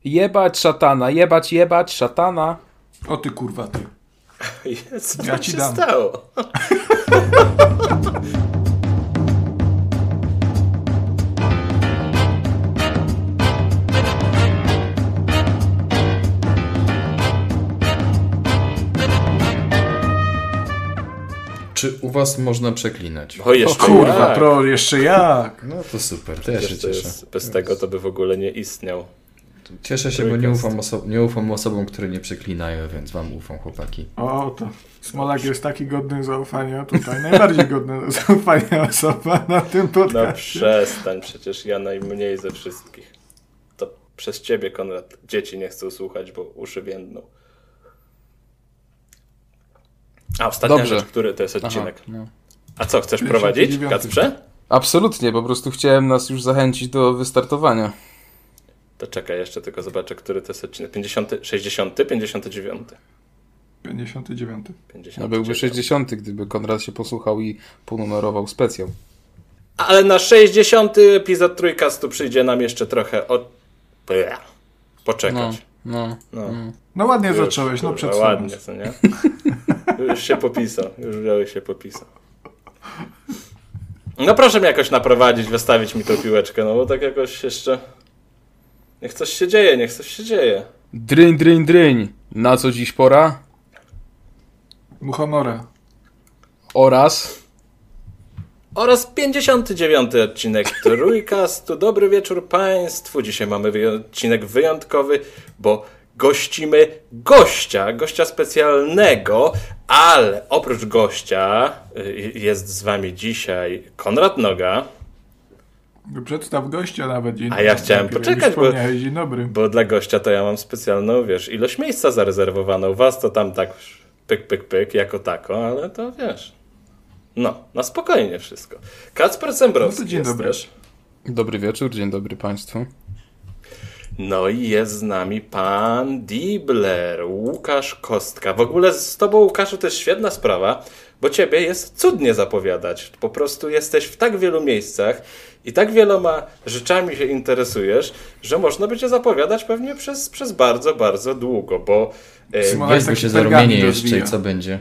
Jebać szatana, jebać szatana. O ty kurwa, ty. Jezu, Ja co ci się dam. stało? Czy u was można przeklinać? O, jeszcze Kurwa, jak? jeszcze jak? No to super, to ja się Jeszcze cieszę. bez tego to by w ogóle nie istniał. Cieszę się, bo nie ufam osobom, które nie przeklinają, więc wam ufam, chłopaki. O, to Smolak jest taki godny zaufania tutaj. Najbardziej godny zaufania osoba na tym No podcastie. przestań, przecież ja najmniej ze wszystkich. To przez ciebie, Konrad, dzieci nie chcą słuchać, bo uszy więdną. A ostatnia Dobrze. rzecz, który to jest odcinek. Aha, no. A co, chcesz prowadzić, 59. Kacprze? Absolutnie, po prostu chciałem nas już zachęcić do wystartowania. To czekaj, jeszcze tylko zobaczę, który to jest odcinek. 50, 60, 59. 59. 59. No byłby 60, gdyby Konrad się posłuchał i ponumerował specjal. Ale na 60 epizod Trójkastu przyjdzie nam jeszcze trochę poczekać. No. No ładnie Już, zacząłeś, no kurwa, przed ładnie, co nie? Już się popisał, już wziąłeś się popisał. No proszę mnie jakoś naprowadzić, wystawić mi tą piłeczkę, no bo tak jakoś jeszcze... Niech coś się dzieje, niech coś się dzieje. Dryń. Na co dziś pora? Muchomora. Oraz 59 odcinek Trójkastu. Dobry wieczór Państwu. Dzisiaj mamy odcinek wyjątkowy, bo gościmy gościa specjalnego, ale oprócz gościa jest z wami dzisiaj Konrad Noga. Przedstaw gościa nawet. A ja chciałem poczekać, Dzień dobry. bo dla gościa to ja mam specjalną, ilość miejsca zarezerwowaną. Was to tam tak pyk, jako tako, ale to wiesz... No, na spokojnie wszystko. Kacper Zembrowski No to dzień jest dobry. też. Dobry wieczór, dzień dobry Państwu. No i jest z nami pan Dibler, Łukasz Kostka. W ogóle z tobą, Łukaszu, to jest świetna sprawa, bo ciebie jest cudnie zapowiadać. Po prostu jesteś w tak wielu miejscach i tak wieloma rzeczami się interesujesz, że można by cię zapowiadać pewnie przez bardzo, bardzo długo, bo... Smolak Weź, bo taki się pergamin zarumienie jeszcze rozwija. i co będzie?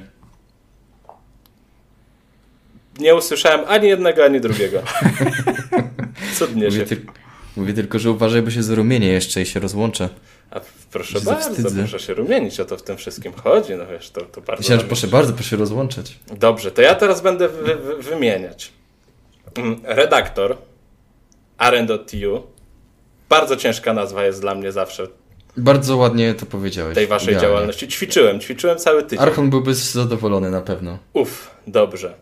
nie usłyszałem ani jednego, ani drugiego. Cudnie się... Mówię tylko, że uważaj, bo się zarumienie jeszcze i się rozłączę. A proszę Się bardzo, zawstydzę. proszę się rumienić, o to w tym wszystkim chodzi, no wiesz, to bardzo... Myślałem, że nam proszę rozłączać. Dobrze, to ja teraz będę wymieniać. Redaktor, Aren.tu. Bardzo ciężka nazwa jest dla mnie zawsze Bardzo ładnie to powiedziałeś. tej waszej Idealnie. działalności. Ćwiczyłem cały tydzień. Archon byłby zadowolony na pewno. Dobrze.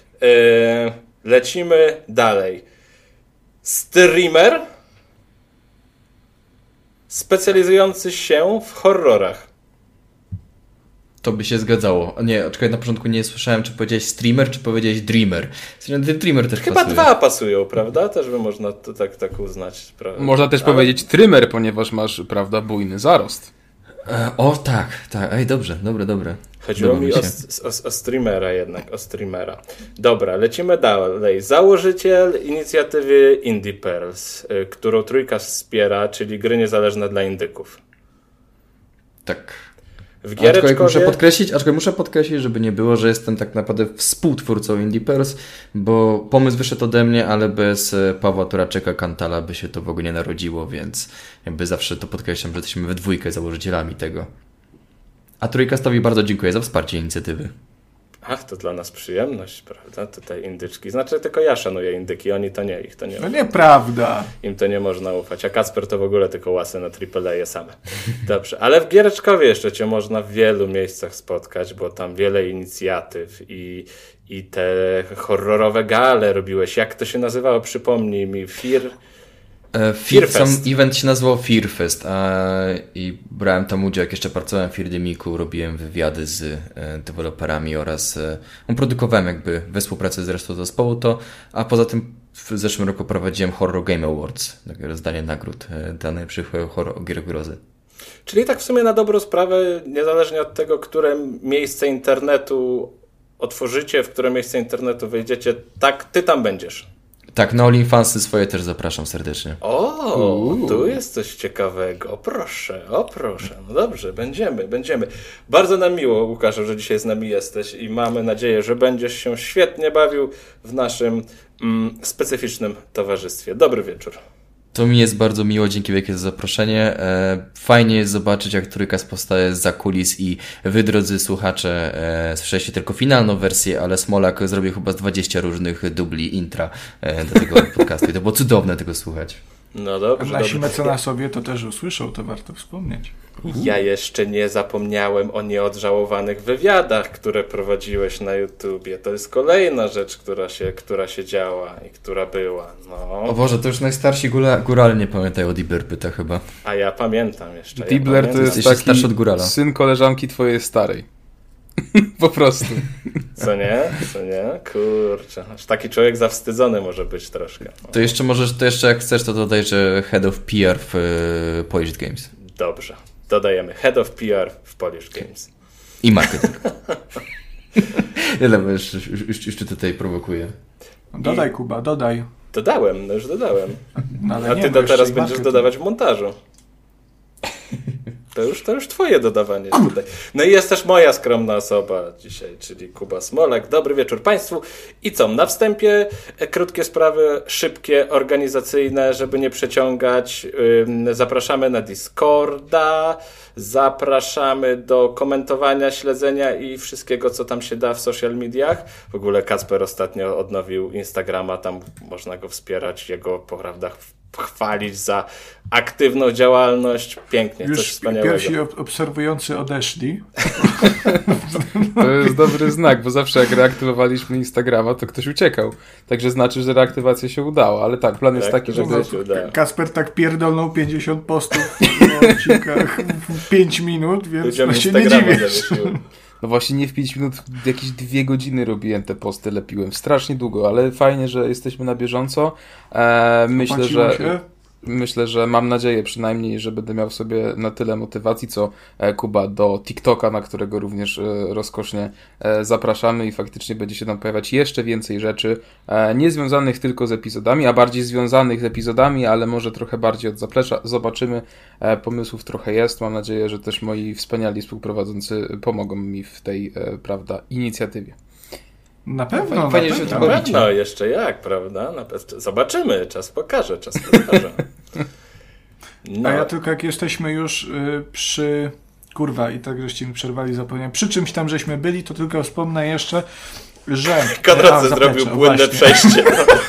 Lecimy dalej. Streamer specjalizujący się w horrorach. To by się zgadzało. Nie, czekaj, na początku nie słyszałem, czy powiedziałeś streamer, czy powiedziałeś dreamer. Dreamer też Chyba pasuje. dwa pasują, prawda? Też by można to tak uznać. Można też powiedzieć trymer, ponieważ masz, prawda, bujny zarost. O, tak. Ej, dobrze. Chodziło Podoba mi się. o streamera jednak, o streamera. Dobra, lecimy dalej. Założyciel inicjatywy Indie Pearls, którą Trójkast wspiera, czyli gry niezależne dla indyków. Tak. W Aczkolwiek Giereczkowie... muszę podkreślić, żeby nie było, że jestem tak naprawdę współtwórcą Indie Pearls, bo pomysł wyszedł ode mnie, ale bez Pawła Turaczeka Kantala by się to w ogóle nie narodziło, więc jakby zawsze to podkreślam, że jesteśmy we dwójkę założycielami tego. A Trójkastowi bardzo dziękuję za wsparcie inicjatywy. Ach, to dla nas przyjemność, prawda? Tutaj indyczki. Znaczy, tylko ja szanuję indyki, oni to nie, ich to nie. No nieprawda. Im to nie można ufać, a Kacper to w ogóle tylko łasy na AAA same. Dobrze, ale w Giereczkowie jeszcze cię można w wielu miejscach spotkać, bo tam wiele inicjatyw i te horrorowe gale robiłeś. Jak to się nazywało? Przypomnij mi. Sam Fearfest. event się nazywał Fearfest i brałem tam udział, jak jeszcze pracowałem w Firdemiku, robiłem wywiady z deweloperami oraz produkowałem jakby we współpracy z resztą zespołu to, a poza tym w zeszłym roku prowadziłem Horror Game Awards, takie rozdanie nagród dla najlepszych horror gier grozy. Czyli tak w sumie na dobrą sprawę, niezależnie od tego, które miejsce internetu otworzycie, w które miejsce internetu wejdziecie, tak ty tam będziesz. Tak, na OnlyFansy swoje też zapraszam serdecznie. Tu jest coś ciekawego. O proszę. No dobrze, będziemy. Bardzo nam miło, Łukaszu, że dzisiaj z nami jesteś i mamy nadzieję, że będziesz się świetnie bawił w naszym specyficznym towarzystwie. Dobry wieczór. To mi jest bardzo miło, dzięki wielkie za zaproszenie. Fajnie jest zobaczyć, jak Trójkast powstaje zza kulis i wy, drodzy słuchacze, słyszeliście tylko finalną wersję, ale Smolak zrobił chyba z 20 różnych dubli intra do tego podcastu i to było cudowne tego słuchać. No dobrze. Nasi mecenasowie to też usłyszą, to warto wspomnieć. Ja jeszcze nie zapomniałem o nieodżałowanych wywiadach, które prowadziłeś na YouTubie. To jest kolejna rzecz, która się działa i która była. No. O Boże, to już najstarsi górale nie pamiętają o Dibler chyba. A ja pamiętam jeszcze. Dibler to jest taki starszy od górala. syn koleżanki twojej starej. Po prostu. Co nie? Kurczę. Aż taki człowiek zawstydzony może być troszkę. No. To jeszcze jak chcesz, to dodaj, że Head of PR w Polish Games. Dobrze. Dodajemy Head of PR w Polish Games. I marketing. Już tutaj prowokuję. Dodaj, Kuba, dodaj. Już dodałem. No, ale A nie, ty bo jeszcze teraz i będziesz marketing. dodawać w montażu. To już twoje dodawanie tutaj. No i jest też moja skromna osoba dzisiaj, czyli Kuba Smolak. Dobry wieczór Państwu. I co? Na wstępie krótkie sprawy, szybkie, organizacyjne, żeby nie przeciągać. Zapraszamy na Discorda, zapraszamy do komentowania, śledzenia i wszystkiego, co tam się da w social mediach. W ogóle Kacper ostatnio odnowił Instagrama, tam można go wspierać, jego poprawdach chwalić za aktywną działalność. Pięknie, Już coś wspaniałego. pierwsi obserwujący odeszli. To jest dobry znak, bo zawsze jak reaktywowaliśmy Instagrama, to ktoś uciekał. Także znaczy, że reaktywacja się udała. Ale tak, plan jest taki, żeby... się udało. Kasper tak pierdolnął 50 postów w odcinkach w 5 minut, więc Ludziom się nie Instagrama dziwię. zawiesiło. No właśnie nie w 5 minut, jakieś 2 godziny robiłem te posty, lepiłem. Strasznie długo, ale fajnie, że jesteśmy na bieżąco. Myślę, że mam nadzieję przynajmniej, że będę miał w sobie na tyle motywacji, co Kuba, do TikToka, na którego również rozkosznie zapraszamy i faktycznie będzie się tam pojawiać jeszcze więcej rzeczy, nie związanych tylko z epizodami, a bardziej związanych z epizodami, ale może trochę bardziej od zaplecza. Zobaczymy. Pomysłów trochę jest. Mam nadzieję, że też moi wspaniali współprowadzący pomogą mi w tej, inicjatywie. Na pewno, Fajnie, na że pewno. to Na pewno, jeszcze jak, prawda? Zobaczymy, czas pokaże. No. A ja tylko jak jesteśmy już przy... Kurwa, i tak żeście mi przerwali, zapomniałem. Przy czymś tam żeśmy byli, to tylko wspomnę jeszcze, że... Konrad zrobił płynne przejście.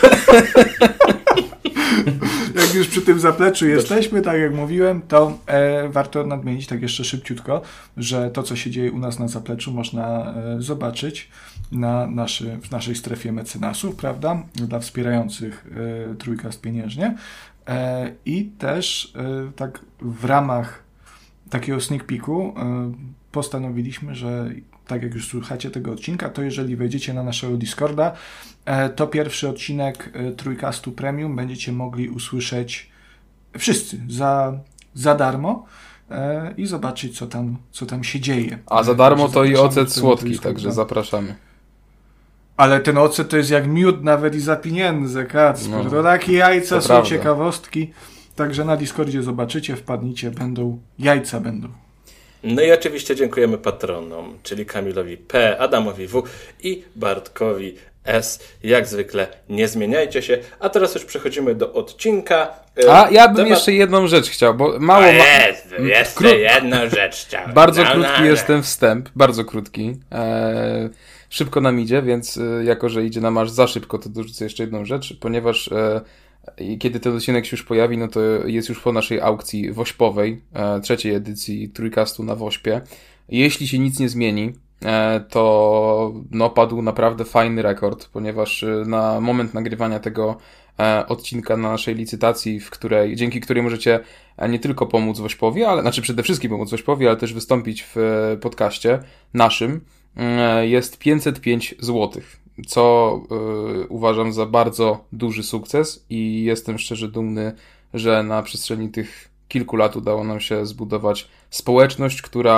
Jak już przy tym zapleczu jesteśmy, tak jak mówiłem, to warto nadmienić tak jeszcze szybciutko, że to, co się dzieje u nas na zapleczu, można zobaczyć w naszej strefie mecenasów, prawda? Dla wspierających Trójkast pieniężnie. I też tak w ramach takiego sneak peeku postanowiliśmy, że tak jak już słuchacie tego odcinka, to jeżeli wejdziecie na naszego Discorda, to pierwszy odcinek Trójkastu Premium będziecie mogli usłyszeć wszyscy za darmo i zobaczyć, co tam się dzieje. A za darmo Także to i zapraszamy ocet do tego słodki, Discorda. także zapraszamy. Ale ten ocet to jest jak miód nawet i za pieniądze, Kacper. No, To takie jajca to są, prawda. ciekawostki. Także na Discordzie zobaczycie, wpadnijcie, jajca będą. No i oczywiście dziękujemy patronom, czyli Kamilowi P, Adamowi W i Bartkowi S. Jak zwykle nie zmieniajcie się. A teraz już przechodzimy do odcinka. A ja bym jeszcze jedną rzecz chciał, bo mało... Jeszcze jedną rzecz chciałem. Bardzo krótki jest ten wstęp, bardzo krótki. Szybko nam idzie, więc jako, że idzie nam aż za szybko, to dorzucę jeszcze jedną rzecz, ponieważ kiedy ten odcinek się już pojawi, no to jest już po naszej aukcji wośpowej, 3. edycji Trójkastu na Wośpie. Jeśli się nic nie zmieni, to no, padł naprawdę fajny rekord, ponieważ na moment nagrywania tego odcinka na naszej licytacji, dzięki której możecie nie tylko pomóc Wośpowi, przede wszystkim pomóc Wośpowi, ale też wystąpić w podcaście naszym, jest 505 zł, co uważam za bardzo duży sukces i jestem szczerze dumny, że na przestrzeni tych kilku lat udało nam się zbudować społeczność, która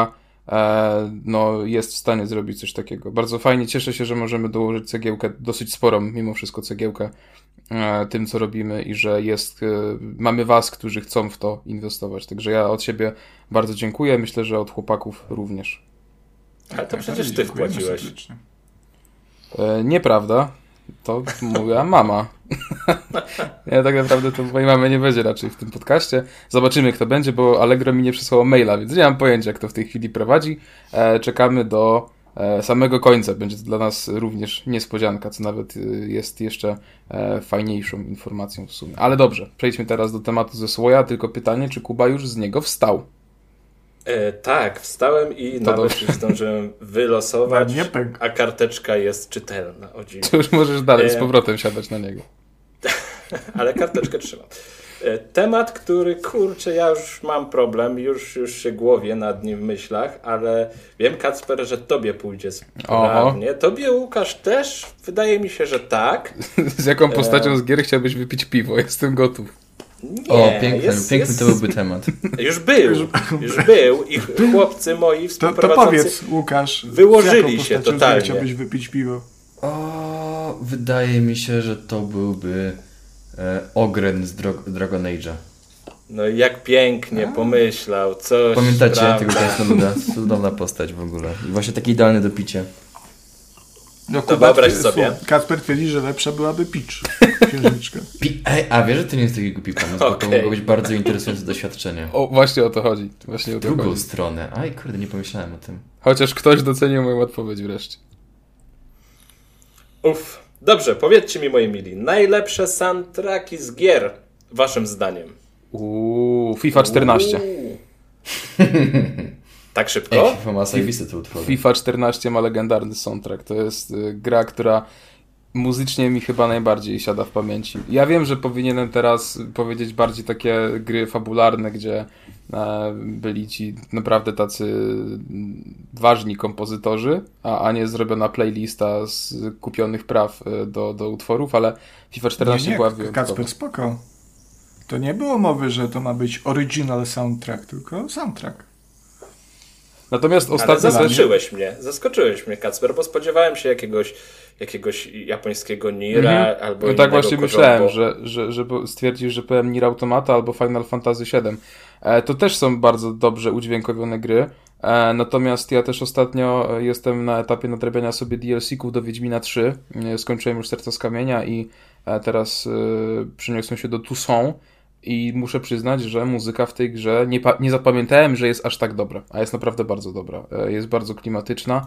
no jest w stanie zrobić coś takiego. Bardzo fajnie, cieszę się, że możemy dołożyć cegiełkę, dosyć sporą mimo wszystko cegiełkę tym, co robimy i że mamy was, którzy chcą w to inwestować. Także ja od siebie bardzo dziękuję, myślę, że od chłopaków również. Ale to przecież ty wpłaciłeś. Nieprawda. To mówiła mama. Ja tak naprawdę to mojej mamy nie będzie raczej w tym podcaście. Zobaczymy, kto będzie, bo Allegro mi nie przysłało maila, więc nie mam pojęcia, kto w tej chwili prowadzi. Czekamy do samego końca. Będzie to dla nas również niespodzianka, co nawet jest jeszcze fajniejszą informacją w sumie. Ale dobrze, przejdźmy teraz do tematu ze Słoja. Tylko pytanie, czy Kuba już z niego wstał? Tak, wstałem i to nawet już zdążyłem wylosować, Nie pęk. a karteczka jest czytelna. O dziwo. To już możesz dalej z powrotem siadać na niego. Ale karteczkę trzymam. Temat, który, kurczę, ja już mam problem, już się głowię nad nim w myślach, ale wiem, Kacper, że tobie pójdzie sprawnie. Tobie, Łukasz, też? Wydaje mi się, że tak. Z jaką postacią z gier chciałbyś wypić piwo? Jestem gotów. Nie, piękny to byłby temat. Już był i chłopcy moi współprowadzący to powiedz, Łukasz, wyłożyli się totalnie. Chciałbyś wypić piwo? Wydaje mi się, że to byłby Ogren z Dragon Age'a. No i jak pięknie pomyślał, coś. Pamiętacie prawda? tego krasnoluda? Cudowna postać w ogóle. I właśnie taki idealny do picia. No, to wyobraź sobie. Kacper twierdzi, że lepsza byłaby Peach, księżniczka. A wiesz, że to nie jest taki głupi pomysł, bo to mogło być bardzo interesujące doświadczenie. Właśnie o to chodzi. Drugą stronę. Aj, kurde, nie pomyślałem o tym. Chociaż ktoś docenił moją odpowiedź wreszcie. Dobrze, powiedzcie mi, moi mili, najlepsze soundtracki z gier, waszym zdaniem? FIFA 14. Tak szybko? FIFA ma zajebiste te utwory. FIFA 14 ma legendarny soundtrack. To jest gra, która muzycznie mi chyba najbardziej siada w pamięci. Ja wiem, że powinienem teraz powiedzieć bardziej takie gry fabularne, gdzie byli ci naprawdę tacy ważni kompozytorzy, a nie zrobiona playlista z kupionych praw do utworów, ale FIFA 14 była wyjątkowa. Kacper, spoko. To nie było mowy, że to ma być original soundtrack, tylko soundtrack. Natomiast ostatnio zaskoczyłeś mnie, Kacper, bo spodziewałem się jakiegoś japońskiego Nira albo no tak właśnie myślałem, że stwierdzisz, że powiem Nier Automata albo Final Fantasy VII. To też są bardzo dobrze udźwiękowione gry, natomiast ja też ostatnio jestem na etapie nadrabiania sobie DLC-ków do Wiedźmina 3. Skończyłem już Serca z Kamienia i teraz przeniosłem się do Toussaint. I muszę przyznać, że muzyka w tej grze nie zapamiętałem, że jest aż tak dobra, a jest naprawdę bardzo dobra. Jest bardzo klimatyczna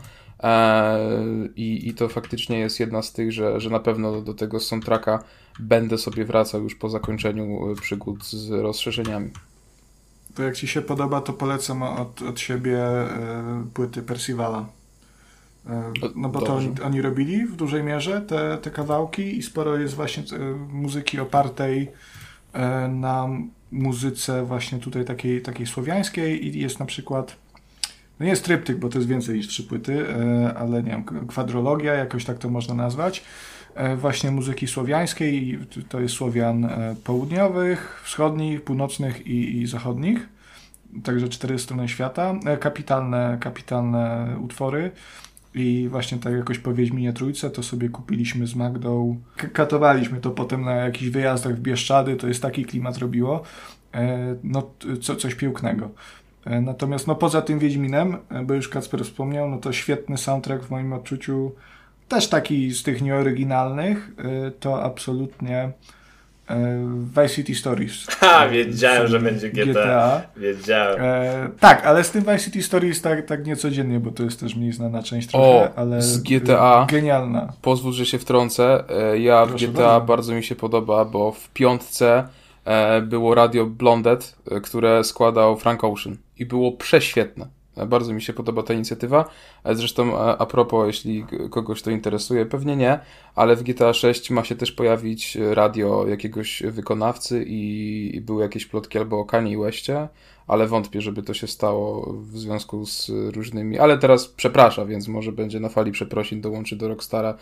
i to faktycznie jest jedna z tych, że na pewno do tego soundtracka będę sobie wracał już po zakończeniu przygód z rozszerzeniami. To jak ci się podoba, to polecam od siebie płyty Percivala. No bo to oni robili w dużej mierze te kawałki i sporo jest właśnie muzyki opartej na muzyce właśnie tutaj takiej słowiańskiej i jest na przykład, no nie jest tryptyk, bo to jest więcej niż 3 płyty, ale nie wiem, kwadrologia, jakoś tak to można nazwać, właśnie muzyki słowiańskiej i to jest Słowian południowych, wschodnich, północnych i zachodnich, także 4 strony świata, kapitalne utwory. I właśnie tak jakoś po Wiedźminie Trójce to sobie kupiliśmy z Magdą. Katowaliśmy to potem na jakichś wyjazdach w Bieszczady, to jest taki klimat robiło. No coś pięknego. Natomiast no poza tym Wiedźminem, bo już Kacper wspomniał, no to świetny soundtrack w moim odczuciu, też taki z tych nieoryginalnych, to absolutnie Vice City Stories. Wiedziałem, że będzie GTA. Wiedziałem. Tak, ale z tym Vice City Stories tak niecodziennie, bo to jest też mniej znana część trochę, ale z GTA genialna. Pozwól, że się wtrącę. Ja w GTA bardzo mi się podoba, bo w 5 było radio Blondet, które składał Frank Ocean i było prześwietne. Bardzo mi się podoba ta inicjatywa. Zresztą a propos, jeśli kogoś to interesuje, pewnie nie, ale w GTA 6 ma się też pojawić radio jakiegoś wykonawcy i były jakieś plotki albo o Kanye Westie, ale wątpię, żeby to się stało w związku z różnymi, ale teraz przeprasza, więc może będzie na fali przeprosin, dołączy do Rockstara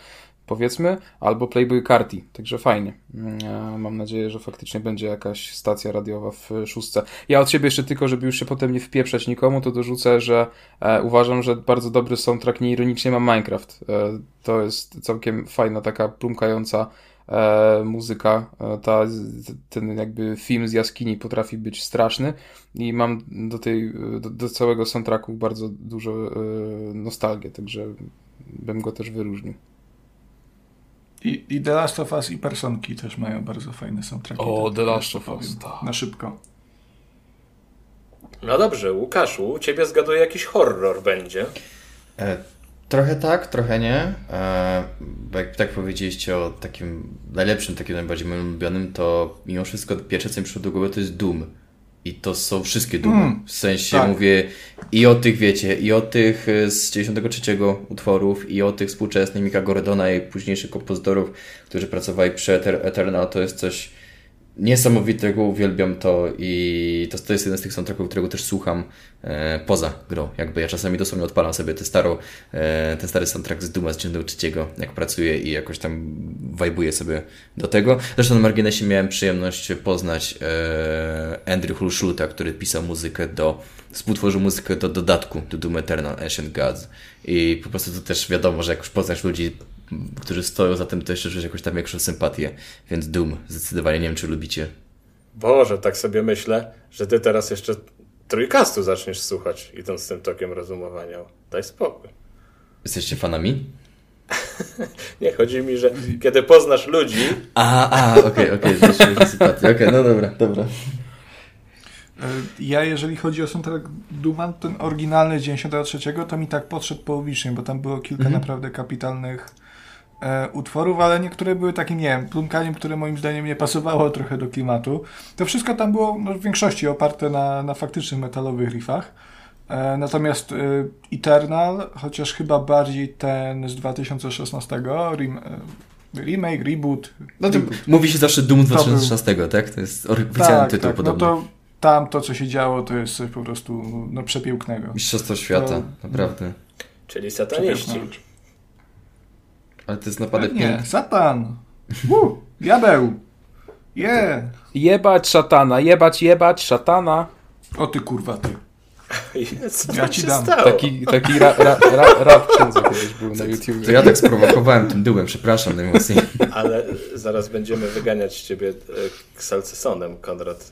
powiedzmy, albo Playboy Carti, także fajnie. Mam nadzieję, że faktycznie będzie jakaś stacja radiowa w 6. Ja od siebie jeszcze tylko, żeby już się potem nie wpieprzać nikomu, to dorzucę, że uważam, że bardzo dobry soundtrack nieironicznie ma Minecraft. To jest całkiem fajna, taka plumkająca muzyka. Ten jakby film z jaskini potrafi być straszny i mam do całego soundtracku bardzo dużo nostalgię, także bym go też wyróżnił. I The Last of Us i Personki też mają bardzo fajne soundtracki. O, The Last of Us, tak. Na szybko. No dobrze, Łukaszu, u ciebie zgaduję jakiś horror będzie. Trochę tak, trochę nie. Bo jak tak powiedzieliście o takim najlepszym, takim najbardziej moim ulubionym, to mimo wszystko pierwsze, co mi przyszło do głowy, to jest Doom. I to są wszystkie Doomy. W sensie tak. mówię i o tych, wiecie, i o tych z 93 utworów, i o tych współczesnych Micka Gordona i późniejszych kompozytorów, którzy pracowali przy Eternal. To jest coś niesamowitego, uwielbiam to i to jest jeden z tych soundtracków, którego też słucham poza grą. Jakby ja czasami dosłownie odpalam sobie ten stary soundtrack z Dooma z 93, jak pracuję i jakoś tam wajbuję sobie do tego. Zresztą na marginesie miałem przyjemność poznać Andrew Hulschuta, który pisał współtworzył muzykę do dodatku do Doom Eternal Ancient Gods i po prostu to też wiadomo, że jak już poznasz ludzi, którzy stoją za tym, to jeszcze czujesz jakąś tam większą sympatię, więc Doom zdecydowanie, nie wiem, czy lubicie. Boże, tak sobie myślę, że ty teraz jeszcze Trójkastu zaczniesz słuchać, idąc tym tokiem rozumowania. Daj spokój. Jesteście fanami? Nie, chodzi mi, że kiedy poznasz ludzi... Okej, zaczniesz sympatię. Okej, no dobra. Ja, jeżeli chodzi o soundtrack Dooma, ten oryginalny z 93, to mi tak podszedł połowicznie, bo tam było kilka naprawdę kapitalnych utworów, ale niektóre były takim, nie wiem, plumkaniem, które moim zdaniem nie pasowało trochę do klimatu. To wszystko tam było w większości oparte na faktycznych metalowych riffach. Natomiast Eternal, chociaż chyba bardziej ten z 2016, remake, reboot. Mówi się zawsze Doom 2016, tak? To jest oficjalny tytuł podobny. No to tam to, co się działo, to jest coś po prostu przepięknego. Mistrzostwo świata, naprawdę. Czyli sataniści. Ale to jest napadek nie, Satan! Diabeł! Jebać szatana, jebać szatana. O ty kurwa, ty. Co ja ci dam. stało? Taki rap księdza kiedyś był na YouTube. To ja tak sprowokowałem tym Doomem, przepraszam najmocniej. Ale zaraz będziemy wyganiać ciebie Salcesonem, Konrad.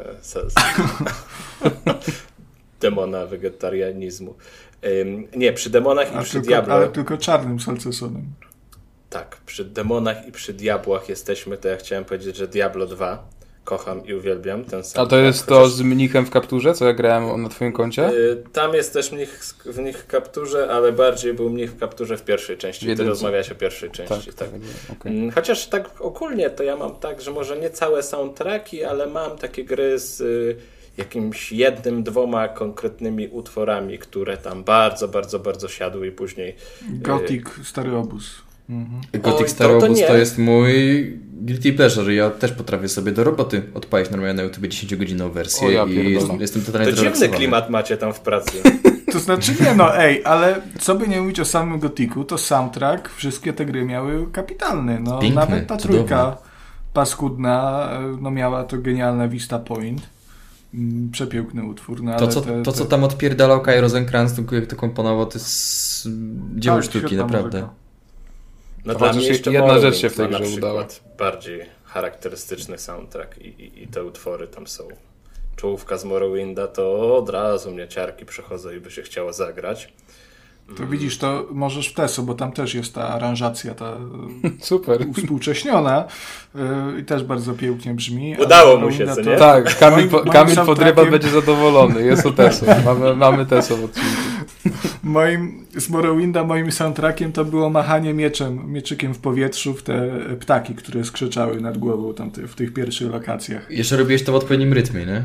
Demona wegetarianizmu. Nie, przy demonach i przy diabłach. Ale tylko czarnym Salcesonem. Tak, przy demonach i przy diabłach jesteśmy, to ja chciałem powiedzieć, że Diablo 2 kocham i uwielbiam ten sam. A to jest to z mnichem w kapturze, co ja grałem na twoim koncie? Tam jest też mnich w kapturze, ale bardziej był mnich w kapturze w pierwszej części. Ty rozmawiałeś o pierwszej części. Tak. Okay. Chociaż tak ogólnie to ja mam tak, że może nie całe soundtracki, ale mam takie gry z jakimś 1-2 konkretnymi utworami, które tam bardzo, bardzo, bardzo siadły i później... Gothic, Stary Obóz. Gothic Stary Obóz to jest mój guilty pleasure. Ja też potrafię sobie do roboty odpalić normalnie na YouTube 10-godzinną wersję i jestem totalnie to dziwny klimat macie tam w pracy. To znaczy ale co by nie mówić o samym Gothicu, to soundtrack, wszystkie te gry miały kapitalny. Piękny, nawet ta cudowny. trójka paskudna, miała to genialne Vista Point. Przepiękny utwór. No, to, co tam odpierdalał Kai Rosenkrantz, jak to komponował, to jest dzieło sztuki, naprawdę. Muzyka. No dla mnie jeszcze jedna rzecz się w tej grze udała. Bardziej charakterystyczny soundtrack i te utwory tam są. Czołówka z Morrowinda, to od razu mnie ciarki przechodzą i by się chciało zagrać. To widzisz, to możesz w Teso, bo tam też jest ta aranżacja, ta super uwspółcześniona i też bardzo pięknie brzmi. Udało mu się, co nie? Tak, Kamil Podryba będzie zadowolony, jest o Teso. Mamy Teso w odcinku. Z Morrowinda moim soundtrackiem to było machanie mieczykiem w powietrzu w te ptaki, które skrzeczały nad głową tam w tych pierwszych lokacjach. Jeszcze robiłeś to w odpowiednim rytmie, nie?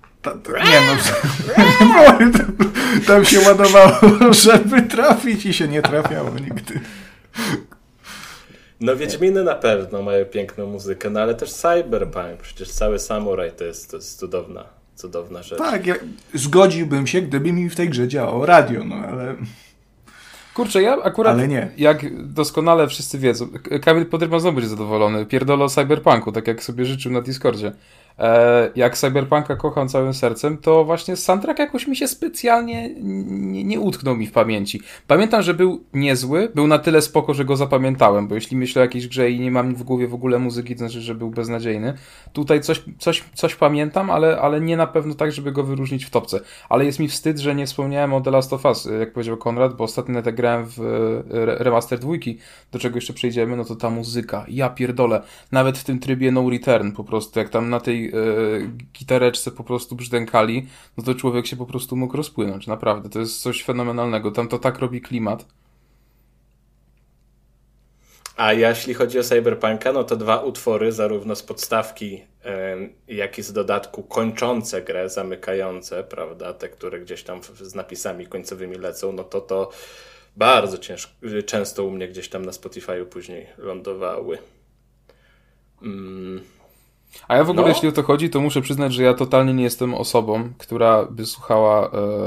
Tam się ładowało, żeby trafić i się nie trafiało nigdy. No Wiedźminy na pewno mają piękną muzykę, no ale też Cyberpunk, przecież cały Samuraj to jest cudowna rzecz. Tak, zgodziłbym się, gdyby mi w tej grze działało radio, no ale... Kurczę, ja akurat, Ale nie. jak doskonale wszyscy wiedzą, Kamil Podryba znowu będzie zadowolony, pierdolę o Cyberpunku, tak jak sobie życzył na Discordzie. Jak Cyberpunka kocham całym sercem, to właśnie soundtrack jakoś mi się specjalnie nie utknął mi w pamięci. Pamiętam, że był niezły, był na tyle spoko, że go zapamiętałem, bo jeśli myślę o jakiejś grze i nie mam w głowie w ogóle muzyki, to znaczy, że był beznadziejny. Tutaj coś pamiętam, ale nie na pewno tak, żeby go wyróżnić w topce. Ale jest mi wstyd, że nie wspomniałem o The Last of Us, jak powiedział Konrad, bo ostatnio tak grałem w remaster 2, do czego jeszcze przejdziemy, no to ta muzyka, ja pierdolę, nawet w tym trybie No Return po prostu, jak tam na tej gitareczce po prostu brzdękali, no to człowiek się po prostu mógł rozpłynąć, naprawdę, to jest coś fenomenalnego, tam to tak robi klimat. A jeśli chodzi o Cyberpunka, no to 2 utwory, zarówno z podstawki, jak i z dodatku kończące grę, zamykające, prawda, te, które gdzieś tam z napisami końcowymi lecą, no to bardzo często u mnie gdzieś tam na Spotify'u później lądowały. A ja w ogóle, jeśli o to chodzi, to muszę przyznać, że ja totalnie nie jestem osobą, która by słuchała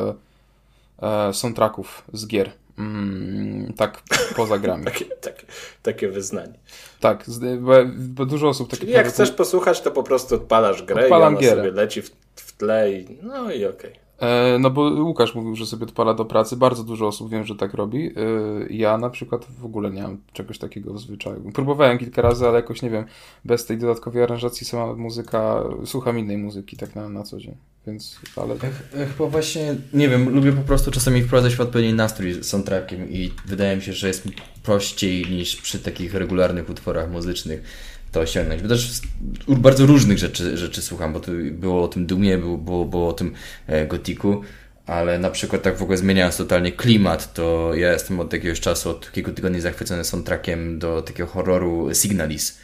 soundtracków z gier. Tak poza grami. Takie wyznanie. Tak, bo dużo osób... Czyli jak chcesz posłuchać, to po prostu odpalasz grę i ona sobie leci w tle i no i okej. No bo Łukasz mówił, że sobie odpala do pracy. Bardzo dużo osób wiem, że tak robi. Ja na przykład w ogóle nie mam czegoś takiego w zwyczaju. Próbowałem kilka razy, ale jakoś nie wiem, bez tej dodatkowej aranżacji sama muzyka, słucham innej muzyki tak na co dzień. Więc, ale... Chyba właśnie, nie wiem, lubię po prostu czasami wprowadzać w odpowiedni nastrój z soundtrackiem i wydaje mi się, że jest mi prościej niż przy takich regularnych utworach muzycznych to osiągnąć. Bo też bardzo różnych rzeczy słucham, bo tu było o tym Doomie, było o tym Gothicu, ale na przykład tak w ogóle zmieniając totalnie klimat, to ja jestem od jakiegoś czasu, od kilku tygodni zachwycony soundtrackiem do takiego horroru Signalis.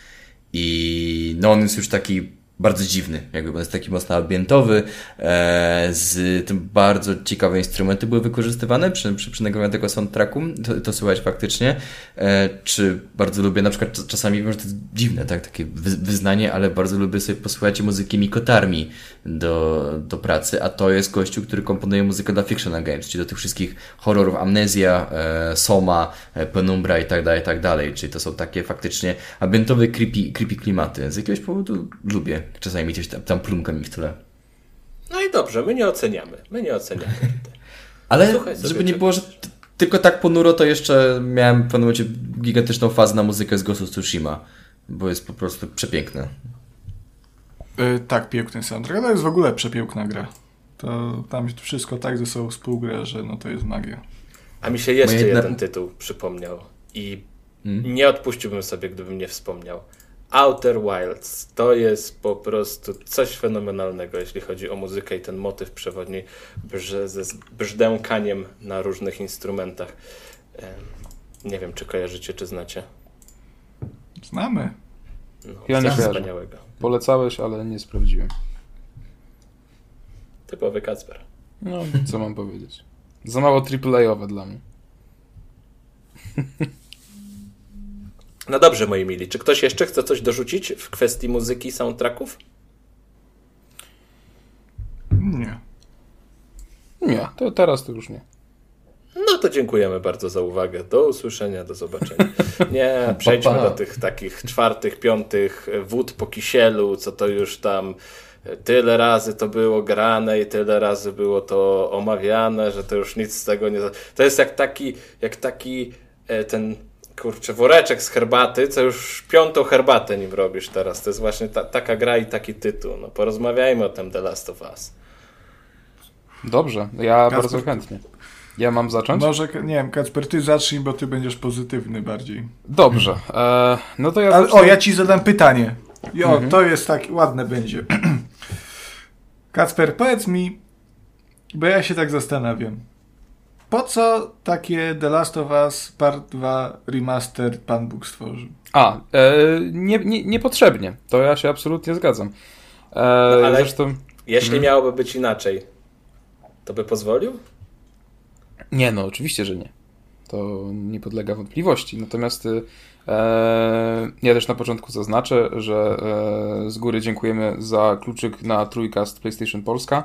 I no on jest już taki bardzo dziwny, jakby on jest taki mocno ambientowy, z tym bardzo ciekawe instrumenty były wykorzystywane przy nagrywaniu tego soundtracku, to słychać faktycznie, czy bardzo lubię, na przykład czasami wiem, że to jest dziwne, tak, takie wyznanie, ale bardzo lubię sobie posłuchać muzyki Mikotarmi do pracy, a to jest gościu, który komponuje muzykę dla Fictional Games, czyli do tych wszystkich horrorów Amnesia, Soma, Penumbra i tak dalej, czyli to są takie faktycznie ambientowe, creepy klimaty. Z jakiegoś powodu lubię czasami gdzieś tam plumka mi w tle. No i dobrze, my nie oceniamy. Ale żeby nie było, że tylko tak ponuro, to jeszcze miałem w pewnym momencie gigantyczną fazę na muzykę z Ghost of Tsushima, bo jest po prostu przepiękna. Tak, piękny soundtrack. To jest w ogóle przepiękna gra. To tam wszystko tak ze sobą współgra, że no to jest magia. A mi się jeszcze jeden tytuł przypomniał i nie odpuściłbym sobie, gdybym nie wspomniał. Outer Wilds. To jest po prostu coś fenomenalnego, jeśli chodzi o muzykę i ten motyw przewodni ze brzdękaniem na różnych instrumentach. Nie wiem, czy kojarzycie, czy znacie. Znamy. No, ja nie wspaniałego. Polecałeś, ale nie sprawdziłem. Typowy Kacper. No, co mam powiedzieć. Za mało AAA-owe dla mnie. No dobrze, moi mili. Czy ktoś jeszcze chce coś dorzucić w kwestii muzyki, soundtracków? Nie. Nie, to teraz to już nie. No to dziękujemy bardzo za uwagę. Do usłyszenia, do zobaczenia. Nie, przejdźmy do tych takich 4., 5. wód po kisielu, co to już tam tyle razy to było grane i tyle razy było to omawiane, że to już nic z tego nie... To jest jak taki ten... Kurczę, woreczek z herbaty, co już 5. herbatę nim robisz teraz. To jest właśnie taka gra i taki tytuł. No porozmawiajmy o tym The Last of Us. Dobrze, ja Kacper, bardzo chętnie. Ja mam zacząć? Może, nie wiem, Kacper, ty zacznij, bo ty będziesz pozytywny bardziej. Dobrze, no to ja... Ale, ja ci zadam pytanie. To jest tak, ładne będzie. Kacper, powiedz mi, bo ja się tak zastanawiam. Po co takie The Last of Us Part 2 Remaster Pan Bóg stworzył? Niepotrzebnie. To ja się absolutnie zgadzam. Ale zresztą... jeśli miałoby być inaczej, to by pozwolił? Nie, no oczywiście, że nie. To nie podlega wątpliwości. Natomiast ja też na początku zaznaczę, że z góry dziękujemy za kluczyk na Trójkast PlayStation Polska.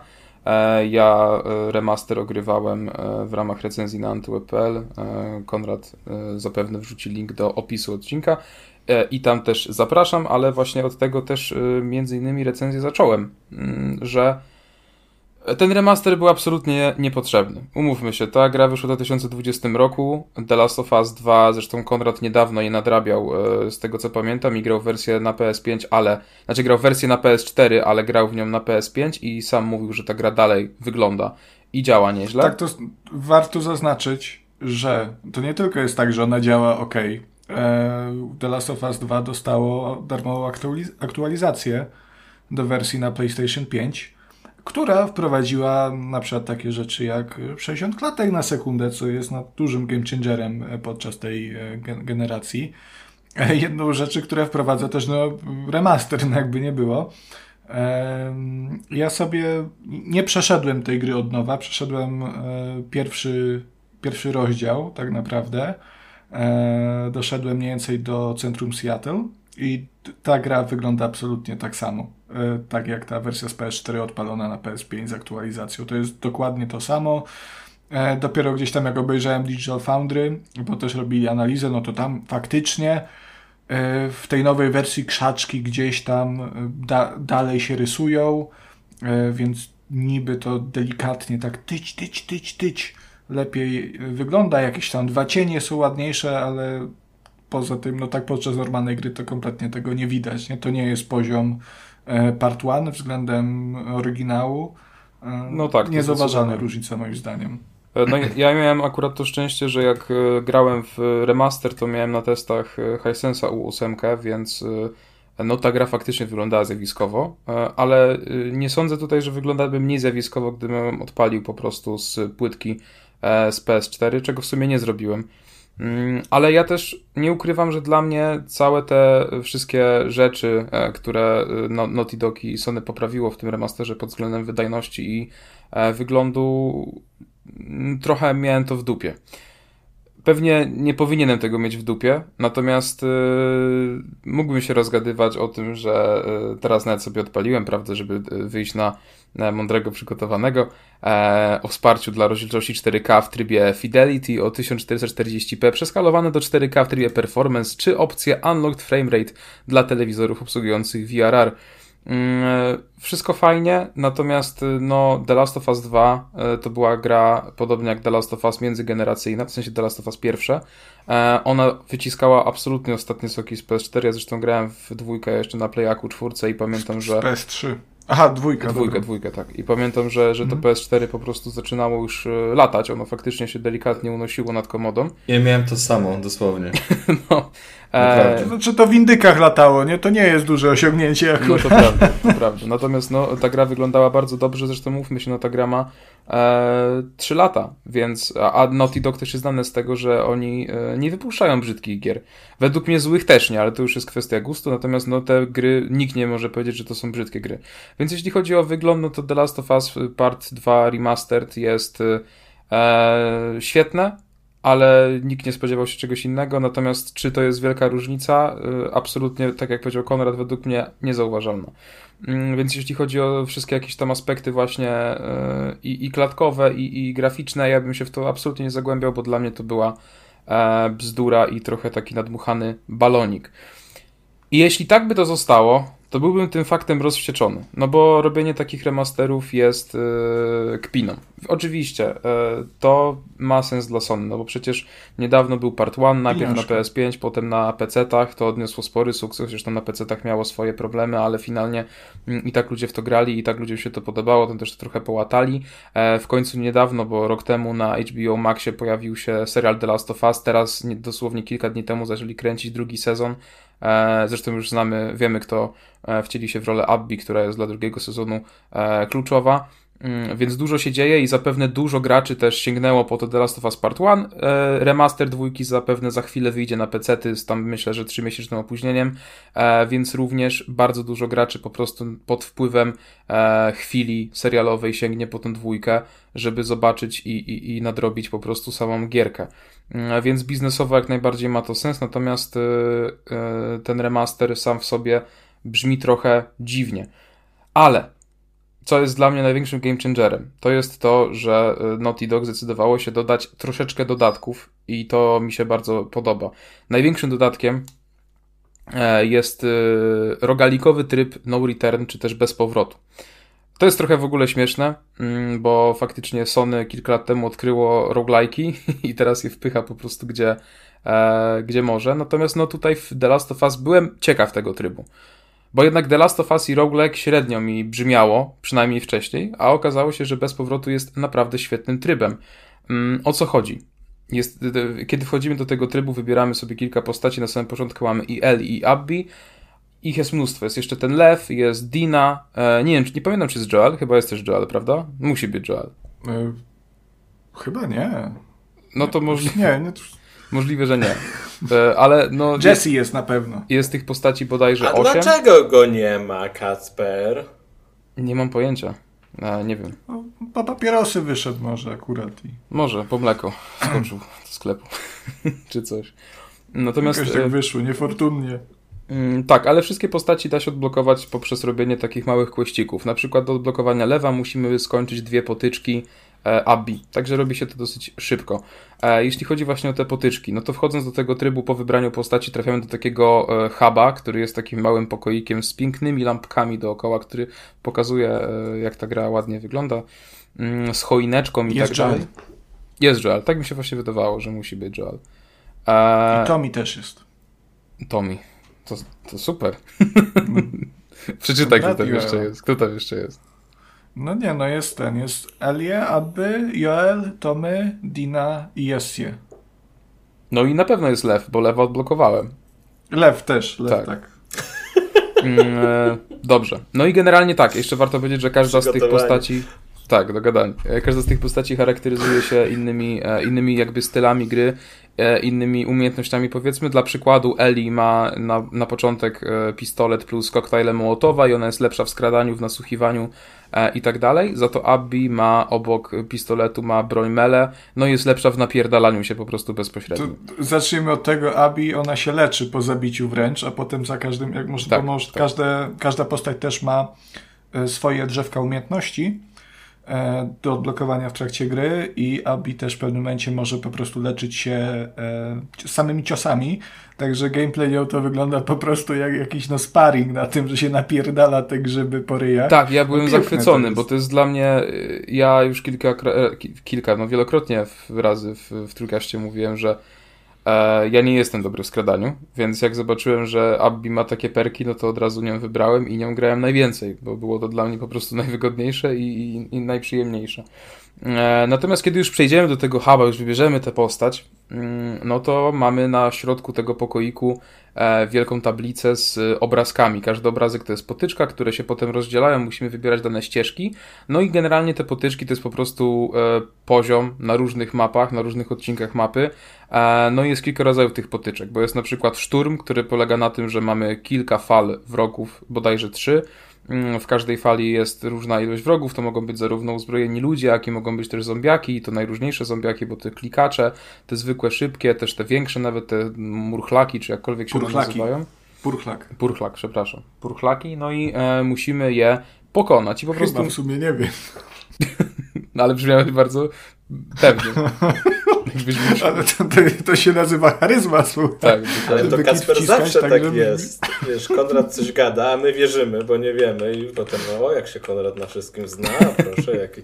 Ja remaster ogrywałem w ramach recenzji na antyweb.pl. Konrad zapewne wrzuci link do opisu odcinka i tam też zapraszam, ale właśnie od tego też między innymi recenzję zacząłem, że ten remaster był absolutnie niepotrzebny. Umówmy się, ta gra wyszła w 2020 roku, The Last of Us 2, zresztą Konrad niedawno je nadrabiał, z tego co pamiętam, i grał wersję na PS5, grał wersję na PS4, ale grał w nią na PS5 i sam mówił, że ta gra dalej wygląda i działa nieźle. Tak, to warto zaznaczyć, że to nie tylko jest tak, że ona działa ok. The Last of Us 2 dostało darmową aktualizację do wersji na PlayStation 5, która wprowadziła na przykład takie rzeczy jak 60 klatek na sekundę, co jest dużym game changerem podczas tej generacji. Jedną rzeczy, które wprowadza też remaster, jakby nie było. Ja sobie nie przeszedłem tej gry od nowa, przeszedłem pierwszy rozdział tak naprawdę. Doszedłem mniej więcej do centrum Seattle i ta gra wygląda absolutnie tak samo. Tak jak ta wersja z PS4 odpalona na PS5 z aktualizacją. To jest dokładnie to samo. Dopiero gdzieś tam jak obejrzałem Digital Foundry, bo też robili analizę, no to tam faktycznie w tej nowej wersji krzaczki gdzieś tam dalej się rysują, więc niby to delikatnie tak tyć lepiej wygląda. Jakieś tam 2 cienie są ładniejsze, ale poza tym, tak podczas normalnej gry to kompletnie tego nie widać. Nie? To nie jest poziom Part 1 względem oryginału. No tak. Niezauważalna różnica moim zdaniem. No ja miałem akurat to szczęście, że jak grałem w remaster, to miałem na testach Hisense'a U8, więc ta gra faktycznie wyglądała zjawiskowo, ale nie sądzę tutaj, że wyglądałaby mniej zjawiskowo, gdybym odpalił po prostu z płytki z PS4, czego w sumie nie zrobiłem. Ale ja też nie ukrywam, że dla mnie całe te wszystkie rzeczy, które Naughty Dog i Sony poprawiło w tym remasterze pod względem wydajności i wyglądu, trochę miałem to w dupie. Pewnie nie powinienem tego mieć w dupie, natomiast mógłbym się rozgadywać o tym, że teraz nawet sobie odpaliłem, prawda, żeby wyjść na mądrego przygotowanego, o wsparciu dla rozdzielczości 4K w trybie Fidelity o 1440p przeskalowane do 4K w trybie Performance, czy opcję Unlocked Framerate dla telewizorów obsługujących VRR. Wszystko fajnie, natomiast The Last of Us 2 to była gra, podobnie jak The Last of Us międzygeneracyjna, w sensie The Last of Us pierwsze. Ona wyciskała absolutnie ostatnie soki z PS4, ja zresztą grałem w 2 jeszcze na Playaku 4 i pamiętam, że... Z PS3. Aha, dwójka, tak. I pamiętam, że to PS4 po prostu zaczynało już latać, ono faktycznie się delikatnie unosiło nad komodą. Ja miałem to samo, dosłownie. Znaczy to w indykach latało, nie? To nie jest duże osiągnięcie akurat. No to prawda. Natomiast ta gra wyglądała bardzo dobrze, zresztą mówmy się, ta gra ma 3 lata, więc a Naughty Dog też jest znane z tego, że oni nie wypuszczają brzydkich gier. Według mnie złych też nie, ale to już jest kwestia gustu, natomiast te gry, nikt nie może powiedzieć, że to są brzydkie gry. Więc jeśli chodzi o wygląd, to The Last of Us Part 2 Remastered jest świetne, ale nikt nie spodziewał się czegoś innego, natomiast czy to jest wielka różnica? Absolutnie, tak jak powiedział Konrad, według mnie niezauważalna. Więc jeśli chodzi o wszystkie jakieś tam aspekty właśnie i klatkowe, i graficzne, ja bym się w to absolutnie nie zagłębiał, bo dla mnie to była bzdura i trochę taki nadmuchany balonik. I jeśli tak by to zostało, to byłbym tym faktem rozwścieczony, bo robienie takich remasterów jest kpiną. Oczywiście, to ma sens dla Sony, bo przecież niedawno był Part 1, najpierw na PS5, potem na PC-tach, to odniosło spory sukces, zresztą na PC-tach miało swoje problemy, ale finalnie i tak ludzie w to grali, i tak ludziom się to podobało, tam też to trochę połatali. W końcu niedawno, bo rok temu na HBO Maxie pojawił się serial The Last of Us, teraz dosłownie kilka dni temu zaczęli kręcić drugi sezon. Zresztą już wiemy kto wcieli się w rolę Abby, która jest dla drugiego sezonu kluczowa, więc dużo się dzieje i zapewne dużo graczy też sięgnęło po to The Last of Us Part 1. Remaster 2 zapewne za chwilę wyjdzie na PC-ty z tam myślę, że 3-miesięcznym opóźnieniem, więc również bardzo dużo graczy po prostu pod wpływem chwili serialowej sięgnie po tę 2, żeby zobaczyć i nadrobić po prostu samą gierkę. Więc biznesowo jak najbardziej ma to sens, natomiast ten remaster sam w sobie brzmi trochę dziwnie. Ale co jest dla mnie największym game changerem. To jest to, że Naughty Dog zdecydowało się dodać troszeczkę dodatków i to mi się bardzo podoba. Największym dodatkiem jest rogalikowy tryb no return, czy też bez powrotu. To jest trochę w ogóle śmieszne, bo faktycznie Sony kilka lat temu odkryło roguelike'i i teraz je wpycha po prostu gdzie może. Natomiast no tutaj w The Last of Us byłem ciekaw tego trybu. Bo jednak The Last of Us i roguelike średnio mi brzmiało, przynajmniej wcześniej, a okazało się, że bez powrotu jest naprawdę świetnym trybem. O co chodzi? Kiedy wchodzimy do tego trybu, wybieramy sobie kilka postaci. Na samym początku mamy i Ellie, i Abby. Ich jest mnóstwo. Jest jeszcze ten Lev, jest Dina. Nie pamiętam, czy jest Joel. Chyba jest też Joel, prawda? Musi być Joel. Chyba nie. No to Nie. Możliwe, że nie. Ale no... Jesse jest na pewno. Jest tych postaci bodajże 8. A dlaczego go nie ma, Kacper? Nie mam pojęcia. Nie wiem. No, po papierosy wyszedł może akurat. Może, po mleko skoczył do sklepu. Czy coś. Natomiast... Jakoś tak wyszło, niefortunnie. Tak, ale wszystkie postaci da się odblokować poprzez robienie takich małych questików. Na przykład do odblokowania Lewa musimy skończyć 2 potyczki Abby, także robi się to dosyć szybko. Jeśli chodzi właśnie o te potyczki, no to wchodząc do tego trybu po wybraniu postaci trafiamy do takiego huba, który jest takim małym pokoikiem z pięknymi lampkami dookoła, który pokazuje, jak ta gra ładnie wygląda, z choineczką i jest tak Joel. dalej. Jest Joel, tak mi się właśnie wydawało, że musi być Joel. I Tommy też jest. Tommy. To super. Przeczytaj, kto tam jeszcze jest. Kto tam jeszcze jest? No nie, no jest Elie, Abby, Joel, Tommy, Dina i Jessie. No i na pewno jest Lev, bo Lewa odblokowałem. Lew też, tak. Dobrze. No i generalnie tak, jeszcze warto powiedzieć, że każda z tych postaci... Tak, dogadanie. Każda z tych postaci charakteryzuje się innymi jakby stylami gry, innymi umiejętnościami, powiedzmy. Dla przykładu Ellie ma na początek pistolet plus koktajle Mołotowa i ona jest lepsza w skradaniu, w nasłuchiwaniu i tak dalej. Za to Abby ma obok pistoletu ma broń melee, no i jest lepsza w napierdalaniu się po prostu bezpośrednio. To zacznijmy od tego, Abby, ona się leczy po zabiciu wręcz, a potem za każdym, jak może, tak. Każda postać też ma swoje drzewka umiejętności do odblokowania w trakcie gry i Abby też w pewnym momencie może po prostu leczyć się samymi ciosami, także gameplayowo to wygląda po prostu jak jakiś sparring na tym, że się napierdala te grzyby po ryjach. Tak, ja byłem zachwycony, jest. bo to jest dla mnie, ja już wielokrotnie razy w Trójkaście mówiłem, że ja nie jestem dobry w skradaniu, więc jak zobaczyłem, że Abby ma takie perki, no to od razu nią wybrałem i nią grałem najwięcej, bo było to dla mnie po prostu najwygodniejsze i najprzyjemniejsze. Natomiast kiedy już przejdziemy do tego huba, już wybierzemy tę postać, no to mamy na środku tego pokoiku wielką tablicę z obrazkami. Każdy obrazek to jest potyczka, które się potem rozdzielają, musimy wybierać dane ścieżki. No i generalnie te potyczki to jest po prostu poziom na różnych mapach, na różnych odcinkach mapy. No i jest kilka rodzajów tych potyczek, bo jest na przykład szturm, który polega na tym, że mamy kilka fal wrogów, bodajże 3. W każdej fali jest różna ilość wrogów, to mogą być zarówno uzbrojeni ludzie, jak i mogą być też zombiaki, i to najróżniejsze zombiaki, bo te klikacze, te zwykłe, szybkie, też te większe, nawet te murchlaki, czy jakkolwiek się nazywają. Purchlak, przepraszam. Purchlaki, no i musimy je pokonać i po prostu... Chyba w sumie nie wiem. No ale brzmiałeś bardzo pewnie. Ale to się nazywa charyzma, słuchaj. Tak, ale to Kacper zawsze tak jest. Wiesz, Konrad coś gada, a my wierzymy, bo nie wiemy i potem, jak się Konrad na wszystkim zna, proszę, jaki...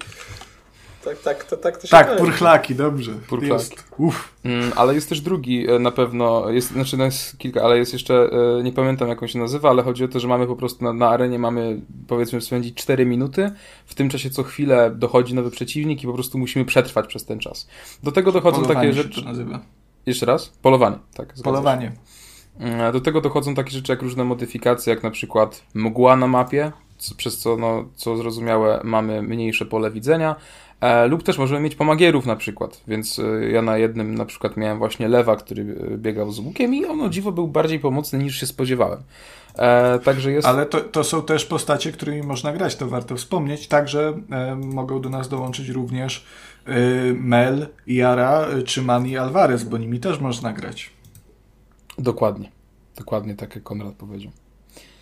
Tak, to się tak, purchlaki, dobrze. Purchlaki. Ale jest też drugi na pewno, jest kilka, ale jest jeszcze, nie pamiętam jak on się nazywa, ale chodzi o to, że mamy po prostu na arenie mamy, powiedzmy, spędzić 4 minuty, w tym czasie co chwilę dochodzi nowy przeciwnik i po prostu musimy przetrwać przez ten czas. Do tego dochodzą takie rzeczy... się nazywa. Jeszcze raz? Polowanie, tak. Polowanie. Do tego dochodzą takie rzeczy jak różne modyfikacje, jak na przykład mgła na mapie, przez co, co zrozumiałe, mamy mniejsze pole widzenia, lub też możemy mieć pomagierów na przykład, więc ja na jednym na przykład miałem właśnie Lewa, który biegał z łukiem i on o dziwo był bardziej pomocny niż się spodziewałem. Także jest... Ale to są też postacie, którymi można grać, to warto wspomnieć, także mogą do nas dołączyć również Mel, Yara czy Manny Alvarez, bo nimi też można grać. Dokładnie tak jak Konrad powiedział.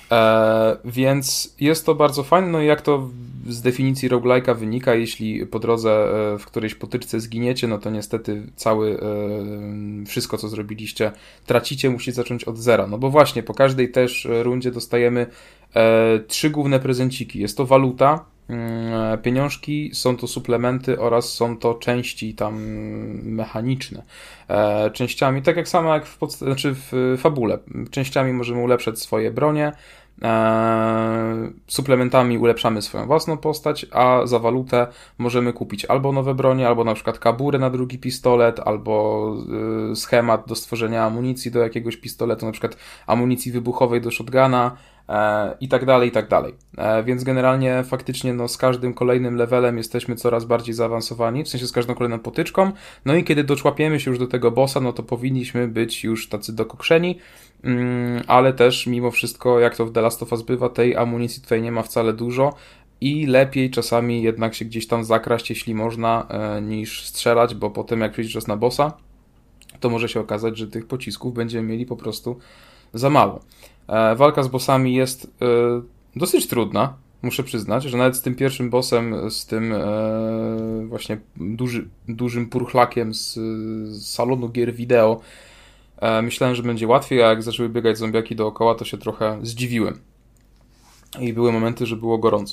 Więc jest to bardzo fajne, no i jak to z definicji roguelike'a wynika, jeśli po drodze w którejś potyczce zginiecie, no to niestety wszystko co zrobiliście tracicie, musicie zacząć od zera, no bo właśnie po każdej też rundzie dostajemy 3 główne prezenciki, jest to waluta, pieniążki, są to suplementy oraz są to części tam mechaniczne. Częściami, tak jak samo jak w fabule, częściami możemy ulepszać swoje bronie, suplementami ulepszamy swoją własną postać, a za walutę możemy kupić albo nowe bronie, albo na przykład kaburę na drugi pistolet, albo schemat do stworzenia amunicji do jakiegoś pistoletu, na przykład amunicji wybuchowej do shotguna, i tak dalej, i tak dalej. Więc generalnie faktycznie no, z każdym kolejnym levelem jesteśmy coraz bardziej zaawansowani, w sensie z każdą kolejną potyczką, no i kiedy doczłapiemy się już do tego bossa, no to powinniśmy być już tacy dokokszeni, ale też mimo wszystko, jak to w The Last of Us bywa, tej amunicji tutaj nie ma wcale dużo i lepiej czasami jednak się gdzieś tam zakraść, jeśli można, niż strzelać, bo potem jak przyjdzie czas na bossa, to może się okazać, że tych pocisków będziemy mieli po prostu za mało. Walka z bossami jest dosyć trudna, muszę przyznać, że nawet z tym pierwszym bossem, z tym właśnie dużym purchlakiem z salonu gier wideo, myślałem, że będzie łatwiej, a jak zaczęły biegać zombiaki dookoła, to się trochę zdziwiłem. I były momenty, że było gorąco.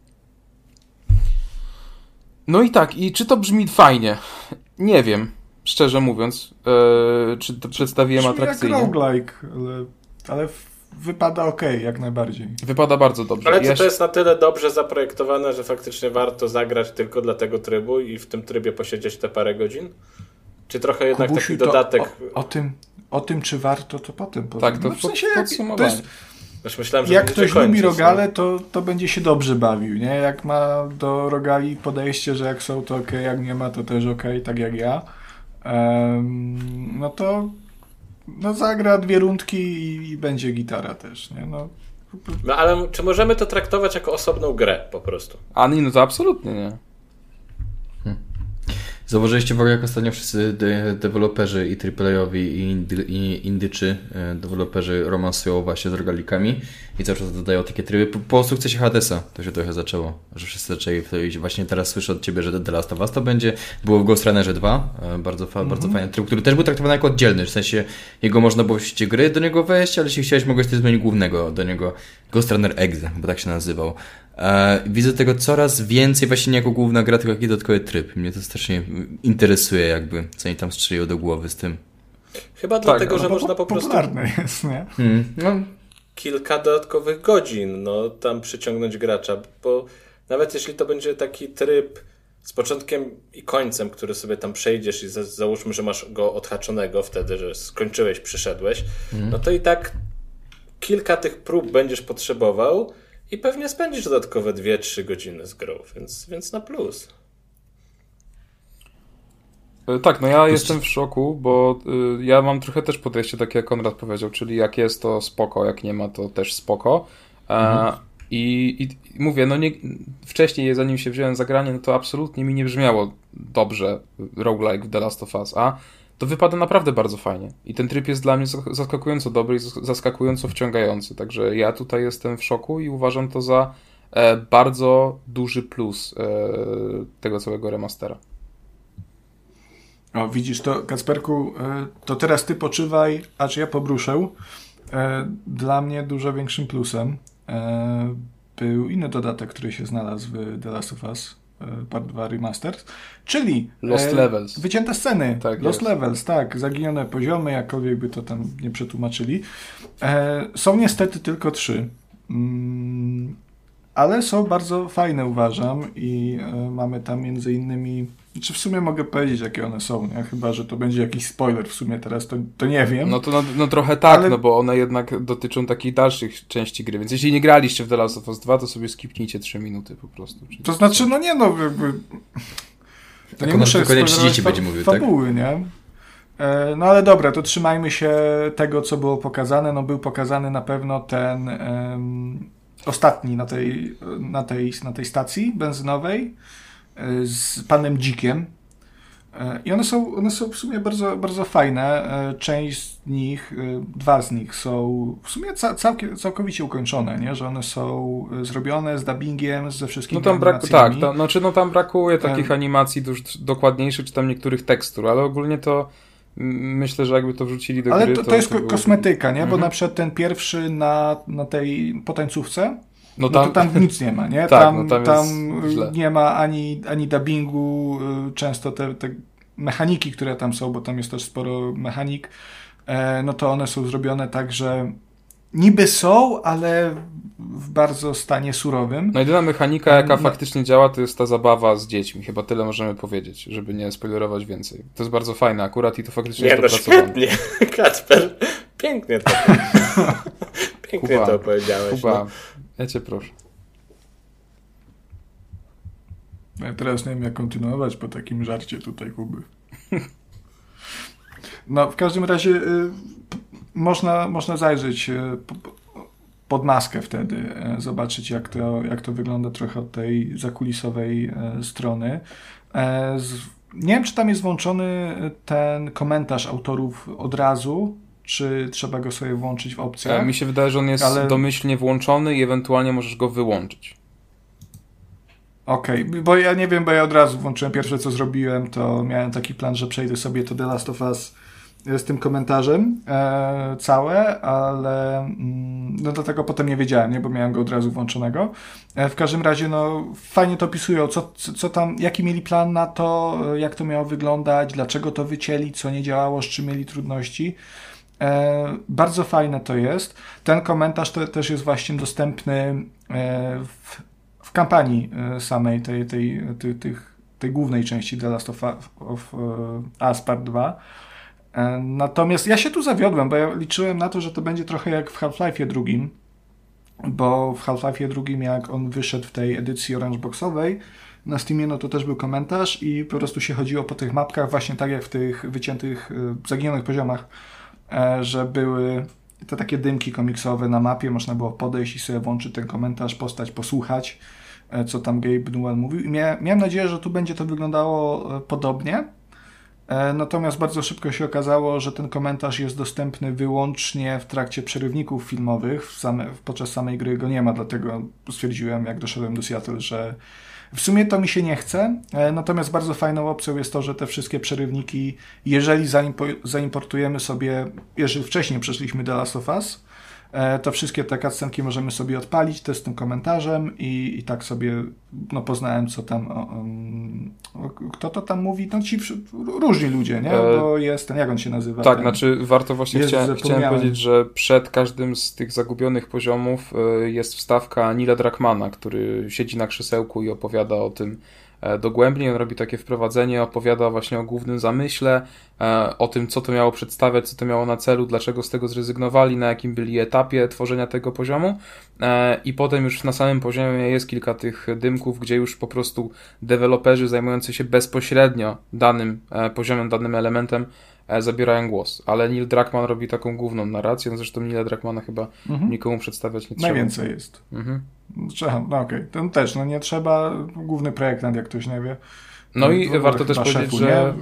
No i tak, i czy to brzmi fajnie? Nie wiem, szczerze mówiąc, czy to przedstawiłem atrakcyjnie. Jak roguelike, ale wypada okej, jak najbardziej. Wypada bardzo dobrze. Ale czy to jest na tyle dobrze zaprojektowane, że faktycznie warto zagrać tylko dla tego trybu i w tym trybie posiedzieć te parę godzin? Czy trochę jednak Kubusiu, taki dodatek... O tym, czy warto, to potem. Tak, to no, w sensie, podsumowanie. Myślałem, że jak ktoś lubi rogale, no. to będzie się dobrze bawił, nie? Jak ma do rogali podejście, że jak są to okej, jak nie ma to też okej, tak jak ja, no to zagra 2 rundki i będzie gitara też, nie? No ale czy możemy to traktować jako osobną grę po prostu? A nie, no to absolutnie nie. Zauważyliście w ogóle, jak ostatnio wszyscy deweloperzy i AAA-owi i indyczy deweloperzy romansują właśnie z rogalikami i cały czas dodają takie tryby. Po sukcesie Hadesa to się trochę zaczęło, że wszyscy zaczęli właśnie teraz słyszę od ciebie, że The Last of Us to będzie. Było w Ghost Runnerze 2, bardzo fajny tryb, który też był traktowany jako oddzielny, w sensie jego można było w sieci gry do niego wejść, ale jeśli chciałeś, mogłeś też zmienić głównego do niego, Ghost Runner Exe, bo tak się nazywał. Widzę tego coraz więcej właśnie nie jako główna gra, tylko jak dodatkowy tryb. Mnie to strasznie interesuje jakby, co oni tam strzeliło do głowy z tym. Chyba dlatego, że można po prostu jest, nie? kilka dodatkowych godzin tam przyciągnąć gracza, bo nawet jeśli to będzie taki tryb z początkiem i końcem, który sobie tam przejdziesz i załóżmy, że masz go odhaczonego wtedy, że skończyłeś, przyszedłeś, no to i tak kilka tych prób będziesz potrzebował i pewnie spędzisz dodatkowe 2-3 godziny z grą, więc na plus. Tak, no ja jestem w szoku, bo ja mam trochę też podejście takie, jak Konrad powiedział, czyli jak jest to spoko, jak nie ma to też spoko. I mówię, wcześniej zanim się wziąłem za granie, no to absolutnie mi nie brzmiało dobrze roguelike w The Last of Us, a to wypada naprawdę bardzo fajnie. I ten tryb jest dla mnie zaskakująco dobry i zaskakująco wciągający. Także ja tutaj jestem w szoku i uważam to za bardzo duży plus tego całego remastera. O, widzisz to, Kacperku, to teraz ty poczywaj, acz ja pobruszę. Dla mnie dużo większym plusem był inny dodatek, który się znalazł w The Last of Us Part 2 Remastered, czyli Lost Levels. Wycięte sceny. Tak, Lost jest. Levels, tak, zaginione poziomy, jakkolwiek by to tam nie przetłumaczyli. Są niestety tylko 3. Ale są bardzo fajne, uważam, i mamy tam między innymi, czy w sumie mogę powiedzieć, jakie one są, nie? Chyba że to będzie jakiś spoiler w sumie teraz, to nie wiem. No to trochę tak, ale... bo one jednak dotyczą takich dalszych części gry, więc jeśli nie graliście w The Last of Us 2, to sobie skipnijcie 3 minuty po prostu. To znaczy, jakby... To nie muszę tylko nie 30 będzie mówił, tak? Fabuły, nie? No ale dobra, to trzymajmy się tego, co było pokazane. No był pokazany na pewno ten ostatni na tej stacji benzynowej z panem Dzikiem. I one są w sumie bardzo, bardzo fajne. Część z nich, 2 z nich są w sumie całkowicie ukończone, nie? Że one są zrobione z dubbingiem, ze wszystkimi animacjami. Tam brakuje takich animacji dokładniejszych, czy tam niektórych tekstur, ale ogólnie to myślę, że jakby to wrzucili do gry... Ale to jest kosmetyka, nie? Bo na przykład ten pierwszy na tej potańcówce, to tam nic nie ma, nie? Tak, tam nie ma ani dubbingu, często te mechaniki, które tam są, bo tam jest też sporo mechanik, no to one są zrobione tak, że niby są, ale w bardzo stanie surowym. No jedyna mechanika, jaka faktycznie działa, to jest ta zabawa z dziećmi. Chyba tyle możemy powiedzieć, żeby nie spoilerować więcej. To jest bardzo fajne akurat i to faktycznie jest dopracowane. Świetnie, Kacper. Pięknie to. Pięknie to opowiedziałeś. Kuba, ja cię proszę. Ja teraz nie wiem, jak kontynuować po takim żarcie tutaj, Kuby. No, w każdym razie można zajrzeć pod maskę wtedy, zobaczyć, jak to wygląda trochę od tej zakulisowej strony. Nie wiem, czy tam jest włączony ten komentarz autorów od razu, czy trzeba go sobie włączyć w opcjach. Mi się wydaje, że on jest domyślnie włączony i ewentualnie możesz go wyłączyć. Okej, bo ja nie wiem, bo ja od razu włączyłem. Pierwsze, co zrobiłem, to miałem taki plan, że przejdę sobie to The Last of Us z tym komentarzem całe, ale no do tego potem nie wiedziałem, nie, bo miałem go od razu włączonego. W każdym razie, no fajnie to opisują, co tam, jaki mieli plan na to, jak to miało wyglądać, dlaczego to wycięli, co nie działało, z czym mieli trudności. Bardzo fajne to jest. Ten komentarz też jest właśnie dostępny w kampanii samej tej głównej części The Last of Us Part 2. Natomiast ja się tu zawiodłem, bo ja liczyłem na to, że to będzie trochę jak w Half-Life'ie drugim, bo w Half-Life'ie drugim, jak on wyszedł w tej edycji Orange Boxowej na Steamie, no to też był komentarz i po prostu się chodziło po tych mapkach, właśnie tak jak w tych wyciętych, zaginionych poziomach, że były te takie dymki komiksowe na mapie, można było podejść i sobie włączyć ten komentarz, postać, posłuchać, co tam Gabe Newell mówił. I miałem nadzieję, że tu będzie to wyglądało podobnie. Natomiast bardzo szybko się okazało, że ten komentarz jest dostępny wyłącznie w trakcie przerywników filmowych. Podczas samej gry go nie ma, dlatego stwierdziłem, jak doszedłem do Seattle, że w sumie to mi się nie chce. Natomiast bardzo fajną opcją jest to, że te wszystkie przerywniki, jeżeli zaimportujemy sobie, jeżeli wcześniej przeszliśmy The Last of Us, to wszystkie te cutscenki możemy sobie odpalić, to z tym komentarzem i tak sobie poznałem, co tam kto to tam mówi, no ci różni ludzie, nie? Bo jest ten, jak on się nazywa? Tak, znaczy warto właśnie, chciałem powiedzieć, że przed każdym z tych zagubionych poziomów jest wstawka Neila Druckmana, który siedzi na krzesełku i opowiada o tym dogłębnie. On robi takie wprowadzenie, opowiada właśnie o głównym zamyśle, o tym, co to miało przedstawiać, co to miało na celu, dlaczego z tego zrezygnowali, na jakim byli etapie tworzenia tego poziomu i potem już na samym poziomie jest kilka tych dymków, gdzie już po prostu deweloperzy zajmujący się bezpośrednio danym poziomem, danym elementem zabierają głos, ale Neil Druckmann robi taką główną narrację, no zresztą Neila Druckmana chyba nikomu przedstawiać nie trzeba. Najwięcej jest. No okej. Ten też, no nie trzeba, główny projektant, jak ktoś nie wie. No i warto też powiedzieć, że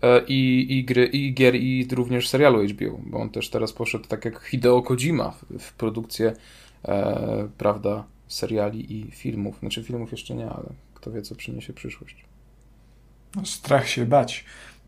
i gier, i również serialu HBO, bo on też teraz poszedł tak jak Hideo Kojima w produkcję, prawda, seriali i filmów. Znaczy filmów jeszcze nie, ale kto wie, co przyniesie przyszłość. No, strach się bać.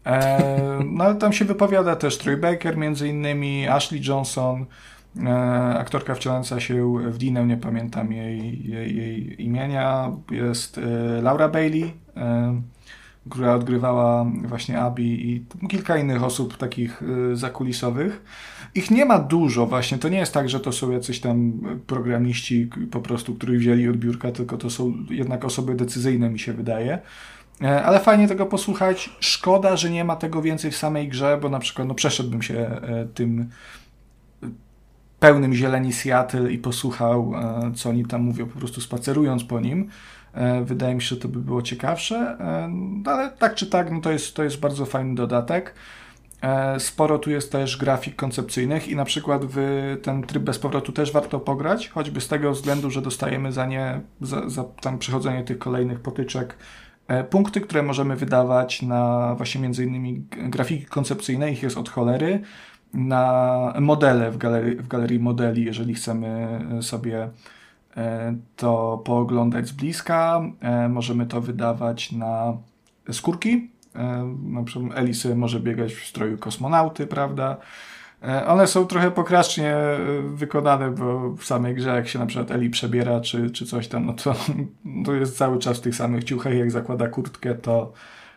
No ale tam się wypowiada też Troy Baker, między innymi Ashley Johnson, aktorka wcielająca się w Dinę, nie pamiętam jej imienia, jest Laura Bailey, która odgrywała właśnie Abby i kilka innych osób takich zakulisowych. Ich nie ma dużo właśnie, to nie jest tak, że to są jacyś tam programiści po prostu, których wzięli od biurka, tylko to są jednak osoby decyzyjne, mi się wydaje. Ale fajnie tego posłuchać. Szkoda, że nie ma tego więcej w samej grze, bo na przykład przeszedłbym się tym pełnym zieleni Seattle i posłuchał, co oni tam mówią, po prostu spacerując po nim. Wydaje mi się, że to by było ciekawsze, ale tak czy tak, no to jest bardzo fajny dodatek. Sporo tu jest też grafik koncepcyjnych i na przykład w ten tryb bez powrotu też warto pograć, choćby z tego względu, że dostajemy za tam przechodzenie tych kolejnych potyczek punkty, które możemy wydawać na właśnie między innymi grafiki koncepcyjne, ich jest od cholery, na modele w galerii modeli, jeżeli chcemy sobie to pooglądać z bliska. Możemy to wydawać na skórki. Na przykład Eli sobie może biegać w stroju kosmonauty, prawda? One są trochę pokracznie wykonane, bo w samej grze, jak się na przykład Eli przebiera czy coś tam, no to jest cały czas w tych samych ciuchach. Jak zakłada kurtkę, to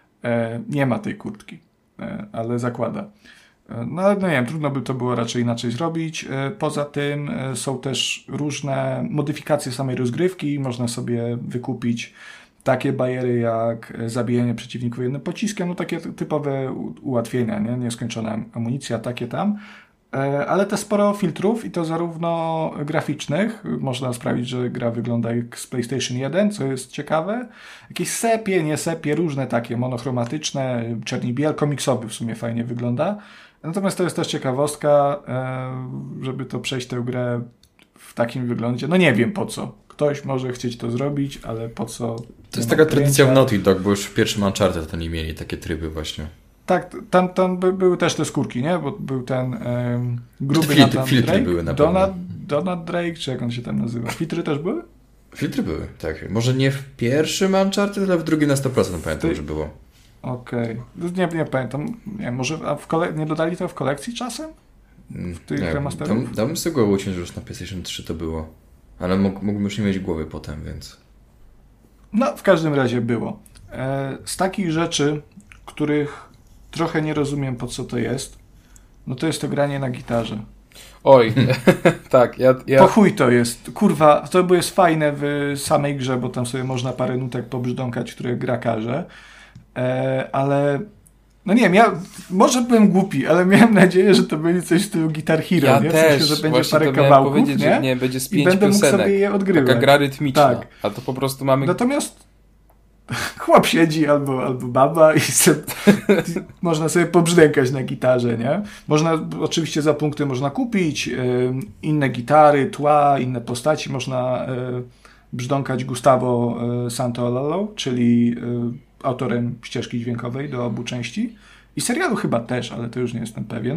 nie ma tej kurtki, ale zakłada. No nie wiem, trudno by to było raczej inaczej zrobić. Poza tym są też różne modyfikacje samej rozgrywki. Można sobie wykupić takie bariery jak zabijanie przeciwników jednym pociskiem, no takie typowe ułatwienia, nie? Nieskończona amunicja, takie tam. Ale też sporo filtrów i to zarówno graficznych. Można sprawić, że gra wygląda jak z PlayStation 1, co jest ciekawe. Jakieś sepie, nie sepie, różne takie monochromatyczne, czerni biel, komiksowy w sumie fajnie wygląda. Natomiast to jest też ciekawostka, żeby to przejść tę grę w takim wyglądzie. No nie wiem po co. Ktoś może chcieć to zrobić, ale po co? To jest taka tradycja w Naughty Dog, bo już w pierwszym Uncharted to nie mieli takie tryby właśnie. Tak, tam były też te skórki, nie? Bo był ten gruby filtry Drake, były na pewno. Donut Drake, czy jak on się tam nazywa? Filtry też były? Filtry były, tak. Może nie w pierwszym Uncharted, ale w drugim na 100% pamiętam, że było. Okej. Nie pamiętam. Nie, może nie dodali to w kolekcji czasem? W tych remasterów? Dałbym sobie głowę uciąć, że już na PlayStation 3 to było. Ale mógłbym już nie mieć głowy potem, więc... No, w każdym razie było. Z takich rzeczy, których trochę nie rozumiem, po co to jest, no to jest to granie na gitarze. Oj, tak, ja... Po chuj to jest. Kurwa, to jest fajne w samej grze, bo tam sobie można parę nutek pobrzdąkać, które gra każe. Ale... No nie wiem, ja może byłem głupi, ale miałem nadzieję, że to będzie coś w stylu Guitar Hero, ja nie? W też, sensie, że będzie właśnie parę kawałków, powiedzieć, nie? Że nie, będzie z 5 I będę mógł piosenek. sobie je odgrywać. Taka gra rytmiczna, tak. A to po prostu mamy... Natomiast chłop siedzi albo baba i można sobie pobrzdękać na gitarze, nie? Można, oczywiście za punkty można kupić inne gitary, tła, inne postaci. Można brzdąkać Gustavo Santaolalla, czyli autorem ścieżki dźwiękowej do obu części. I serialu chyba też, ale to już nie jestem pewien.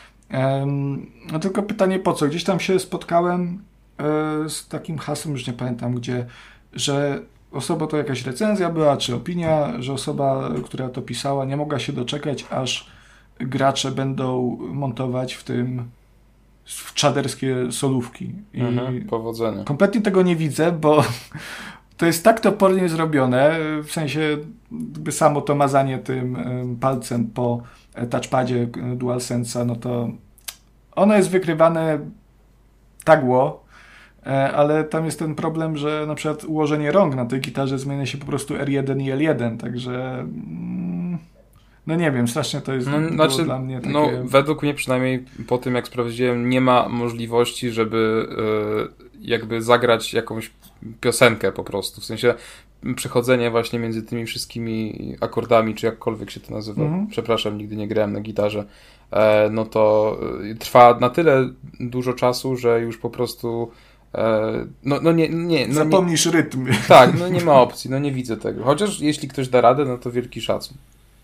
No tylko pytanie po co? Gdzieś tam się spotkałem z takim hasłem, już nie pamiętam gdzie, że osoba, to jakaś recenzja była, czy opinia, że osoba, która to pisała, nie mogła się doczekać, aż gracze będą montować w tym czaderskie solówki. I powodzenia. Kompletnie tego nie widzę, bo to jest tak topornie zrobione, w sensie jakby samo to mazanie tym palcem po touchpadzie DualSense'a, no to ono jest wykrywane tagło, ale tam jest ten problem, że na przykład ułożenie rąk na tej gitarze zmienia się po prostu R1 i L1, także no nie wiem, strasznie to jest dla mnie takie... No według mnie przynajmniej po tym jak sprawdziłem, nie ma możliwości, żeby jakby zagrać jakąś piosenkę po prostu, w sensie przechodzenie właśnie między tymi wszystkimi akordami, czy jakkolwiek się to nazywa, przepraszam, nigdy nie grałem na gitarze, no to trwa na tyle dużo czasu, że już po prostu zapomnisz rytm. Tak, no nie ma opcji, no nie widzę tego. Chociaż jeśli ktoś da radę, no to wielki szacun.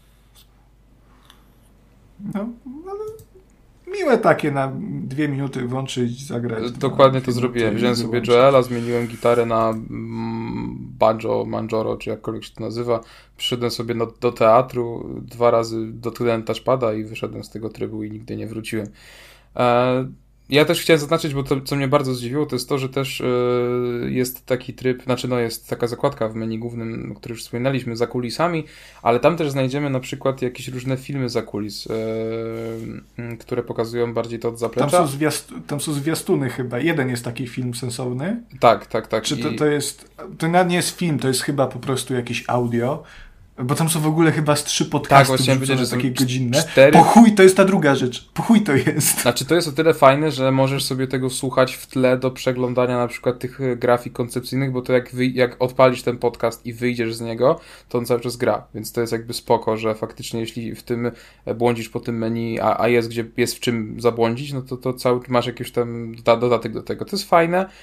No, ale miłe takie na 2 minuty włączyć, zagrać. Dokładnie to zrobiłem. Wziąłem sobie Joela, zmieniłem gitarę na banjo, manjoro, czy jakkolwiek się to nazywa. Przyszedłem sobie do teatru, 2 razy dotknąłem touchpada i wyszedłem z tego trybu i nigdy nie wróciłem. Ja też chciałem zaznaczyć, bo to, co mnie bardzo zdziwiło, to jest to, że też jest taki tryb, jest taka zakładka w menu głównym, o której już wspominaliśmy, za kulisami, ale tam też znajdziemy na przykład jakieś różne filmy za kulis, które pokazują bardziej to od zaplecza. Tam są zwiastuny chyba. Jeden jest taki film sensowny. Tak. Czy to nawet nie jest film, to jest chyba po prostu jakieś audio. Bo tam są w ogóle chyba z 3 podcasty, że są takie godzinne. 4. Po chuj to jest ta druga rzecz. Po chuj to jest. Znaczy to jest o tyle fajne, że możesz sobie tego słuchać w tle do przeglądania na przykład tych grafik koncepcyjnych, bo to jak odpalisz ten podcast i wyjdziesz z niego, to on cały czas gra. Więc to jest jakby spoko, że faktycznie jeśli w tym błądzisz po tym menu, a jest w czym zabłądzić, no to cały masz jakiś tam dodatek do tego. To jest fajne.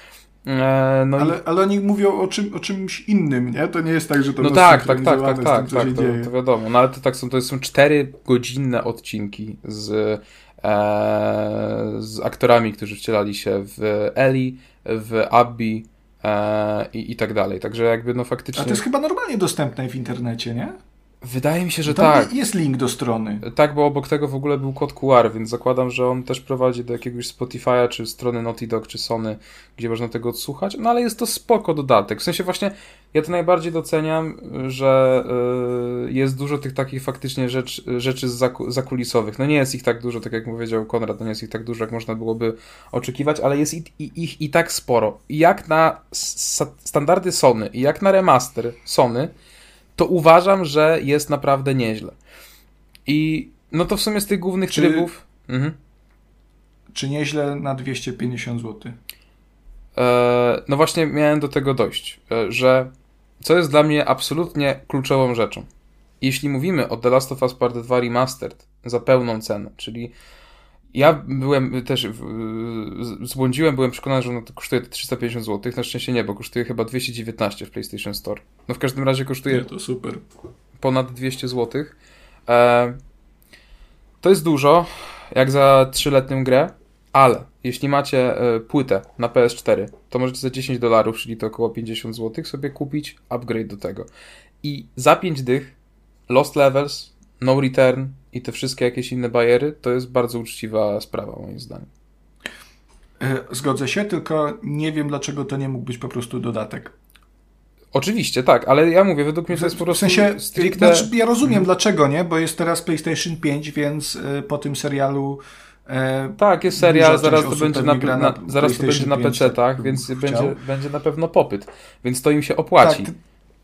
No ale oni mówią o czymś innym, nie? To nie jest tak, że to jest synchronizowane z tym, co się dzieje. To wiadomo. No ale to są 4-godzinne odcinki z aktorami, którzy wcielali się w Ellie, w Abby i tak dalej. Także jakby no faktycznie... A to jest chyba normalnie dostępne w internecie, nie? Wydaje mi się, że tam tak. Jest link do strony. Tak, bo obok tego w ogóle był kod QR, więc zakładam, że on też prowadzi do jakiegoś Spotify'a, czy strony Naughty Dog, czy Sony, gdzie można tego odsłuchać. No ale jest to spoko dodatek. W sensie właśnie ja to najbardziej doceniam, że jest dużo tych takich faktycznie rzeczy zakulisowych. No nie jest ich tak dużo, tak jak powiedział Konrad, no nie jest ich tak dużo, jak można byłoby oczekiwać, ale jest ich i tak sporo. I jak na standardy Sony, i jak na remaster Sony, to uważam, że jest naprawdę nieźle. I no to w sumie z tych głównych trybów... Czy nieźle na 250 zł? No właśnie miałem do tego dojść, że co jest dla mnie absolutnie kluczową rzeczą. Jeśli mówimy o The Last of Us Part 2 Remastered za pełną cenę, czyli ja byłem też zbłądziłem, byłem przekonany, że ono to kosztuje 350 zł. Na szczęście nie, bo kosztuje chyba 219 w PlayStation Store. No w każdym razie kosztuje to super. Ponad 200 zł. To jest dużo, jak za 3-letnią grę, ale jeśli macie płytę na PS4, to możecie za $10, czyli to około 50 zł, sobie kupić upgrade do tego. I za 5 dych Lost Levels, No Return i te wszystkie jakieś inne bariery, to jest bardzo uczciwa sprawa, moim zdaniem. Zgodzę się, tylko nie wiem, dlaczego to nie mógł być po prostu dodatek. Oczywiście, tak, ale ja mówię, według mnie to jest po prostu w sensie, stricte... ja rozumiem dlaczego, nie? Bo jest teraz PlayStation 5, więc po tym serialu tak, jest serial, zaraz to będzie na PC-tach, więc będzie na pewno popyt, więc to im się opłaci. Tak,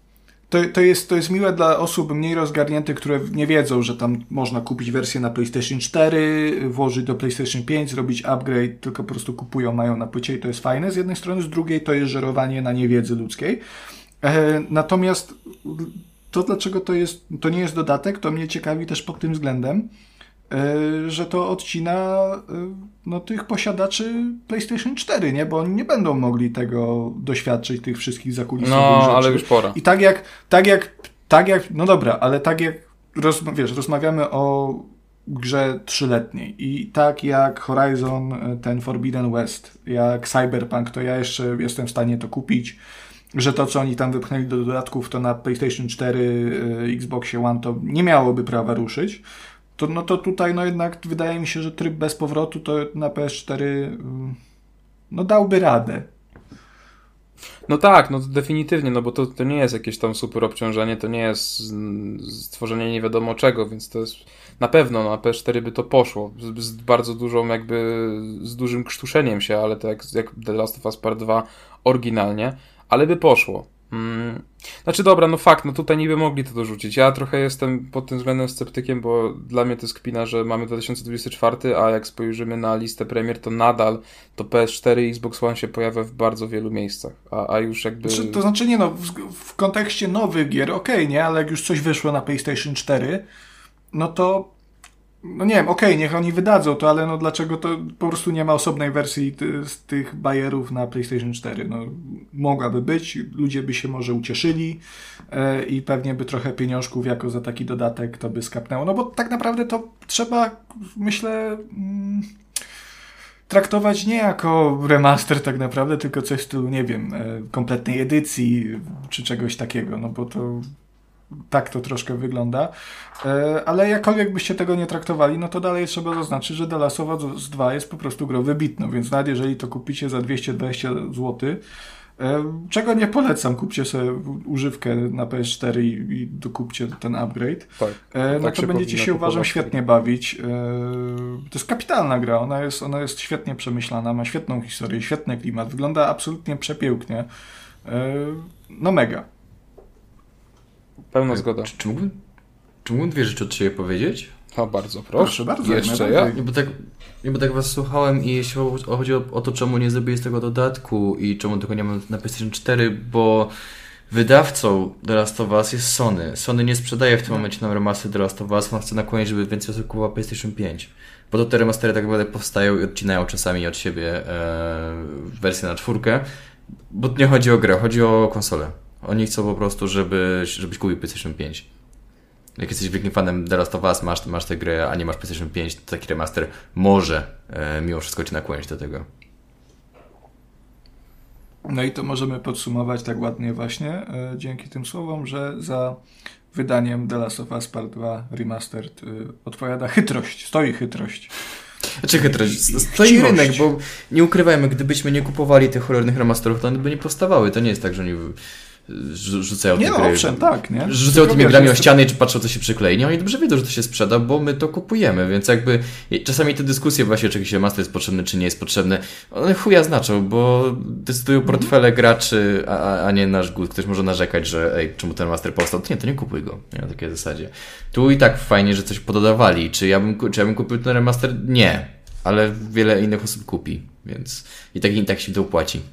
to jest miłe dla osób mniej rozgarniętych, które nie wiedzą, że tam można kupić wersję na PlayStation 4, włożyć do PlayStation 5, zrobić upgrade, tylko po prostu kupują, mają na płycie i to jest fajne z jednej strony, z drugiej to jest żerowanie na niewiedzy ludzkiej. Natomiast to, dlaczego to nie jest dodatek, to mnie ciekawi też pod tym względem, że to odcina tych posiadaczy PlayStation 4, nie? Bo oni nie będą mogli tego doświadczyć, tych wszystkich zakulisowych rzeczy. Ale już pora. I tak jak, no dobra, ale tak jak rozmawiamy o grze 3-letniej i tak jak Horizon, ten Forbidden West, jak Cyberpunk, to ja jeszcze jestem w stanie to kupić, że to, co oni tam wypchnęli do dodatków, to na PlayStation 4, Xboxie One to nie miałoby prawa ruszyć. To tutaj jednak wydaje mi się, że tryb bez powrotu to na PS4 dałby radę. No tak, no definitywnie, no bo to nie jest jakieś tam super obciążenie, to nie jest stworzenie nie wiadomo czego, więc to jest na pewno na PS4 by to poszło z bardzo dużą z dużym krztuszeniem się, ale to jak The Last of Us Part 2 oryginalnie, ale by poszło. Znaczy dobra, no fakt, no tutaj niby mogli to dorzucić. Ja trochę jestem pod tym względem sceptykiem, bo dla mnie to jest kpina, że mamy 2024, a jak spojrzymy na listę premier, to nadal to PS4 i Xbox One się pojawia w bardzo wielu miejscach, a już jakby... To znaczy nie w kontekście nowych gier, okej, nie, ale jak już coś wyszło na PlayStation 4, no to no nie wiem, niech oni wydadzą to, ale dlaczego to po prostu nie ma osobnej wersji z tych bajerów na PlayStation 4? Mogłaby być, ludzie by się może ucieszyli i pewnie by trochę pieniążków jako za taki dodatek to by skapnęło. No bo tak naprawdę to trzeba, myślę, traktować nie jako remaster tak naprawdę, tylko coś w stylu, nie wiem, kompletnej edycji czy czegoś takiego, no bo to tak to troszkę wygląda, ale jakkolwiek byście tego nie traktowali, no to dalej trzeba zaznaczyć, że The Last of Us 2 jest po prostu grą wybitną, więc nawet jeżeli to kupicie za 220 zł, czego nie polecam, kupcie sobie używkę na PS4 i dokupcie ten upgrade, no to będziecie się, uważam, świetnie bawić. To jest kapitalna gra, ona jest świetnie przemyślana, ma świetną historię, świetny klimat, wygląda absolutnie przepięknie, no mega. Pełna zgoda. Czy mógłbym dwie rzeczy od siebie powiedzieć? O, bardzo proszę. Bardzo. Jeszcze ja? Bo tak was słuchałem i jeśli chodzi o to, czemu nie zrobili z tego dodatku i czemu tego nie ma na PlayStation 4, bo wydawcą The Last of Us jest Sony. Sony nie sprzedaje w tym momencie nam remaster The Last of Us, on chce nakłonić, żeby więcej osób kupowało PlayStation 5. Bo to te remastery tak naprawdę powstają i odcinają czasami od siebie wersję na 4. Bo nie chodzi o grę, chodzi o konsolę. Oni chcą po prostu, żebyś kupił PlayStation 5. Jak jesteś wielkim fanem The Last of Us, masz tę grę, a nie masz PlayStation 5, to taki remaster może mimo wszystko cię nakłonić do tego. No i to możemy podsumować tak ładnie właśnie dzięki tym słowom, że za wydaniem The Last of Us Part 2 Remastered odpowiada chytrość, stoi chytrość. Znaczy chytrość, stoi rynek, bo nie ukrywajmy, gdybyśmy nie kupowali tych cholernych remasterów, to one by nie powstawały. To nie jest tak, że oni rzucają te gry. Owszem, tak, nie? Rzucają tymi grami o ściany, czy patrzą, co się przyklei. Nie, oni dobrze wiedzą, że to się sprzeda, bo my to kupujemy, więc jakby czasami te dyskusje właśnie, czy jakiś remaster jest potrzebny, czy nie jest potrzebny, one chuja znaczą, bo decydują portfele graczy, a nie nasz gust. Ktoś może narzekać, że czemu ten remaster powstał? To nie kupuj go. Nie na takiej zasadzie. Tu i tak fajnie, że coś pododawali. Czy ja bym kupił ten remaster? Nie. Ale wiele innych osób kupi, więc i tak się to opłaci.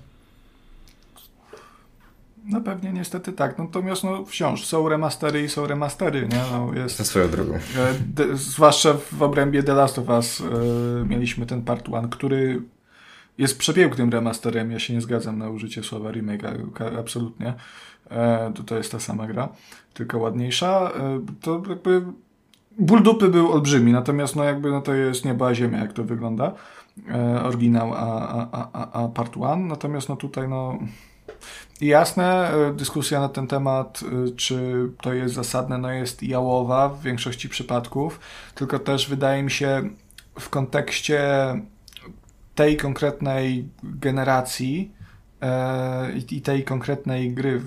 No pewnie niestety tak. Natomiast wciąż są remastery i są remastery, nie? Jest swoją drogą. Zwłaszcza w obrębie The Last of Us mieliśmy ten Part 1, który jest przepięknym remasterem. Ja się nie zgadzam na użycie słowa remake, absolutnie. To jest ta sama gra, tylko ładniejsza. To jakby ból dupy był olbrzymi, natomiast to jest nieba a ziemia, jak to wygląda. Oryginał a Part 1. Natomiast tutaj jasne, dyskusja na ten temat, czy to jest zasadne, jest jałowa w większości przypadków, tylko też wydaje mi się w kontekście tej konkretnej generacji i tej konkretnej gry,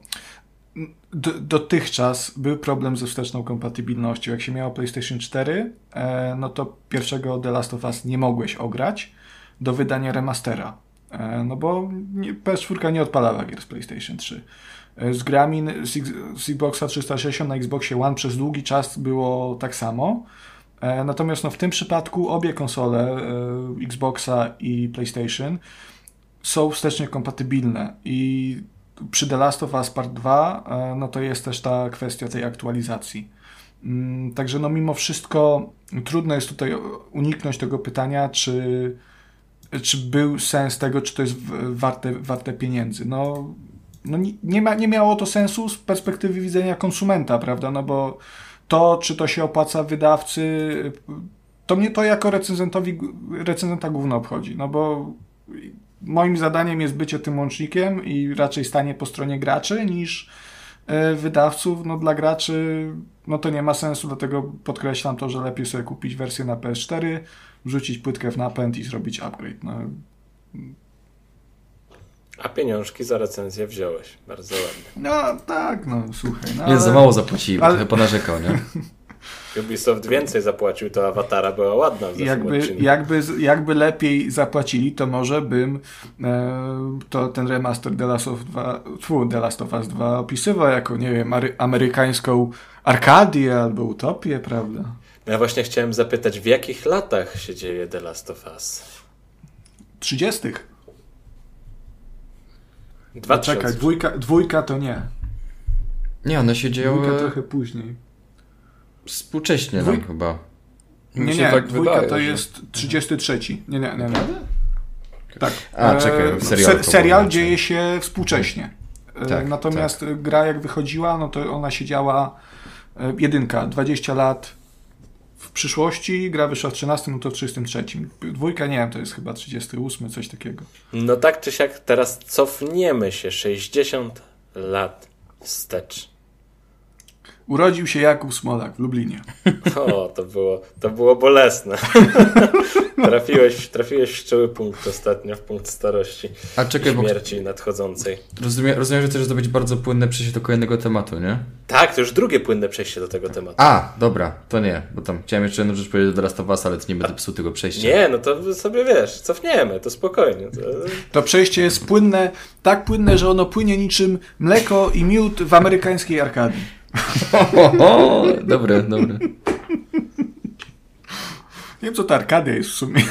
dotychczas był problem ze wsteczną kompatybilnością. Jak się miało PlayStation 4, to pierwszego The Last of Us nie mogłeś ograć do wydania remastera. Bo PS4 nie odpalała gier z PlayStation 3. Z grami z Xboxa 360 na Xboxie One przez długi czas było tak samo. Natomiast w tym przypadku obie konsole, Xboxa i PlayStation, są wstecznie kompatybilne i przy The Last of Us Part 2 to jest też ta kwestia tej aktualizacji. Także mimo wszystko trudno jest tutaj uniknąć tego pytania, czy był sens tego, czy to jest warte pieniędzy. Nie miało to sensu z perspektywy widzenia konsumenta, prawda? Bo to, czy to się opłaca wydawcy, to mnie to jako recenzenta gówno obchodzi. Bo moim zadaniem jest bycie tym łącznikiem i raczej stanie po stronie graczy niż wydawców. Dla graczy to nie ma sensu, dlatego podkreślam to, że lepiej sobie kupić wersję na PS4, wrzucić płytkę w napęd i zrobić upgrade. A pieniążki za recenzję wziąłeś. Bardzo ładnie. Tak, słuchaj. Nie, za mało zapłacili, trochę ponarzekał, nie? Ubisoft więcej zapłacił, to Awatara była ładna w zeszłym odcinku. Jakby lepiej zapłacili, to może bym ten remaster The Last of Us 2 opisywał jako, nie wiem, amerykańską Arkadię albo Utopię, prawda? Ja właśnie chciałem zapytać, w jakich latach się dzieje The Last of Us? 30. 2000. Czekaj, dwójka to nie. Nie, one się dzieją... Dwójka trochę później. Współcześnie chyba. Nie, tak dwójka wydaje, to że... jest 33. Nie. Tak. Czekaj, serial dzieje się współcześnie. Tak, natomiast gra jak wychodziła, to ona się działa 20 lat w przyszłości, gra wyszła w 13, to w 33. Dwójka, nie wiem, to jest chyba 38, coś takiego. Tak czy siak, teraz cofniemy się 60 lat wstecz. Urodził się Jakub Smolak w Lublinie. To było bolesne. Trafiłeś w szczeły punkt ostatnio, w punkt starości. A czekaj, śmierci nadchodzącej. Rozumiem, że chcesz zrobić bardzo płynne przejście do kolejnego tematu, nie? Tak, to już drugie płynne przejście do tego tematu. Dobra, to nie, bo tam chciałem jeszcze jedną rzecz powiedzieć do The Last of Us, ale to nie będę psuł tego przejścia. Nie, to sobie cofniemy, to spokojnie. To przejście jest płynne, tak płynne, że ono płynie niczym mleko i miód w amerykańskiej Arkadii. Dobre. Nie wiem, co ta Arkadia jest w sumie.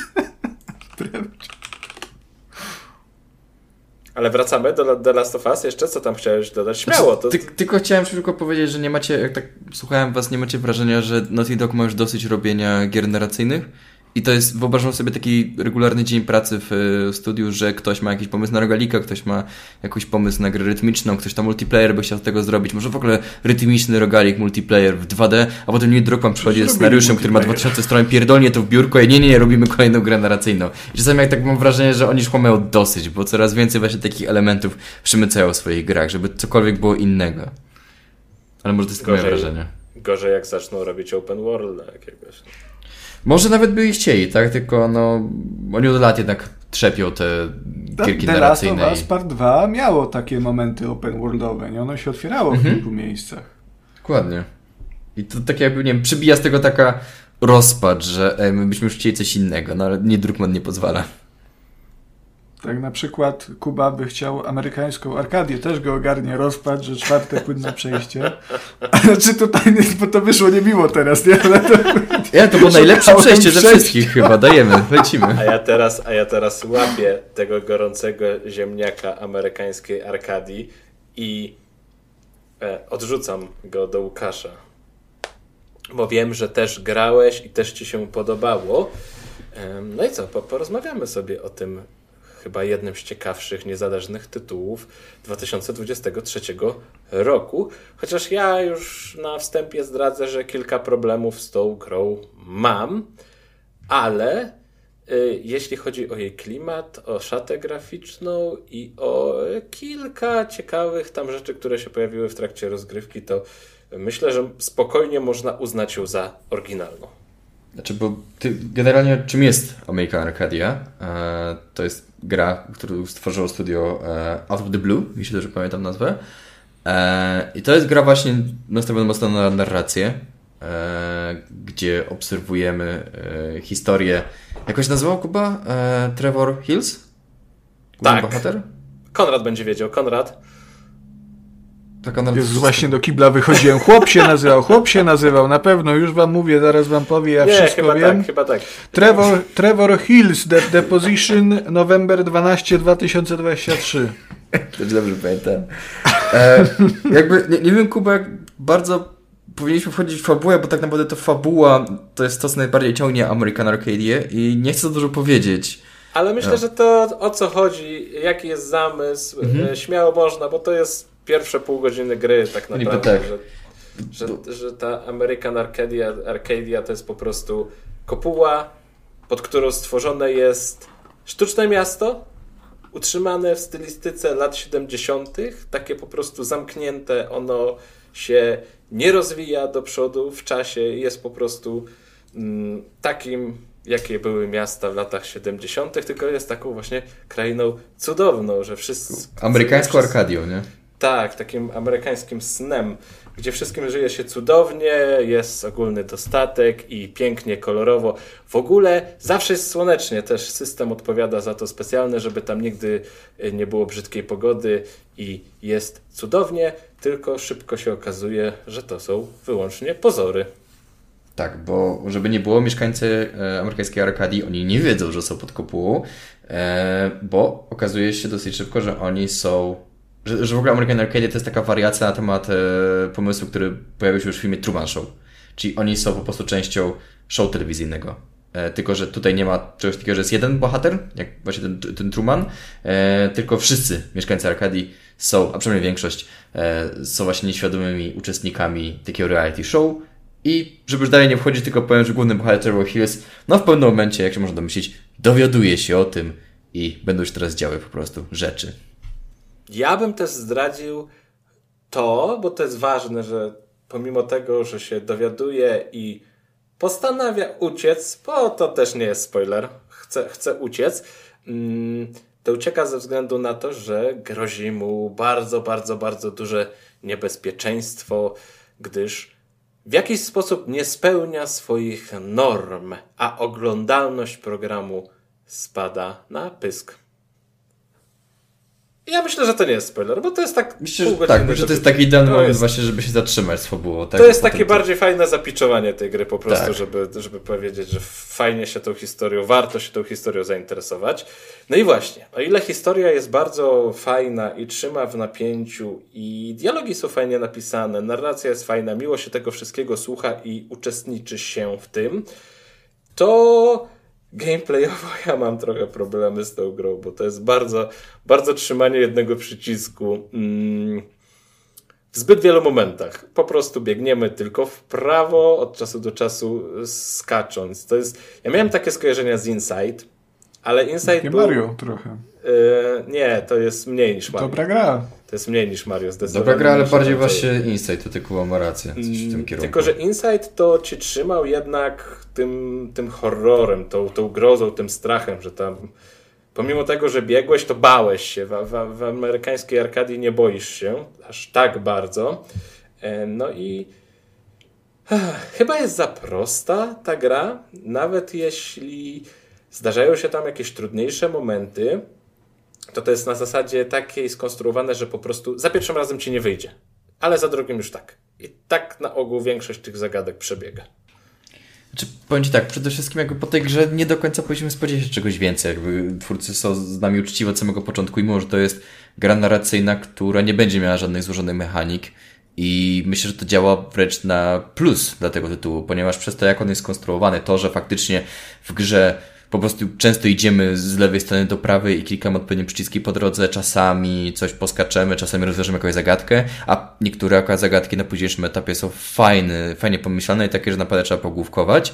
Ale wracamy do The Last of Us jeszcze? Co tam chciałeś dodać? Śmiało. Tylko chciałem tylko powiedzieć, że nie macie, jak tak słuchałem was, nie macie wrażenia, że Naughty Dog ma już dosyć robienia gier narracyjnych I to jest, wyobrażam sobie taki regularny dzień pracy w studiu, że ktoś ma jakiś pomysł na rogalika, ktoś ma jakiś pomysł na grę rytmiczną, ktoś tam multiplayer by chciał z tego zrobić, może w ogóle rytmiczny rogalik multiplayer w 2D, a potem Neil Druckmann przychodzi z scenariuszem, który ma 2000 stron, pierdolnie to w biurko i nie, robimy kolejną grę narracyjną. I czasami jak tak mam wrażenie, że oni już mają dosyć, bo coraz więcej właśnie takich elementów przemycają w swoich grach, żeby cokolwiek było innego. Ale może to jest tylko moje wrażenie. Gorzej jak zaczną robić open world jakiegoś. Może nawet by chcieli, tak? Tylko oni od lat jednak trzepią te gierki narracyjne. The Last of Us Part 2 miało takie momenty open worldowe, nie? Ono się otwierało w kilku miejscach. Dokładnie. I to tak jakby, nie wiem, przybija z tego taka rozpacz, że my byśmy już chcieli coś innego, no ale Druckmann nie pozwala. Tak na przykład Kuba by chciał amerykańską Arkadię, też go ogarnie rozpacz, że 4. płynne przejście. Znaczy tutaj, bo to wyszło niemiło teraz, nie? Ale to było najlepsze przejście ze wszystkich chyba, dajemy, lecimy. A ja teraz łapię tego gorącego ziemniaka amerykańskiej Arkadii i odrzucam go do Łukasza. Bo wiem, że też grałeś i też ci się podobało. No i co, porozmawiamy sobie o tym chyba jednym z ciekawszych, niezależnych tytułów 2023 roku. Chociaż ja już na wstępie zdradzę, że kilka problemów z tą grą mam, ale jeśli chodzi o jej klimat, o szatę graficzną i o kilka ciekawych tam rzeczy, które się pojawiły w trakcie rozgrywki, to myślę, że spokojnie można uznać ją za oryginalną. Znaczy, bo generalnie czym jest American Arcadia? To jest gra, którą stworzyło studio Out of the Blue, jeśli dobrze pamiętam nazwę. I to jest gra właśnie nastawiona mocno na narrację, gdzie obserwujemy historię. Jak się nazywał, Kuba? Trevor Hills? Tak. Bohater? Konrad będzie wiedział. Konrad. Jezus, właśnie do kibla wychodziłem. Chłop się nazywał, na pewno, już wam mówię, zaraz wam powiem, ja wszystko chyba wiem. Tak, chyba tak. Trevor Hills, The Position, November 12, 2023. Też dobrze pamiętam. Nie wiem, Kuba, jak bardzo powinniśmy wchodzić w fabułę, bo tak naprawdę to fabuła to jest to, co najbardziej ciągnie American Arcadia i nie chcę za dużo powiedzieć. Ale myślę, że to o co chodzi, jaki jest zamysł, śmiało można, bo to jest pierwsze pół godziny gry tak naprawdę, że ta American Arcadia to jest po prostu kopuła, pod którą stworzone jest sztuczne miasto, utrzymane w stylistyce lat 70., takie po prostu zamknięte, ono się nie rozwija do przodu w czasie, jest po prostu takim, jakie były miasta w latach 70., tylko jest taką właśnie krainą cudowną, że wszyscy... Amerykańską Arkadią, nie? Tak, takim amerykańskim snem, gdzie wszystkim żyje się cudownie, jest ogólny dostatek i pięknie, kolorowo. W ogóle zawsze jest słonecznie, też system odpowiada za to specjalne, żeby tam nigdy nie było brzydkiej pogody i jest cudownie, tylko szybko się okazuje, że to są wyłącznie pozory. Tak, bo żeby nie było, mieszkańcy amerykańskiej Arkadii, oni nie wiedzą, że są pod kopułą, bo okazuje się dosyć szybko, że oni są... Że w ogóle American Arcadia to jest taka wariacja na temat pomysłu, który pojawił się już w filmie Truman Show. Czyli oni są po prostu częścią show telewizyjnego. Tylko, że tutaj nie ma czegoś takiego, że jest jeden bohater, jak właśnie ten Truman, tylko wszyscy mieszkańcy Arkadii są, a przynajmniej większość, są właśnie nieświadomymi uczestnikami takiego reality show. I żeby już dalej nie wchodzić, tylko powiem, że główny bohater Trevor Hills, w pewnym momencie, jak się można domyślić, dowiaduje się o tym i będą już teraz działy po prostu rzeczy. Ja bym też zdradził to, bo to jest ważne, że pomimo tego, że się dowiaduje i postanawia uciec, bo to też nie jest spoiler, chce uciec, to ucieka ze względu na to, że grozi mu bardzo, bardzo, bardzo duże niebezpieczeństwo, gdyż w jakiś sposób nie spełnia swoich norm, a oglądalność programu spada na pysk. Ja myślę, że to nie jest spoiler, bo to jest tak... Myślę, że to jest taki idealny moment właśnie, żeby się zatrzymać z fabułą. Tak? To jest takie bardziej fajne zapiczowanie tej gry po prostu, żeby powiedzieć, że fajnie się tą historią, warto się tą historią zainteresować. No i właśnie, o ile historia jest bardzo fajna i trzyma w napięciu i dialogi są fajnie napisane, narracja jest fajna, miło się tego wszystkiego słucha i uczestniczy się w tym, to gameplayowo ja mam trochę problemy z tą grą, bo to jest bardzo, bardzo trzymanie jednego przycisku w zbyt wielu momentach. Po prostu biegniemy tylko w prawo, od czasu do czasu skacząc. To jest... Ja miałem takie skojarzenia z Inside, ale Inside był... Mario trochę. Nie, to jest mniej niż Mario. Dobra gra. To jest mniej niż Mario, zdecydowanie. Dobra gra, ale bardziej właśnie Inside, to tylko ma rację. Coś w tym kierunku. Tylko, że Inside to cię trzymał jednak tym horrorem, tą grozą, tym strachem, że tam pomimo tego, że biegłeś, to bałeś się. W amerykańskiej Arkadii nie boisz się aż tak bardzo. No i chyba jest za prosta ta gra, nawet jeśli zdarzają się tam jakieś trudniejsze momenty, to jest na zasadzie takiej skonstruowane, że po prostu za pierwszym razem ci nie wyjdzie, ale za drugim już tak. I tak na ogół większość tych zagadek przebiega. Powiem Ci tak, przede wszystkim jakby po tej grze nie do końca powinniśmy spodziewać się czegoś więcej. Jakby twórcy są z nami uczciwi od samego początku i mimo, że to jest gra narracyjna, która nie będzie miała żadnych złożonych mechanik i myślę, że to działa wręcz na plus dla tego tytułu, ponieważ przez to, jak on jest skonstruowany, to, że faktycznie w grze po prostu często idziemy z lewej strony do prawej i klikamy odpowiednie przyciski po drodze, czasami coś poskaczemy, czasami rozwiążemy jakąś zagadkę, a niektóre akurat zagadki na późniejszym etapie są fajnie pomyślane i takie, że naprawdę trzeba pogłówkować.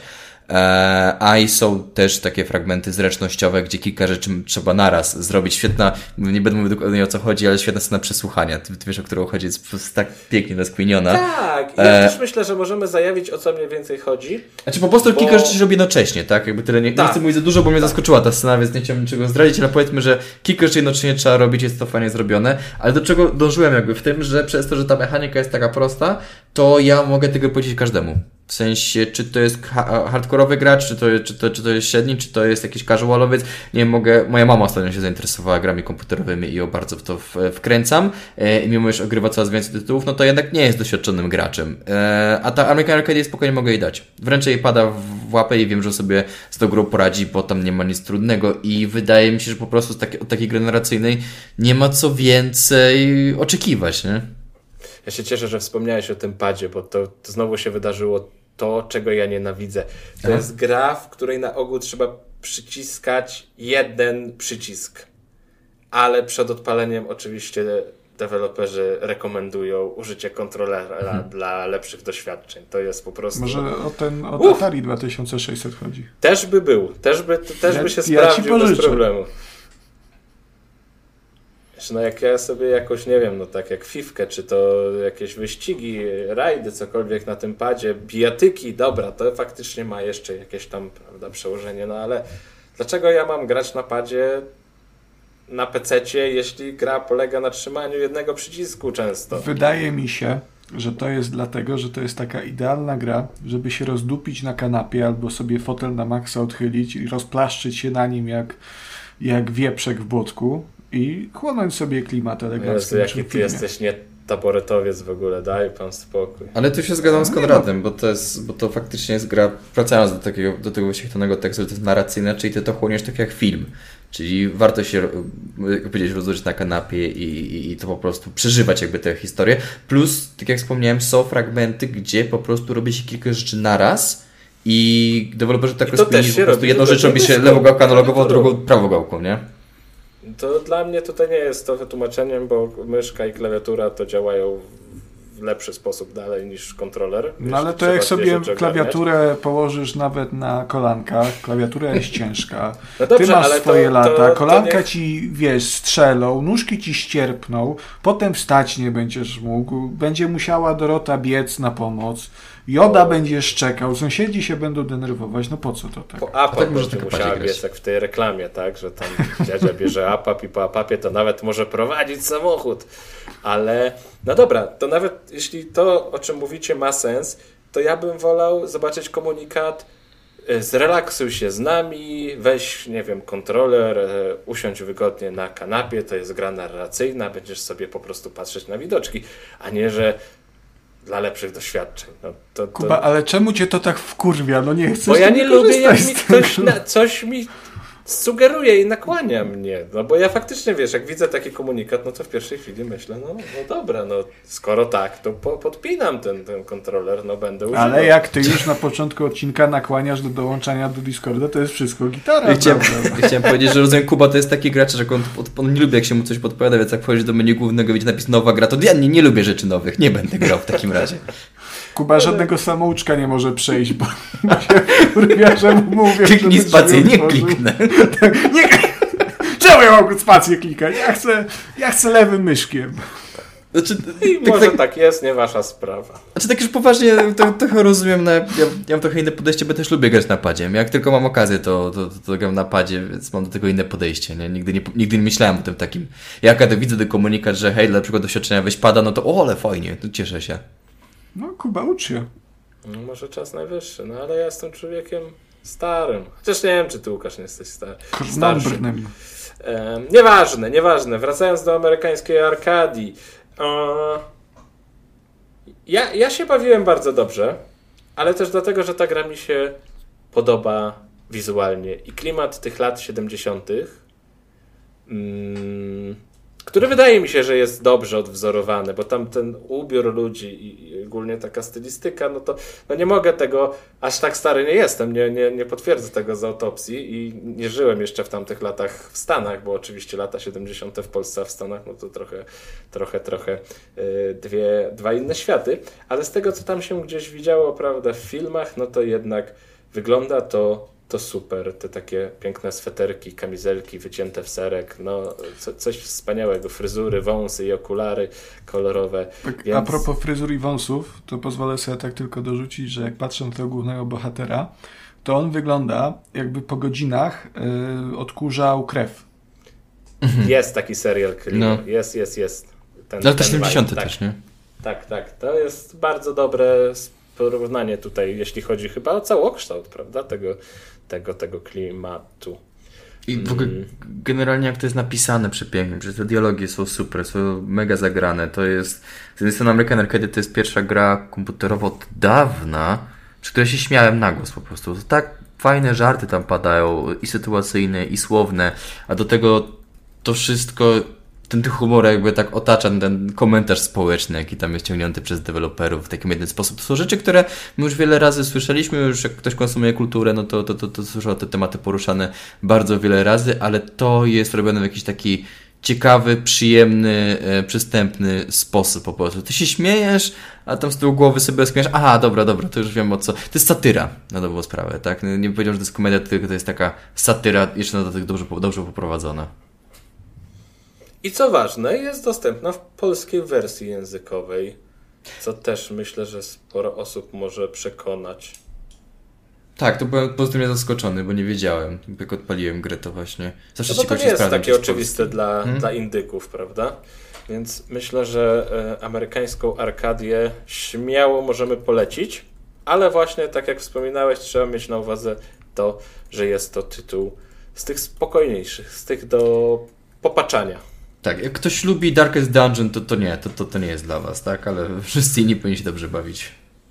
A i są też takie fragmenty zręcznościowe, gdzie kilka rzeczy trzeba naraz zrobić. Świetna, nie będę mówił dokładnie o co chodzi, ale świetna scena przesłuchania. Ty wiesz, o którą chodzi, jest po prostu tak pięknie rozkminiona. Tak, ja też myślę, że możemy zajawić, o co mniej więcej chodzi. Znaczy po prostu kilka rzeczy się robi jednocześnie, tak? Jakby tyle nie chcę mówić za dużo, bo mnie zaskoczyła ta scena, więc nie chciałbym niczego zdradzić, ale powiedzmy, że kilka rzeczy jednocześnie trzeba robić, jest to fajnie zrobione. Ale do czego dążyłem jakby w tym, że przez to, że ta mechanika jest taka prosta, to ja mogę tego powiedzieć każdemu. W sensie, czy to jest hardkorowy gracz, czy to jest średni, czy to jest jakiś casualowiec. Nie mogę. Moja mama ostatnio się zainteresowała grami komputerowymi i ją bardzo w to wkręcam. I mimo, że ogrywa coraz więcej tytułów, no to jednak nie jest doświadczonym graczem. A ta American Arcade spokojnie mogę jej dać. Wręcz jej pada w łapę i wiem, że sobie z tą grą poradzi, bo tam nie ma nic trudnego i wydaje mi się, że po prostu od takiej gry narracyjnej nie ma co więcej oczekiwać, nie? Ja się cieszę, że wspomniałeś o tym padzie, bo to znowu się wydarzyło to, czego ja nienawidzę. To jest gra, w której na ogół trzeba przyciskać jeden przycisk. Ale przed odpaleniem oczywiście deweloperzy rekomendują użycie kontrolera dla lepszych doświadczeń. To jest po prostu... Może o Atari 2600 chodzi. Też by był. Też by się sprawdził bez problemu. No jak ja sobie jakoś, nie wiem, no tak jak Fifkę, czy to jakieś wyścigi, rajdy, cokolwiek na tym padzie, bijatyki, dobra, to faktycznie ma jeszcze jakieś tam, prawda, przełożenie, no ale dlaczego ja mam grać na padzie na PC-cie, jeśli gra polega na trzymaniu jednego przycisku często? Wydaje mi się, że to jest dlatego, że to jest taka idealna gra, żeby się rozdupić na kanapie albo sobie fotel na maksa odchylić i rozplaszczyć się na nim jak wieprzek w błotku i chłonąć sobie klimat elegancki. Jezu, jaki ty jesteś taboretowiec w ogóle, daj pan spokój. Ale tu się zgadzam z Konradem, bo to faktycznie jest gra, wracając do tego wyświetlonego tekstu, to jest narracyjne, czyli ty to chłoniesz tak jak film. Czyli warto się, jak powiedzieć, rozłożyć na kanapie i to po prostu przeżywać jakby tę historię. Plus, tak jak wspomniałem, są fragmenty, gdzie po prostu robi się kilka rzeczy naraz i deweloperzy tak rozpinili, po prostu jedną rzecz robi się lewą gałką analogową, drugą prawą gałką, nie? To dla mnie tutaj nie jest to wytłumaczeniem, bo myszka i klawiatura to działają w lepszy sposób dalej niż kontroler. No ale to jak sobie klawiaturę położysz nawet na kolankach, klawiatura jest ciężka, no dobrze, ty masz swoje lata, kolanka ci, strzelą, nóżki ci ścierpną, potem wstać nie będziesz mógł, będzie musiała Dorota biec na pomoc, Joda będzie szczekał, sąsiedzi się będą denerwować, no po co to tak? Po APAP będzie musiała biec, jak w tej reklamie, tak, że tam dziadzia bierze APAP i po APAPie to nawet może prowadzić samochód. Ale no dobra, to nawet jeśli to, o czym mówicie, ma sens, to ja bym wolał zobaczyć komunikat: zrelaksuj się z nami, weź, nie wiem, kontroler, usiądź wygodnie na kanapie, to jest gra narracyjna, będziesz sobie po prostu patrzeć na widoczki, a nie, że dla lepszych doświadczeń. No, Kuba, ale czemu cię to tak wkurwia? No nie chcesz. Bo ja nie lubię, jak mi coś mi sugeruje i nakłania mnie, no bo ja faktycznie, wiesz, jak widzę taki komunikat, no to w pierwszej chwili myślę, no dobra, no skoro tak, to podpinam ten kontroler, no będę używał. Ale jak ty już na początku odcinka nakłaniasz do dołączania do Discorda, to jest wszystko gitara. Chciałem powiedzieć, że rozumiem, Kuba to jest taki gracz, że on nie lubi, jak się mu coś podpowiada, więc jak wchodzisz do menu głównego, widzisz napis nowa gra, to ja nie lubię rzeczy nowych, nie będę grał w takim razie. Kuba żadnego samouczka nie może przejść, bo się kurwia, że mówię, kliknij spację, nie kliknę. Nie, czemu ja mam spację klikać? Ja chcę lewym myszkiem. Znaczy, może tak jest, nie wasza sprawa. Znaczy tak już poważnie, to trochę rozumiem, ja mam trochę inne podejście, bo też lubię grać na padzie. Jak tylko mam okazję, to gram na padzie, więc mam do tego inne podejście. Nie? Nigdy nie myślałem o tym takim. Jak widzę ten komunikat, że hej, dla przykład doświadczenia weź pada, no to ale fajnie, to cieszę się. No Kuba, ucz się. No, może czas najwyższy, no ale ja jestem człowiekiem starym. Chociaż nie wiem, czy ty, Łukasz, nie jesteś starszy. Nieważne. Wracając do amerykańskiej Arkadii. Ja się bawiłem bardzo dobrze, ale też dlatego, że ta gra mi się podoba wizualnie. I klimat tych lat 70., który wydaje mi się, że jest dobrze odwzorowany, bo tam ten ubiór ludzi i ogólnie taka stylistyka, no to nie mogę tego, aż tak stary nie jestem, nie potwierdzę tego z autopsji i nie żyłem jeszcze w tamtych latach w Stanach, bo oczywiście lata 70. w Polsce, a w Stanach, no to trochę dwa inne światy, ale z tego, co tam się gdzieś widziało, prawda, w filmach, no to jednak wygląda to super, te takie piękne sweterki, kamizelki wycięte w serek, no coś wspaniałego, fryzury, wąsy i okulary kolorowe. Tak, więc... A propos fryzur i wąsów, to pozwolę sobie tak tylko dorzucić, że jak patrzę na tego głównego bohatera, to on wygląda, jakby po godzinach odkurzał krew. Jest taki serial Killer. No. Jest. Ale też 70 też, nie? Tak. To jest bardzo dobre porównanie tutaj, jeśli chodzi chyba o całokształt, prawda, tego klimatu. I w ogóle generalnie jak to jest napisane przepięknie, że te dialogi są super, są mega zagrane, to jest, z jednej strony American Arcade to jest pierwsza gra komputerowa od dawna, przy której się śmiałem na głos po prostu. To tak fajne żarty tam padają, i sytuacyjne, i słowne, a do tego to wszystko, ten humor jakby tak otacza ten komentarz społeczny, jaki tam jest ciągnięty przez deweloperów w takim jeden sposób. To są rzeczy, które my już wiele razy słyszeliśmy, już jak ktoś konsumuje kulturę, no to słyszał te tematy poruszane bardzo wiele razy, ale to jest robione w jakiś taki ciekawy, przyjemny, przystępny sposób po prostu. Ty się śmiejesz, a tam z tyłu głowy sobie rozkminiasz, aha, dobra, to już wiem o co. To jest satyra na dobrą sprawę, tak? Nie powiedział, że to jest komedia, tylko to jest taka satyra, jeszcze na dodatek dobrze poprowadzona. I co ważne, jest dostępna w polskiej wersji językowej, co też myślę, że sporo osób może przekonać. Tak, to byłem pozytywnie zaskoczony, bo nie wiedziałem. Jak odpaliłem grę, to właśnie zawsze no to nie jest takie oczywiste dla indyków, prawda? Więc myślę, że amerykańską Arkadię śmiało możemy polecić, ale właśnie tak jak wspominałeś, trzeba mieć na uwadze to, że jest to tytuł z tych spokojniejszych, z tych do popatrzenia. Tak, jak ktoś lubi Darkest Dungeon, to nie jest dla was, tak? Ale wszyscy inni powinni się dobrze bawić.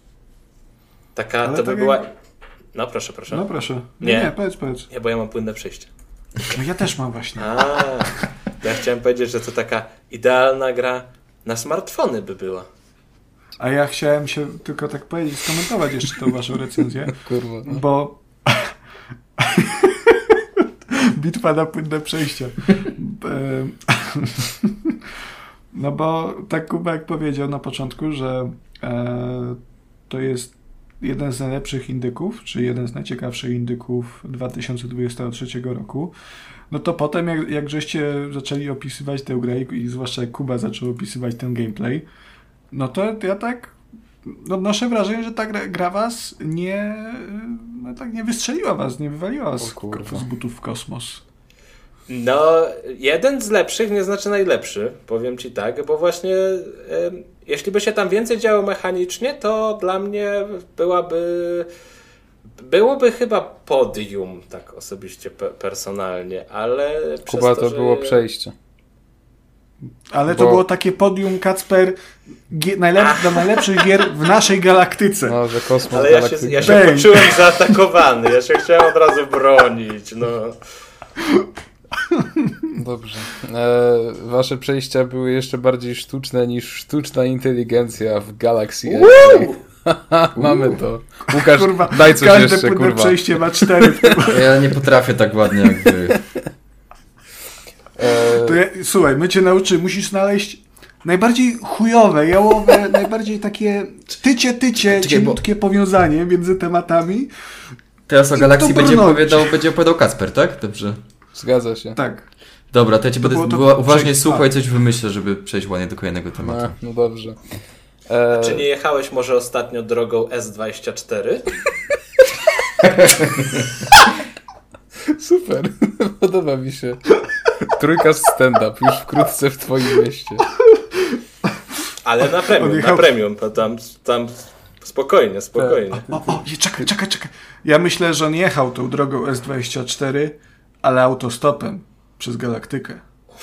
Taka, ale to by była... No proszę. No proszę. Nie, powiedz. Nie, bo ja mam płynne przejście. No ja też mam właśnie. Ja chciałem powiedzieć, że to taka idealna gra na smartfony by była. A ja chciałem się tylko tak powiedzieć, skomentować jeszcze tą waszą recenzję. Kurwa, no. Bo... Bitwa na płynne przejście. No bo tak Kuba jak powiedział na początku, że to jest jeden z najlepszych indyków, czy jeden z najciekawszych indyków 2023 roku. No to potem jak żeście zaczęli opisywać tę grę i zwłaszcza jak Kuba zaczął opisywać ten gameplay, no to ja tak odnoszę wrażenie, że ta gra was nie wystrzeliła was, nie wywaliła was z butów w kosmos. No, jeden z lepszych nie znaczy najlepszy, powiem ci tak, bo właśnie jeśli by się tam więcej działo mechanicznie, to dla mnie byłoby chyba podium, tak osobiście, personalnie, ale Kuba, to było przejście. Ale to było takie podium, Kacper, dla najlepszych gier w naszej galaktyce. No, że kosmos ale ja się poczułem zaatakowany, ja się chciałem od razu bronić, no. Dobrze. Wasze przejścia były jeszcze bardziej sztuczne niż sztuczna inteligencja w Galaxy S. Mamy to. Łukasz, Kurwa, daj coś każde jeszcze, płynne kurwa. przejście ma 4. Ja nie potrafię tak ładnie jak wy. Słuchaj, my cię nauczymy, musisz znaleźć najbardziej chujowe, jałowe, najbardziej takie tycie, cieniutkie powiązanie między tematami. Teraz o I Galaxii to będzie opowiadał Kacper, tak? Dobrze. Zgadza się. Tak. Dobra, to ja cię będę było uważnie słuchał i coś wymyślę, żeby przejść ładnie do kolejnego tematu. No dobrze. Czy nie jechałeś może ostatnio drogą S24? Super. Podoba mi się. Trójka stand-up już wkrótce w twoim mieście. Ale na premium, tam spokojnie. Czekaj. Ja myślę, że on jechał tą drogą S24, ale autostopem przez galaktykę.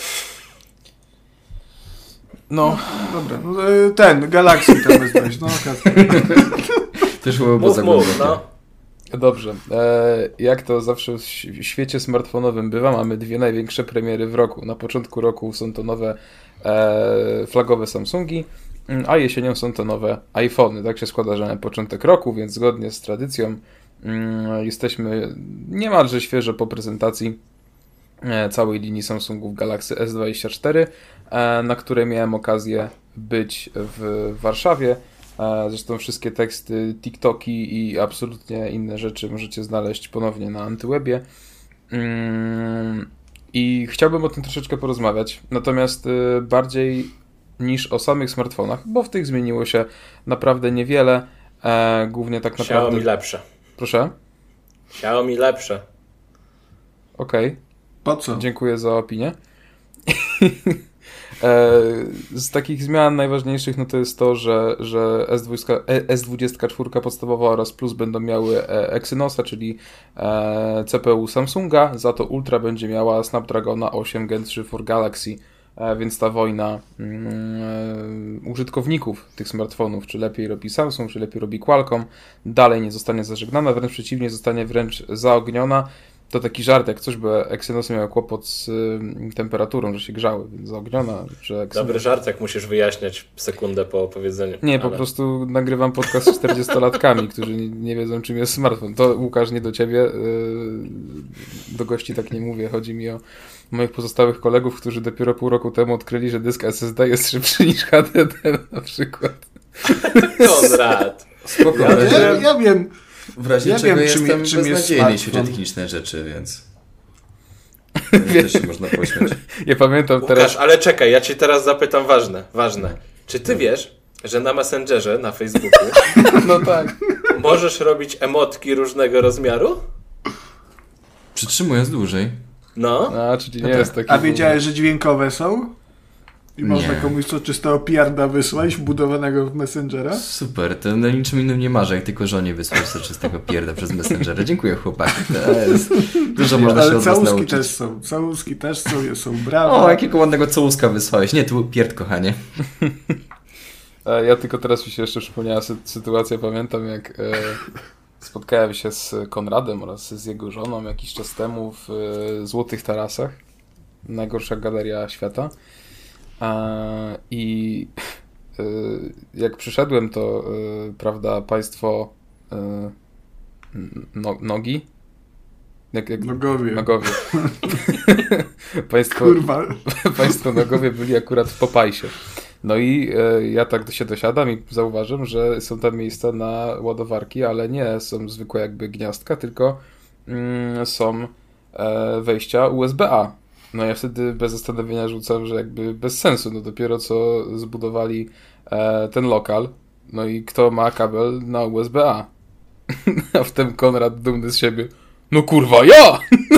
No. Dobra, Galaxy tam S24. No, Też było mów, no. Dobrze. Jak to zawsze w świecie smartfonowym bywa, mamy dwie największe premiery w roku. Na początku roku są to nowe flagowe Samsungi, a jesienią są to nowe iPhony. Tak się składa, że na początek roku, więc zgodnie z tradycją jesteśmy niemalże świeżo po prezentacji całej linii Samsungów Galaxy S24, na której miałem okazję być w Warszawie. Zresztą wszystkie teksty, TikToki i absolutnie inne rzeczy możecie znaleźć ponownie na Antywebie. I chciałbym o tym troszeczkę porozmawiać, natomiast bardziej niż o samych smartfonach, bo w tych zmieniło się naprawdę niewiele. Głównie tak naprawdę... Xiaomi lepsze. Proszę? Xiaomi lepsze. Okej. Po co? Dziękuję za opinię. Z takich zmian najważniejszych no to jest to, że S24 podstawowa oraz Plus będą miały Exynosa, czyli CPU Samsunga, za to Ultra będzie miała Snapdragona 8 Gen 3 for Galaxy, więc ta wojna użytkowników tych smartfonów, czy lepiej robi Samsung, czy lepiej robi Qualcomm, dalej nie zostanie zażegnana, wręcz przeciwnie, zostanie wręcz zaogniona. To taki żart, jak coś, bo Exynosy miały kłopot z temperaturą, że się grzały, więc zaogniona, że Exynos... Dobry żart, jak musisz wyjaśniać sekundę po opowiedzeniu. Nie, po prostu nagrywam podcast z 40-latkami, którzy nie wiedzą, czym jest smartfon. To, Łukasz, nie do ciebie, do gości tak nie mówię. Chodzi mi o moich pozostałych kolegów, którzy dopiero pół roku temu odkryli, że dysk SSD jest szybszy niż HDD na przykład. Konrad. Spoko, Ja wiem. W razie czego jestem beznadziejny, jeśli chodzi o techniczne rzeczy, więc też się można pośmiać. Ja pamiętam Łukasz, teraz... ale czekaj, ja ci teraz zapytam ważne. Czy ty wiesz, że na Messengerze, na Facebooku No tak. możesz robić emotki różnego rozmiaru? Przytrzymując dłużej. No. A, czyli nie jest taki... A wiedziałeś, że dźwiękowe są? I można Nie. komuś czystego PR-da wysłać, wbudowanego w Messengera? Super, to na niczym innym nie marzę, jak tylko żonie wysłać soczystego pierda przez Messengera. Dziękuję, chłopaki. To jest... Dużo można się Ale od was całuski nauczyć. też są brawa. O, jakiego ładnego całuska wysłałeś. Nie, tu pierd, kochanie. Ja tylko teraz mi się jeszcze przypomniała sytuacja, pamiętam jak spotkałem się z Konradem oraz z jego żoną jakiś czas temu w Złotych Tarasach. Najgorsza galeria świata. I jak przyszedłem, to prawda, państwo nogi? Nogowie. Państwo nogowie byli akurat w Popajsie. No i ja tak się dosiadam i zauważam, że są tam miejsca na ładowarki, ale nie są zwykłe jakby gniazdka, tylko są wejścia USB-A. No ja wtedy bez zastanowienia rzucam, że jakby bez sensu, no dopiero co zbudowali ten lokal, no i kto ma kabel na USB-A? A wtem Konrad dumny z siebie, no kurwa ja!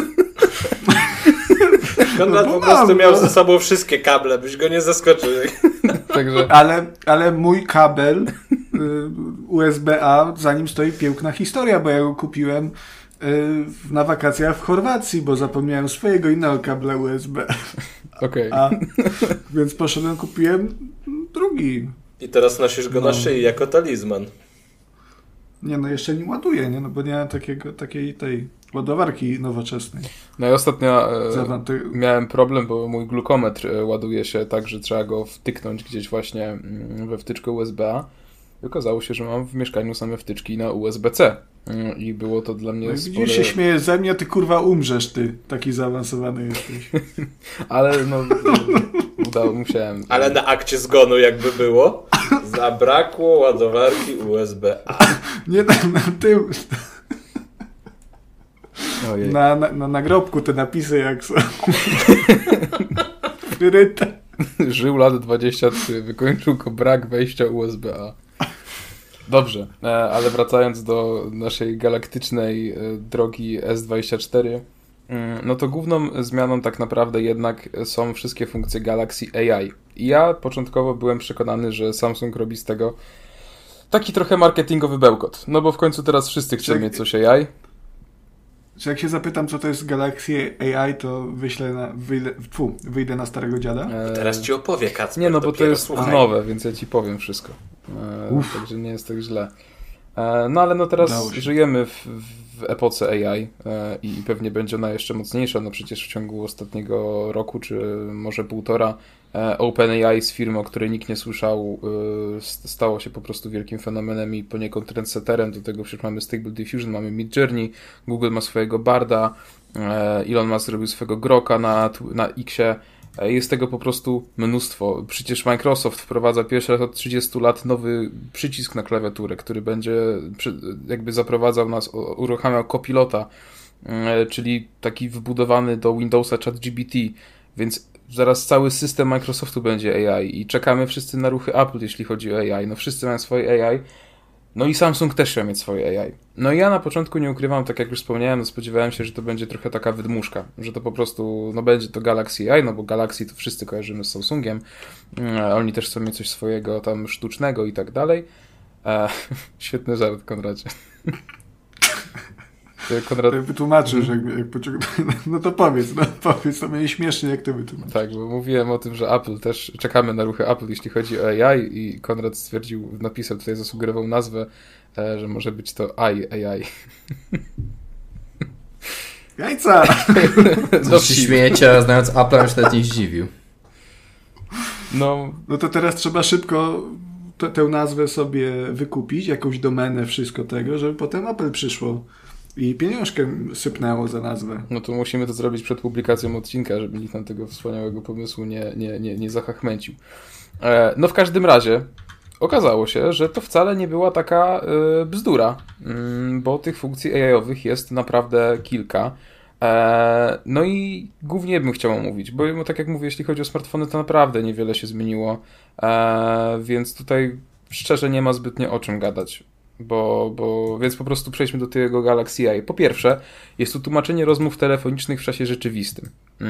Konrad po prostu miał ze sobą wszystkie kable, byś go nie zaskoczył. Także... Ale mój kabel USB-A, za nim stoi piękna historia, bo ja go kupiłem na wakacjach w Chorwacji, bo zapomniałem swojego innego kabla USB. Okej. Więc poszedłem, kupiłem drugi. I teraz nosisz go na szyi jako talizman. Nie, no jeszcze nim ładuję, nie? No bo nie mam takiej tej ładowarki nowoczesnej. No i ostatnio Zawarty- miałem problem, bo mój glukometr ładuje się tak, że trzeba go wtyknąć gdzieś właśnie we wtyczkę USB-A. I okazało się, że mam w mieszkaniu same wtyczki na USB-C. I było to dla mnie No i spore... widzisz, się śmiejesz ze mnie, ty kurwa umrzesz, ty. Taki zaawansowany jesteś. Ale no, musiałem... Ale na akcie zgonu jakby było, zabrakło ładowarki USB-A. Nie na tył. Ojej. Na nagrobku te napisy jak są. Fryryte. Żył lat 23, wykończył go brak wejścia USB-A. Dobrze, ale wracając do naszej galaktycznej drogi S24, no to główną zmianą tak naprawdę jednak są wszystkie funkcje Galaxy AI. I ja początkowo byłem przekonany, że Samsung robi z tego taki trochę marketingowy bełkot. No bo w końcu teraz wszyscy chcą mieć coś AI. Czy jak się zapytam, co to jest Galaxy AI, to wyjdę na starego dziada? Teraz ci opowie Kacper. Nie, no bo to dopiero, jest słuchaj. nowe, więc ja ci powiem wszystko. Także nie jest tak źle. No ale no teraz żyjemy w epoce AI i pewnie będzie ona jeszcze mocniejsza. No przecież w ciągu ostatniego roku, czy może półtora, OpenAI z firmy, o której nikt nie słyszał, stało się po prostu wielkim fenomenem i poniekąd trendsetterem. Do tego przecież mamy Stable Diffusion, mamy Midjourney, Google ma swojego Barda, Elon Musk zrobił swojego Groka na Xie. Jest tego po prostu mnóstwo. Przecież Microsoft wprowadza pierwszy raz od 30 lat nowy przycisk na klawiaturę, który będzie jakby zaprowadzał nas, uruchamiał Copilota, czyli taki wbudowany do Windowsa ChatGPT, więc zaraz cały system Microsoftu będzie AI i czekamy wszyscy na ruchy Apple, jeśli chodzi o AI. No wszyscy mają swoje AI. No i Samsung też chciał mieć swoje AI. No i ja na początku nie ukrywam, tak jak już wspomniałem, no spodziewałem się, że to będzie trochę taka wydmuszka, że to po prostu, no będzie to Galaxy AI, no bo Galaxy to wszyscy kojarzymy z Samsungiem, oni też chcą mieć coś swojego tam sztucznego i tak dalej. Świetny żart, Konradzie. Konrad... Wytłumaczysz, jak pociągnę. No to powiedz, to mnie śmiesznie, jak to wytłumaczysz. Tak, bo mówiłem o tym, że Apple też, czekamy na ruchy Apple, jeśli chodzi o AI i Konrad stwierdził, napisał tutaj, zasugerował nazwę, że może być to AI. Jajca! Co się śmiejecie, a znając Apple'a już nawet nie zdziwił. No to teraz trzeba szybko tę nazwę sobie wykupić, jakąś domenę, wszystko tego, żeby potem Apple przyszło i pieniążkę sypnęło za nazwę. No to musimy to zrobić przed publikacją odcinka, żeby nikt nam tego wspaniałego pomysłu nie zachachmęcił. No w każdym razie okazało się, że to wcale nie była taka bzdura, bo tych funkcji AI-owych jest naprawdę kilka. No i głównie bym chciał omówić, bo tak jak mówię, jeśli chodzi o smartfony, to naprawdę niewiele się zmieniło, więc tutaj szczerze nie ma zbytnio o czym gadać. Więc po prostu przejdźmy do tego Galaxy AI. Po pierwsze, jest tu tłumaczenie rozmów telefonicznych w czasie rzeczywistym.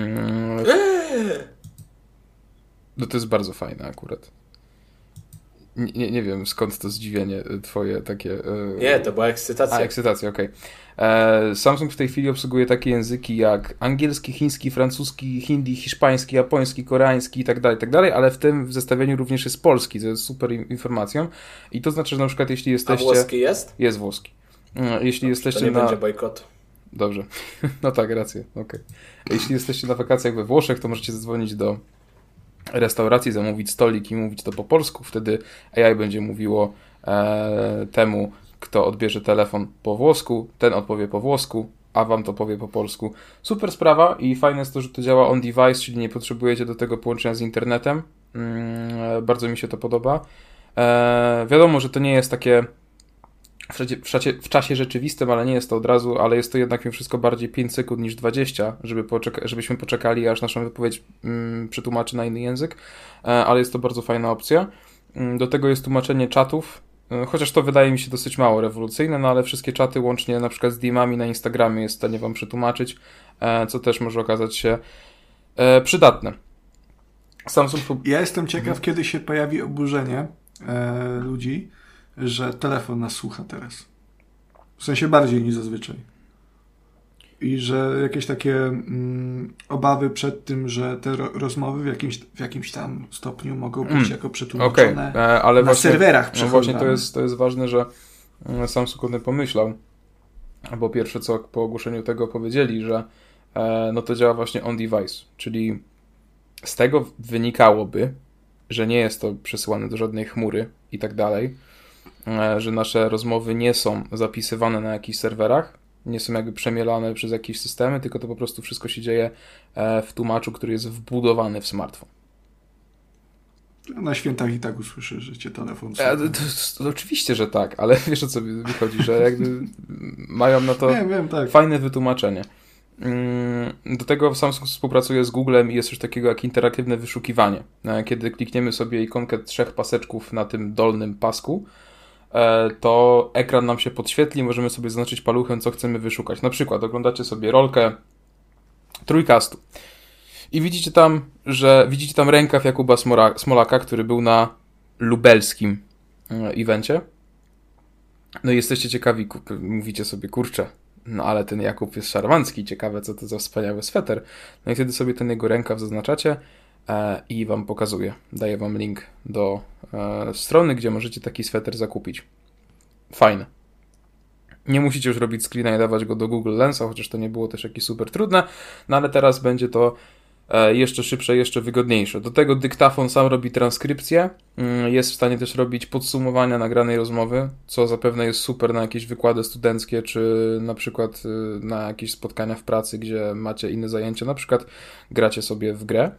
No to jest bardzo fajne akurat. Nie wiem skąd to zdziwienie twoje takie... Nie, to była ekscytacja. Ekscytacja, okej. Samsung w tej chwili obsługuje takie języki jak angielski, chiński, francuski, hindi, hiszpański, japoński, koreański i tak dalej, ale w tym zestawieniu również jest polski, co jest super informacją. I to znaczy, że na przykład jeśli jesteście... A włoski jest? Jest włoski. Jeśli jesteście to nie będzie bojkotu. Dobrze. No tak, rację. Okay. Jeśli jesteście na wakacjach we Włoszech, to możecie zadzwonić do restauracji, zamówić stolik i mówić to po polsku. Wtedy AI będzie mówiło temu, kto odbierze telefon po włosku, ten odpowie po włosku, a wam to powie po polsku. Super sprawa i fajne jest to, że to działa on device, czyli nie potrzebujecie do tego połączenia z internetem. Bardzo mi się to podoba. Wiadomo, że to nie jest takie w czasie rzeczywistym, ale nie jest to od razu, ale jest to jednak mimo wszystko bardziej 5 sekund niż 20, żebyśmy poczekali, aż naszą wypowiedź przetłumaczy na inny język, ale jest to bardzo fajna opcja. Do tego jest tłumaczenie czatów, chociaż to wydaje mi się dosyć mało rewolucyjne, no ale wszystkie czaty łącznie na przykład z DM-ami na Instagramie jest w stanie wam przetłumaczyć, co też może okazać się przydatne. Ja jestem ciekaw, kiedy się pojawi oburzenie ludzi, że telefon nas słucha teraz. W sensie bardziej niż zazwyczaj. I że jakieś takie obawy przed tym, że te rozmowy w jakimś tam stopniu mogą być jako przetłumaczone ale na serwerach właśnie to jest ważne, że Samsung o tym pomyślał. Bo pierwsze co po ogłoszeniu tego powiedzieli, że no to działa właśnie on device, czyli z tego wynikałoby, że nie jest to przesyłane do żadnej chmury i tak dalej, że nasze rozmowy nie są zapisywane na jakichś serwerach, nie są jakby przemielane przez jakieś systemy, tylko to po prostu wszystko się dzieje w tłumaczu, który jest wbudowany w smartfon. Na świętach i tak usłyszysz, że cię telefon To oczywiście, że tak, ale wiesz o co wychodzi, że jakby mają na to wiem, tak. fajne wytłumaczenie. Do tego Samsung współpracuje z Googlem i jest coś takiego jak interaktywne wyszukiwanie. Kiedy klikniemy sobie ikonkę 3 paseczków na tym dolnym pasku, to ekran nam się podświetli, możemy sobie zaznaczyć paluchem, co chcemy wyszukać. Na przykład oglądacie sobie rolkę Trójkastu i widzicie tam rękaw Jakuba Smolaka, który był na lubelskim evencie. No i jesteście ciekawi, mówicie sobie, kurczę, no ale ten Jakub jest szarmancki, ciekawe co to za wspaniały sweter. No i wtedy sobie ten jego rękaw zaznaczacie i wam pokazuje. Daję wam link do strony, gdzie możecie taki sweter zakupić. Fajne. Nie musicie już robić screena i dawać go do Google Lensa, chociaż to nie było też jakieś super trudne, no ale teraz będzie to jeszcze szybsze, jeszcze wygodniejsze. Do tego dyktafon sam robi transkrypcję, jest w stanie też robić podsumowania nagranej rozmowy, co zapewne jest super na jakieś wykłady studenckie, czy na przykład na jakieś spotkania w pracy, gdzie macie inne zajęcia, na przykład gracie sobie w grę.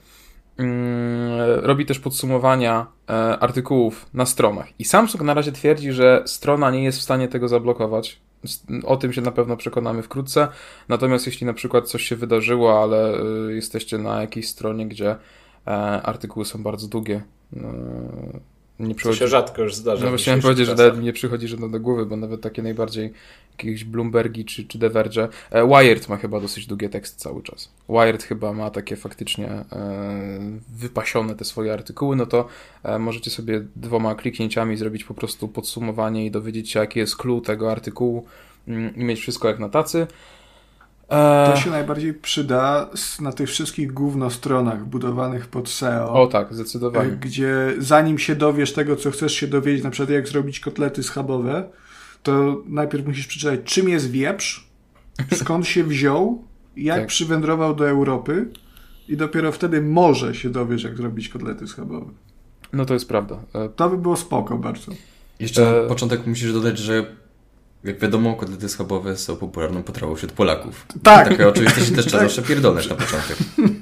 Robi też podsumowania artykułów na stronach. I Samsung na razie twierdzi, że strona nie jest w stanie tego zablokować. O tym się na pewno przekonamy wkrótce. Natomiast jeśli na przykład coś się wydarzyło, ale jesteście na jakiejś stronie, gdzie artykuły są bardzo długie, nie przychodzi... To się rzadko już zdarza. No chciałem powiedzieć, że nawet mi nie przychodzi żadne do głowy, bo nawet takie najbardziej jakieś Bloombergi czy The Verge. Wired ma chyba dosyć długie teksty cały czas. Wired chyba ma takie faktycznie wypasione te swoje artykuły, no to możecie sobie 2 kliknięciami zrobić po prostu podsumowanie i dowiedzieć się, jaki jest clue tego artykułu i mieć wszystko jak na tacy. To się najbardziej przyda na tych wszystkich gównostronach budowanych pod SEO. O tak, zdecydowanie. Gdzie zanim się dowiesz tego, co chcesz się dowiedzieć, na przykład jak zrobić kotlety schabowe, to najpierw musisz przeczytać, czym jest wieprz, skąd się wziął, jak tak. przywędrował do Europy i dopiero wtedy może się dowiesz, jak zrobić kotlety schabowe. No to jest prawda. To by było spoko bardzo. Jeszcze na początek musisz dodać, że jak wiadomo, kotlety schabowe są popularną potrawą wśród Polaków. Tak. Takie oczywiście się też trzeba zawsze pierdolnąć na początek.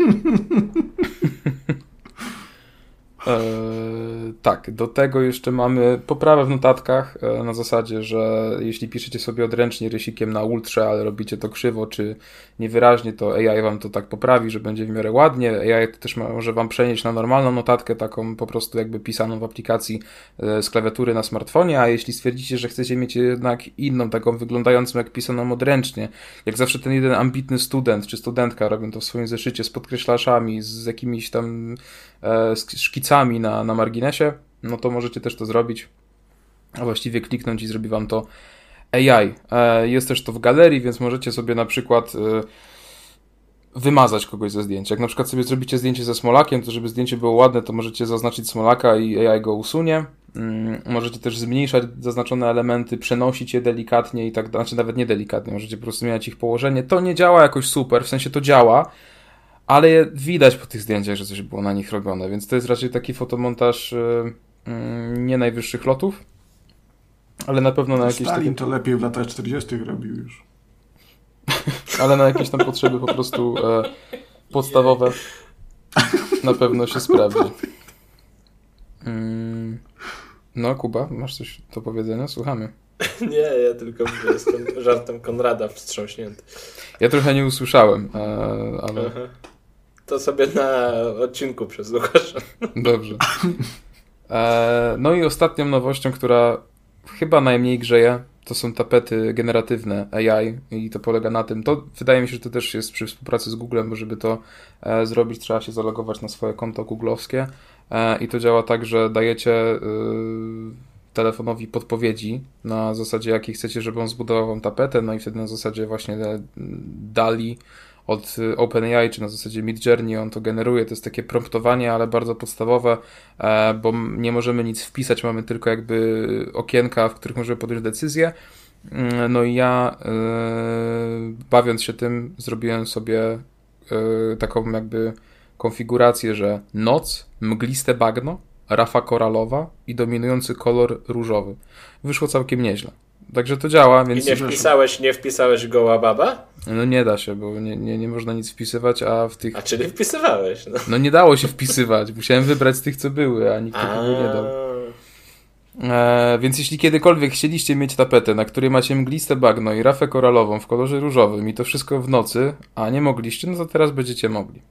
Tak, do tego jeszcze mamy poprawę w notatkach na zasadzie, że jeśli piszecie sobie odręcznie rysikiem na ultrze, ale robicie to krzywo czy niewyraźnie, to AI wam to tak poprawi, że będzie w miarę ładnie. AI to też może wam przenieść na normalną notatkę, taką po prostu jakby pisaną w aplikacji z klawiatury na smartfonie, a jeśli stwierdzicie, że chcecie mieć jednak inną, taką wyglądającą jak pisaną odręcznie, jak zawsze ten jeden ambitny student czy studentka robią to w swoim zeszycie z podkreślaczami, z jakimiś tam szkicami na marginesie, no to możecie też to zrobić, a właściwie kliknąć i zrobi wam to AI. Jest też to w galerii, więc możecie sobie na przykład wymazać kogoś ze zdjęcia. Jak na przykład sobie zrobicie zdjęcie ze Smolakiem, to żeby zdjęcie było ładne, to możecie zaznaczyć Smolaka i AI go usunie. Możecie też zmniejszać zaznaczone elementy, przenosić je delikatnie i tak, znaczy nawet nie delikatnie, możecie po prostu zmieniać ich położenie. To nie działa jakoś super, w sensie to działa, ale widać po tych zdjęciach, że coś było na nich robione, więc to jest raczej taki fotomontaż nie najwyższych lotów, ale na pewno na jakieś Stalin takie... to lepiej w latach 40. robił już. Ale na jakieś tam potrzeby po prostu podstawowe na pewno się sprawdzi. No, Kuba, masz coś do powiedzenia? Słuchamy. Nie, ja tylko jestem żartem Konrada wstrząśnięty. Ja trochę nie usłyszałem, ale... Aha. To sobie na odcinku przesłuchasz. Dobrze. No i ostatnią nowością, która chyba najmniej grzeje, to są tapety generatywne AI i to polega na tym, to wydaje mi się, że to też jest przy współpracy z Googlem, bo żeby to zrobić, trzeba się zalogować na swoje konto googlowskie i to działa tak, że dajecie telefonowi podpowiedzi na zasadzie, jakiej chcecie, żeby on zbudował wam tapetę, no i wtedy na zasadzie właśnie DALL-E od OpenAI, czy na zasadzie Midjourney on to generuje. To jest takie promptowanie, ale bardzo podstawowe, bo nie możemy nic wpisać, mamy tylko jakby okienka, w których możemy podjąć decyzję No i ja bawiąc się tym zrobiłem sobie taką jakby konfigurację, że noc, mgliste bagno, rafa koralowa i dominujący kolor różowy. Wyszło całkiem nieźle. Także to działa, więc... I nie wpisałeś goła baba? No nie da się, bo nie można nic wpisywać, a w tych... A czyli wpisywałeś? No nie dało się wpisywać. Musiałem wybrać z tych, co były, a nikt tego nie dał. Więc jeśli kiedykolwiek chcieliście mieć tapetę, na której macie mgliste bagno i rafę koralową w kolorze różowym i to wszystko w nocy, a nie mogliście, no to teraz będziecie mogli.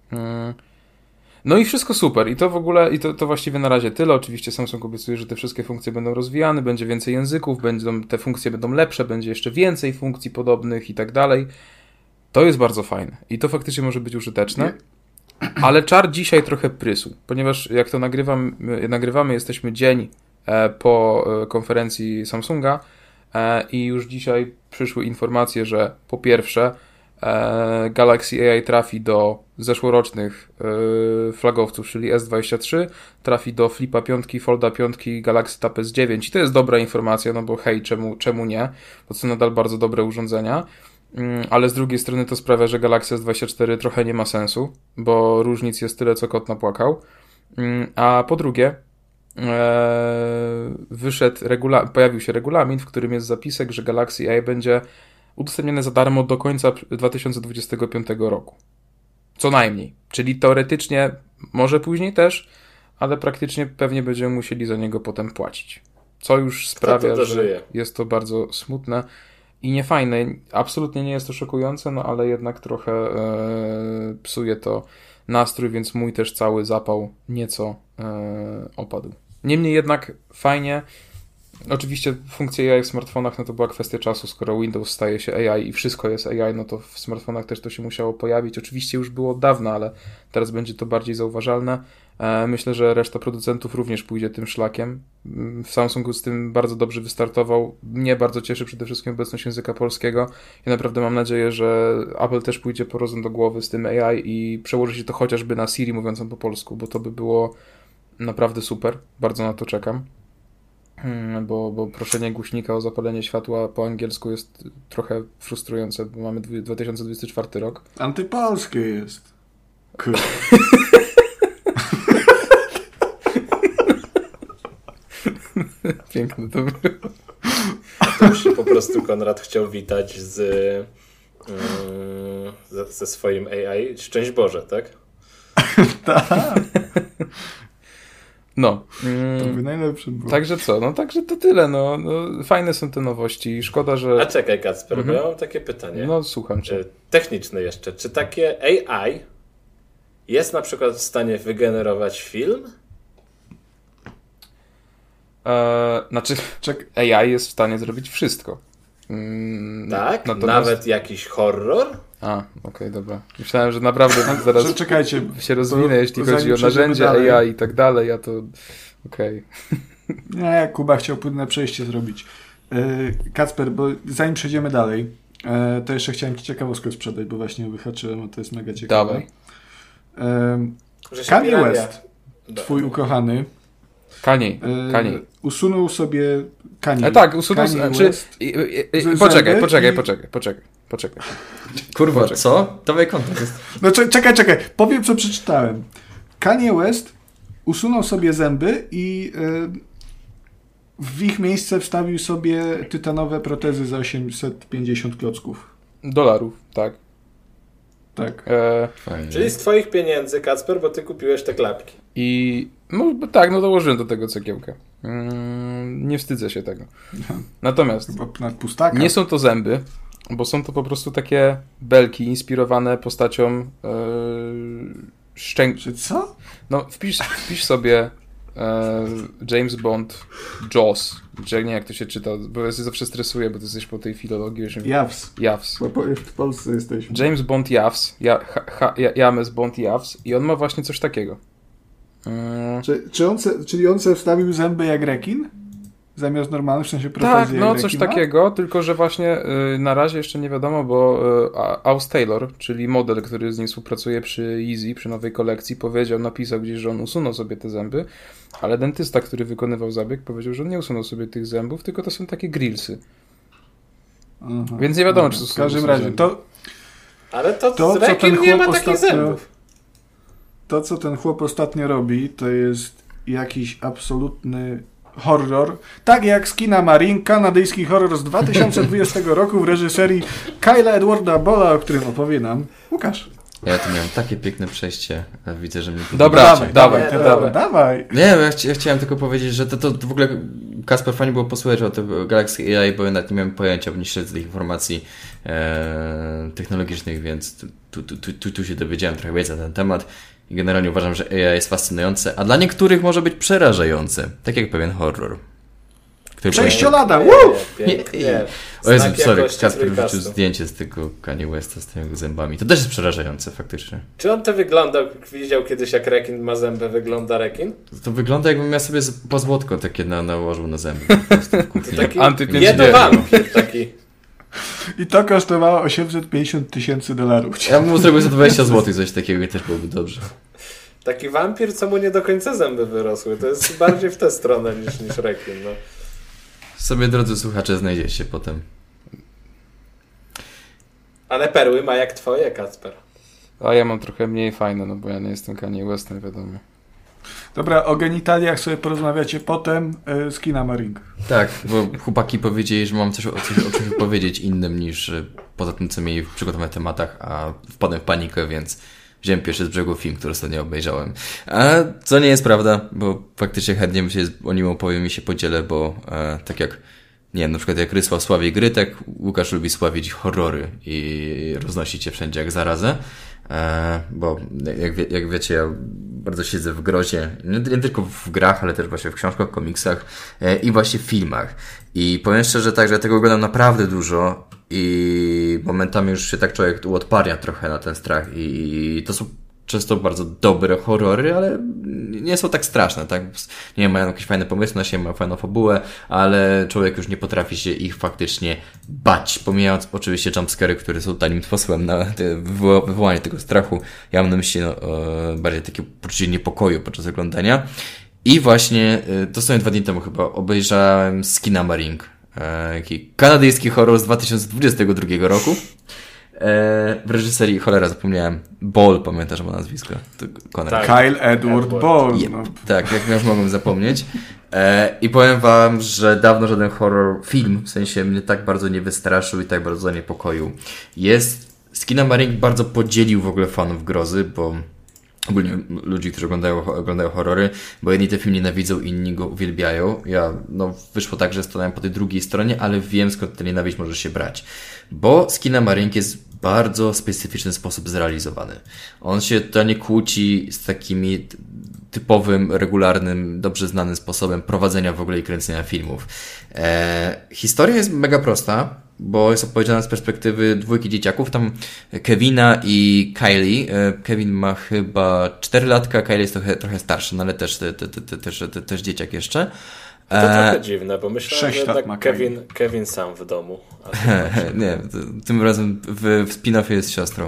No i wszystko super. I to w ogóle, to właściwie na razie tyle. Oczywiście Samsung obiecuje, że te wszystkie funkcje będą rozwijane, będzie więcej języków, te funkcje będą lepsze, będzie jeszcze więcej funkcji podobnych i tak dalej. To jest bardzo fajne. I to faktycznie może być użyteczne. Ale czar dzisiaj trochę prysł, ponieważ jak to nagrywamy, jesteśmy dzień po konferencji Samsunga i już dzisiaj przyszły informacje, że po pierwsze Galaxy AI trafi do zeszłorocznych flagowców, czyli S23, trafi do Flipa 5, Folda 5, Galaxy Tab S9 i to jest dobra informacja, no bo hej, czemu nie, bo to są nadal bardzo dobre urządzenia, ale z drugiej strony to sprawia, że Galaxy S24 trochę nie ma sensu, bo różnic jest tyle, co kot napłakał, a po drugie pojawił się regulamin, w którym jest zapisek, że Galaxy AI będzie udostępnione za darmo do końca 2025 roku. Co najmniej. Czyli teoretycznie, może później też, ale praktycznie pewnie będziemy musieli za niego potem płacić. Co już sprawia, że jest to bardzo smutne i niefajne. Absolutnie nie jest to szokujące, no ale jednak trochę psuje to nastrój, więc mój też cały zapał nieco opadł. Niemniej jednak fajnie. Oczywiście funkcje AI w smartfonach, no to była kwestia czasu, skoro Windows staje się AI i wszystko jest AI, no to w smartfonach też to się musiało pojawić. Oczywiście już było od dawna, ale teraz będzie to bardziej zauważalne. Myślę, że reszta producentów również pójdzie tym szlakiem. W Samsungu z tym bardzo dobrze wystartował. Mnie bardzo cieszy przede wszystkim obecność języka polskiego. Ja naprawdę mam nadzieję, że Apple też pójdzie po rozum do głowy z tym AI i przełoży się to chociażby na Siri mówiącą po polsku, bo to by było naprawdę super. Bardzo na to czekam. Bo proszenie głośnika o zapalenie światła po angielsku jest trochę frustrujące, bo mamy 2024 rok. Antypolskie jest. Piękne to było. To już się po prostu Konrad chciał witać ze swoim AI. Szczęść Boże, tak? Tak. No. To by najlepsze było. Także co? No także to tyle. No, fajne są te nowości. Szkoda, że... A czekaj, Kacper, bo ja mam takie pytanie. No, słucham cię. Techniczne jeszcze. Czy takie AI jest na przykład w stanie wygenerować film? Znaczy, AI jest w stanie zrobić wszystko. Tak? Natomiast... Nawet jakiś horror? Okej, dobra. Myślałem, że naprawdę zaraz czekajcie, się rozwinę, jeśli chodzi o narzędzia AI i tak dalej, a to okej. Nie, Kuba chciał płynne przejście zrobić. Kacper, bo zanim przejdziemy dalej, to jeszcze chciałem ci ciekawostkę sprzedać, bo właśnie wyhaczyłem, a to jest mega ciekawe. Dawaj. Kanye West, twój ukochany, Kanye. usunął sobie usunął sobie. Poczekaj. Kurwa, Poczekaj. co? Dawaj kontekst. No czekaj. Powiem, co przeczytałem. Kanye West usunął sobie zęby i w ich miejsce wstawił sobie tytanowe protezy za 850 klocków. $, tak. Tak. Czyli z twoich pieniędzy, Kacper, bo ty kupiłeś te klapki. I dołożyłem do tego cegiełkę. Nie wstydzę się tego. Natomiast nie są to zęby, bo są to po prostu takie belki inspirowane postacią Czy co? No, wpisz sobie James Bond Jaws. Nie wiem, jak to się czyta, bo ja się zawsze stresuję, bo ty jesteś po tej filologii. Jaws. Bo w Polsce jesteśmy. James Bond Jaws. James Bond Jaws. I on ma właśnie coś takiego. Czyli on sobie wstawił zęby jak rekin? Zamiast normalnych, w sensie protezy tak, no coś takiego, tylko że właśnie na razie jeszcze nie wiadomo, bo Aus Taylor, czyli model, który z nim współpracuje przy Yeezy, przy nowej kolekcji, napisał gdzieś, że on usunął sobie te zęby, ale dentysta, który wykonywał zabieg, powiedział, że on nie usunął sobie tych zębów, tylko to są takie grillsy. Więc nie wiadomo, czy to w każdym razie, Ale to co rekin ten nie ma chłop takich zębów. To, co ten chłop ostatnio robi, to jest jakiś absolutny horror. Tak jak z kina Marine, kanadyjski horror z 2020 roku w reżyserii Kyla Edwarda Bolla, o którym opowie nam Łukasz. Ja tu miałem takie piękne przejście. Widzę, że mnie... Dawaj. Nie, ja chciałem tylko powiedzieć, że to w ogóle Kasper, fajnie było posłuchać o tym Galaxy AI, bo ja nawet nie miałem pojęcia, bo nie śledzę tych informacji technologicznych, więc tu się dowiedziałem trochę wiedzy na ten temat i generalnie uważam, że AI jest fascynujące, a dla niektórych może być przerażające, tak jak pewien horror. 6-lata, Pięknie. O Jezu, sorry, Kasper wrzucił zdjęcie z tego Kanye Westa z tymi zębami. To też jest przerażające faktycznie. Czy on to wyglądał, widział kiedyś jak rekin ma zęby, wygląda rekin? To wygląda jakbym ja sobie pozłotko takie nałożył na zęby. Po prostu w kuchni. Taki jednowampir taki. I to kosztowało $850,000. Ja bym mu zrobił za 20 zł coś takiego i też byłoby dobrze. Taki wampir, co mu nie do końca zęby wyrosły. To jest bardziej w tę stronę niż rekin. No. Sobie, drodzy słuchacze, znajdziecie potem. Ale perły ma jak twoje, Kacper. A ja mam trochę mniej fajne, no bo ja nie jestem Kanye Westem, wiadomo. Dobra, o genitaliach sobie porozmawiacie potem z kina Marine. Tak, bo chłopaki powiedzieli, że mam coś o czymś powiedzieć innym niż poza tym, co mieli w przygotowanych tematach, a wpadłem w panikę, więc wziąłem pierwszy z brzegu film, który ostatnio obejrzałem. A co nie jest prawda, bo faktycznie chętnie się o nim opowiem i się podzielę, bo tak jak, nie wiem, na przykład jak Rysław sławi gry, tak Łukasz lubi sławić horrory i roznosić je wszędzie jak zarazę. Bo jak wiecie, ja bardzo siedzę w grozie, nie tylko w grach, ale też właśnie w książkach, komiksach i właśnie w filmach. I powiem szczerze tak, że ja tego oglądam naprawdę dużo i momentami już się tak człowiek uodparnia trochę na ten strach i to są często bardzo dobre horrory, ale nie są tak straszne, tak? Nie wiem, mają jakieś fajne pomysły na siebie, mają fajną fabułę, ale człowiek już nie potrafi się ich faktycznie bać, pomijając oczywiście jumpscary, które są tanim sposobem na wywołanie tego strachu. Ja mam na myśli bardziej takie poczucie niepokoju podczas oglądania. I właśnie dosłownie 2 dni temu chyba obejrzałem Skinamarink, taki kanadyjski horror z 2022 roku. W reżyserii, cholera, zapomniałem. Ball, pamiętasz ma nazwisko? Tak. Kyle Edward Ball. No. Tak, jak już mogłem zapomnieć. I powiem wam, że dawno żaden horror film, w sensie mnie tak bardzo nie wystraszył i tak bardzo zaniepokoił. Skinamarink bardzo podzielił w ogóle fanów grozy, bo ogólnie ludzi, którzy oglądają horrory, bo jedni ten film nienawidzą, inni go uwielbiają. Wyszło tak, że stanąłem po tej drugiej stronie, ale wiem, skąd ta nienawiść może się brać. Bo Skinamarink jest w bardzo specyficzny sposób zrealizowany. On się totalnie kłóci z takimi typowym, regularnym, dobrze znanym sposobem prowadzenia w ogóle i kręcenia filmów. Historia jest mega prosta, bo jest opowiedziana z perspektywy 2 dzieciaków, tam Kevina i Kylie. Kevin ma chyba 4 latka, Kylie jest trochę starszy, no ale też dzieciak jeszcze. To trochę dziwne, bo myślałem, że lat jednak Kevin sam w domu. Nie, tym razem w spin-offie jest siostrą.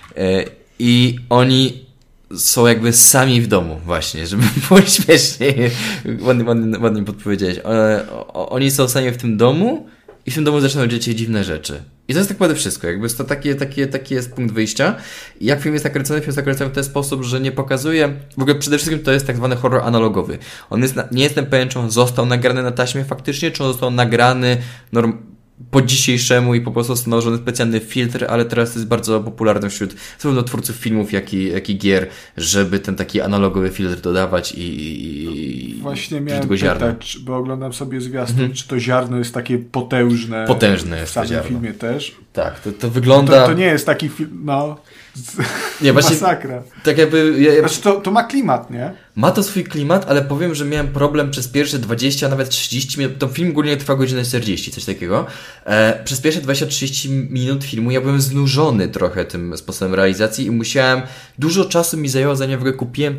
I oni są jakby sami w domu właśnie, żeby było śmieszniej. Ładnie podpowiedziałeś. Oni są sami w tym domu i w tym domu zaczynają dziać się dziwne rzeczy. I to jest tak naprawdę wszystko. Jakby to taki jest punkt wyjścia. I jak film jest nakręcony? Film jest nakręcony w ten sposób, że nie pokazuje... W ogóle przede wszystkim to jest tak zwany horror analogowy. Nie jestem pewien, czy on został nagrany na taśmie faktycznie, czy on został nagrany po dzisiejszemu i po prostu został nałożony specjalny filtr, ale teraz to jest bardzo popularne wśród zarówno twórców filmów, jak i gier, żeby ten taki analogowy filtr dodawać i właśnie miałem pytać, bo oglądam sobie zwiastun, czy to ziarno jest takie potężne. Potężne jest w samym to ziarno. filmie też. Tak, to wygląda... To nie jest taki film, nie, właśnie, masakra. Tak jakby... Znaczy to ma klimat, nie? Ma to swój klimat, ale powiem, że miałem problem przez pierwsze 20, a nawet 30 minut. To film ogólnie trwa godzinę 40, coś takiego. Przez pierwsze 20-30 minut filmu ja byłem znużony trochę tym sposobem realizacji i musiałem... Dużo czasu mi zajęło, zanim w ogóle kupiłem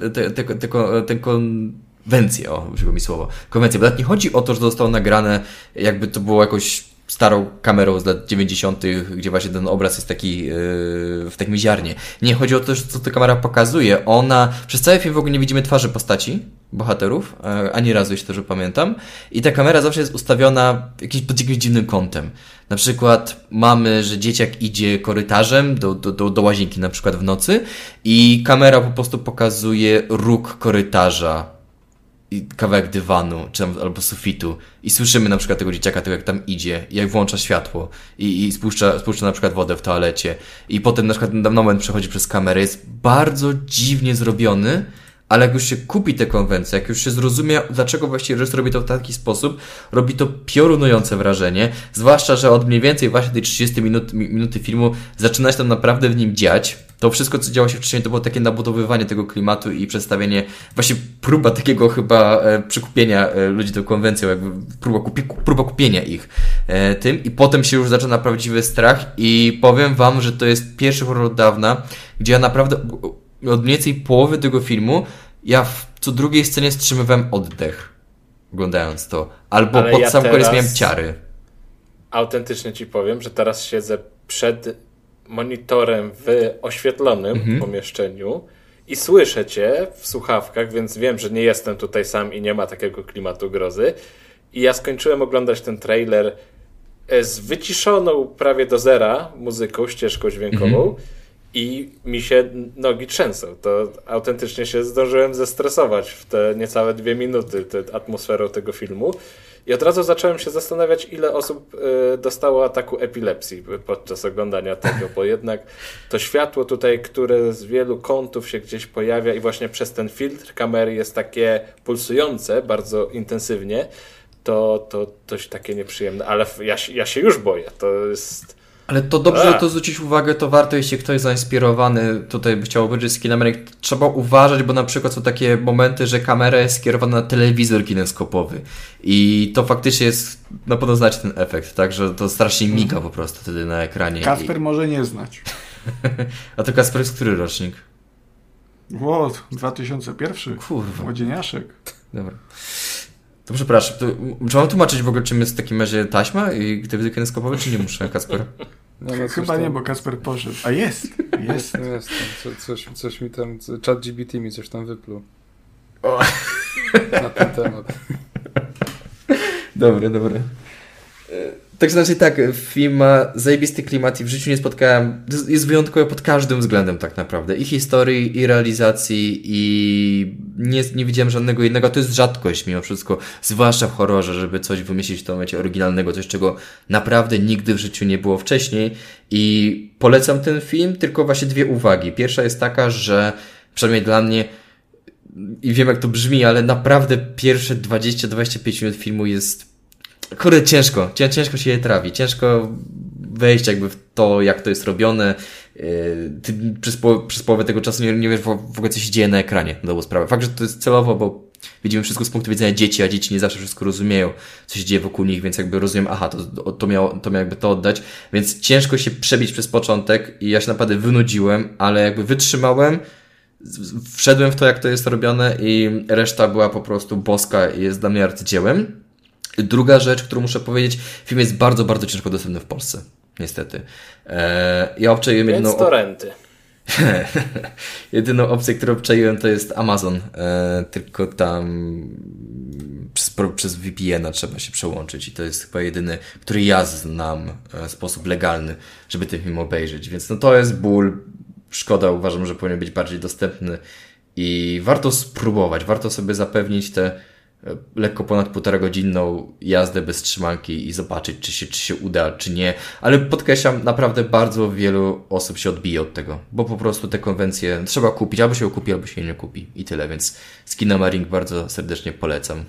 tę konwencję, użyło mi słowo. Konwencję, bo tak nie chodzi o to, że zostało nagrane, jakby to było jakoś starą kamerą z lat 90., gdzie właśnie ten obraz jest taki w takim ziarnie. Nie, chodzi o to, co ta kamera pokazuje. Przez cały film w ogóle nie widzimy twarzy postaci, bohaterów, ani razu, jeśli dobrze pamiętam. I ta kamera zawsze jest ustawiona pod jakimś dziwnym kątem. Na przykład mamy, że dzieciak idzie korytarzem do łazienki na przykład w nocy i kamera po prostu pokazuje róg korytarza i kawałek dywanu, czy tam, albo sufitu i słyszymy na przykład tego dzieciaka, tego jak tam idzie, jak włącza światło i spuszcza na przykład wodę w toalecie i potem na przykład na moment przechodzi przez kamerę. Jest bardzo dziwnie zrobiony, ale jak już się kupi tę konwencję, jak już się zrozumie, dlaczego właściwie reżyser robi to w taki sposób, robi to piorunujące wrażenie, zwłaszcza, że od mniej więcej właśnie tej 30 minuty filmu zaczyna się tam naprawdę w nim dziać. To wszystko, co działo się wcześniej, to było takie nabudowywanie tego klimatu i przedstawienie, właśnie próba takiego chyba przykupienia ludzi tą konwencją, jakby próba kupienia ich tym i potem się już zaczyna prawdziwy strach i powiem wam, że to jest pierwszy horror od dawna, gdzie ja naprawdę od mniej więcej połowy tego filmu ja w co drugiej scenie wstrzymywałem oddech oglądając to. Albo ale pod sam koniec miałem ciary. Autentycznie ci powiem, że teraz siedzę przed monitorem w oświetlonym pomieszczeniu i słyszę cię w słuchawkach, więc wiem, że nie jestem tutaj sam i nie ma takiego klimatu grozy. I ja skończyłem oglądać ten trailer z wyciszoną prawie do zera muzyką, ścieżką dźwiękową i mi się nogi trzęsą. To autentycznie się zdążyłem zestresować w te niecałe 2 minuty atmosferą tego filmu. I od razu zacząłem się zastanawiać, ile osób dostało ataku epilepsji podczas oglądania tego, bo jednak to światło tutaj, które z wielu kątów się gdzieś pojawia i właśnie przez ten filtr kamery jest takie pulsujące bardzo intensywnie, to takie nieprzyjemne. Ale ja się już boję. To jest... Ale to dobrze, że to zwrócić uwagę, to warto, jeśli ktoś zainspirowany tutaj by chciał obejrzeć Skinamarink, trzeba uważać, bo na przykład są takie momenty, że kamera jest skierowana na telewizor kineskopowy i to faktycznie jest, na pewno znacie ten efekt, tak, że to strasznie miga po prostu wtedy na ekranie. Kasper może nie znać. A to Kasper jest który rocznik? 2001. Kurwa. Młodzieniaszek. Dobra. To przepraszam, czy mam tłumaczyć w ogóle, czym jest w takim razie taśma i telewizor kineskopowy, czy nie muszę, Kasper? No, chyba nie, bo Kasper poszedł. A jest. Coś mi tam, ChatGPT mi coś tam wypluł. Na ten temat. Dobre. Tak znaczy film ma zajebisty klimat i w życiu nie spotkałem, jest wyjątkowy pod każdym względem tak naprawdę. I historii, i realizacji, i nie widziałem żadnego innego. To jest rzadkość mimo wszystko, zwłaszcza w horrorze, żeby coś wymyślić w tym momencie oryginalnego, coś czego naprawdę nigdy w życiu nie było wcześniej. I polecam ten film, tylko właśnie 2 uwagi. Pierwsza jest taka, że przynajmniej dla mnie, i wiem jak to brzmi, ale naprawdę pierwsze 20-25 minut filmu jest ciężko się je trawi, ciężko wejść jakby w to, jak to jest robione. Ty przez połowę tego czasu nie wiesz w ogóle, co się dzieje na ekranie, na dobrą sprawę. Fakt, że to jest celowo, bo widzimy wszystko z punktu widzenia dzieci, a dzieci nie zawsze wszystko rozumieją, co się dzieje wokół nich, więc jakby rozumiem, to miało jakby to oddać, więc ciężko się przebić przez początek i ja się naprawdę wynudziłem, ale jakby wytrzymałem, wszedłem w to, jak to jest robione i reszta była po prostu boska i jest dla mnie arcydziełem. Druga rzecz, którą muszę powiedzieć, film jest bardzo, bardzo ciężko dostępny w Polsce. Niestety. Ja obczaiłem jedną... torenty. Jedyną opcję, którą obczaiłem, to jest Amazon. Tylko tam przez VPN-a trzeba się przełączyć i to jest chyba jedyny, który ja znam sposób legalny, żeby ten film obejrzeć. Więc no to jest ból. Szkoda, uważam, że powinien być bardziej dostępny i warto spróbować, warto sobie zapewnić tę lekko ponad 1,5 godzinną jazdę bez trzymanki i zobaczyć, czy się uda, czy nie. Ale podkreślam, naprawdę bardzo wielu osób się odbije od tego, bo po prostu te konwencje trzeba kupić, albo się ją kupi, albo się nie kupi i tyle, więc Skinamarink bardzo serdecznie polecam.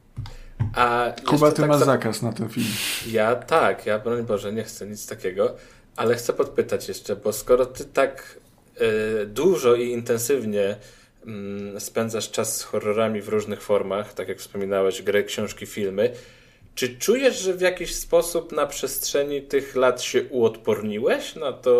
Kuba, ty masz zakaz na ten film. Ja broń Boże, nie chcę nic takiego, ale chcę podpytać jeszcze, bo skoro ty tak dużo i intensywnie spędzasz czas z horrorami w różnych formach, tak jak wspominałeś, gry, książki, filmy, czy czujesz, że w jakiś sposób na przestrzeni tych lat się uodporniłeś na to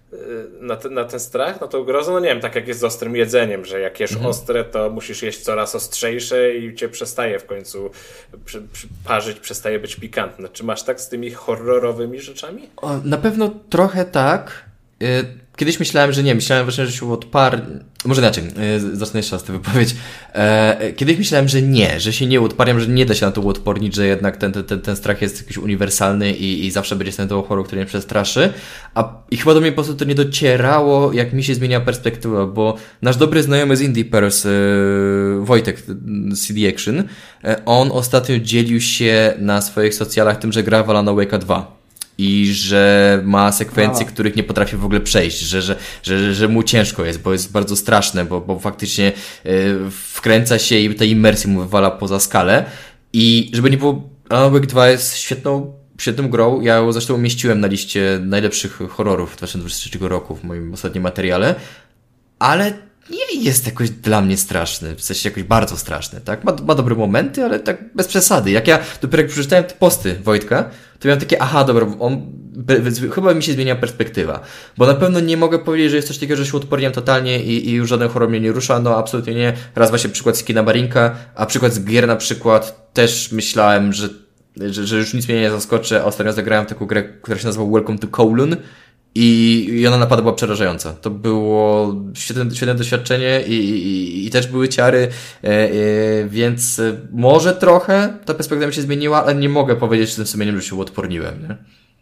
na ten strach, na tą grozę, no nie wiem, tak jak jest z ostrym jedzeniem, że jak jesz ostre, to musisz jeść coraz ostrzejsze i cię przestaje w końcu parzyć, przestaje być pikantne. Czy masz tak z tymi horrorowymi rzeczami? Na pewno trochę tak. Kiedyś myślałem, że nie. Myślałem właśnie, że się odparł. Może inaczej. Zacznę jeszcze raz tę wypowiedź. Kiedyś myślałem, że nie. Że się nie odparłem, że nie da się na to uodpornić, że jednak ten strach jest jakiś uniwersalny i zawsze będzie ten horror, który mnie przestraszy. I chyba do mnie po prostu to nie docierało, jak mi się zmienia perspektywa, bo nasz dobry znajomy z Indie Pairs, Wojtek z CD Action, on ostatnio dzielił się na swoich socjalach tym, że gra w Alana Wake'a 2. I że ma sekwencje, których nie potrafi w ogóle przejść, że mu ciężko jest, bo jest bardzo straszne, bo faktycznie wkręca się i ta imersja mu wywala poza skalę. I żeby nie było, Alan Wake 2 jest świetną grą. Ja ją zresztą umieściłem na liście najlepszych horrorów 2023 roku w moim ostatnim materiale, ale nie jest jakoś dla mnie straszny, w sensie jakoś bardzo straszny, tak? Ma dobre momenty, ale tak bez przesady. Jak przeczytałem te posty Wojtka, to miałem takie, dobra, chyba mi się zmienia perspektywa, bo na pewno nie mogę powiedzieć, że jest coś takiego, że się odporniam totalnie i już żaden horror mnie nie rusza, no absolutnie nie. Raz właśnie przykład z Kina Marinka, a przykład z gier na przykład też myślałem, że już nic mnie nie zaskoczy, a ostatnio zagrałem taką grę, która się nazywa Welcome to Kowloon, i ona naprawdę była przerażająca. To było świetne doświadczenie i też były ciary, więc może trochę ta perspektywa mi się zmieniła, ale nie mogę powiedzieć z tym sumieniem, że się uodporniłem. Nie?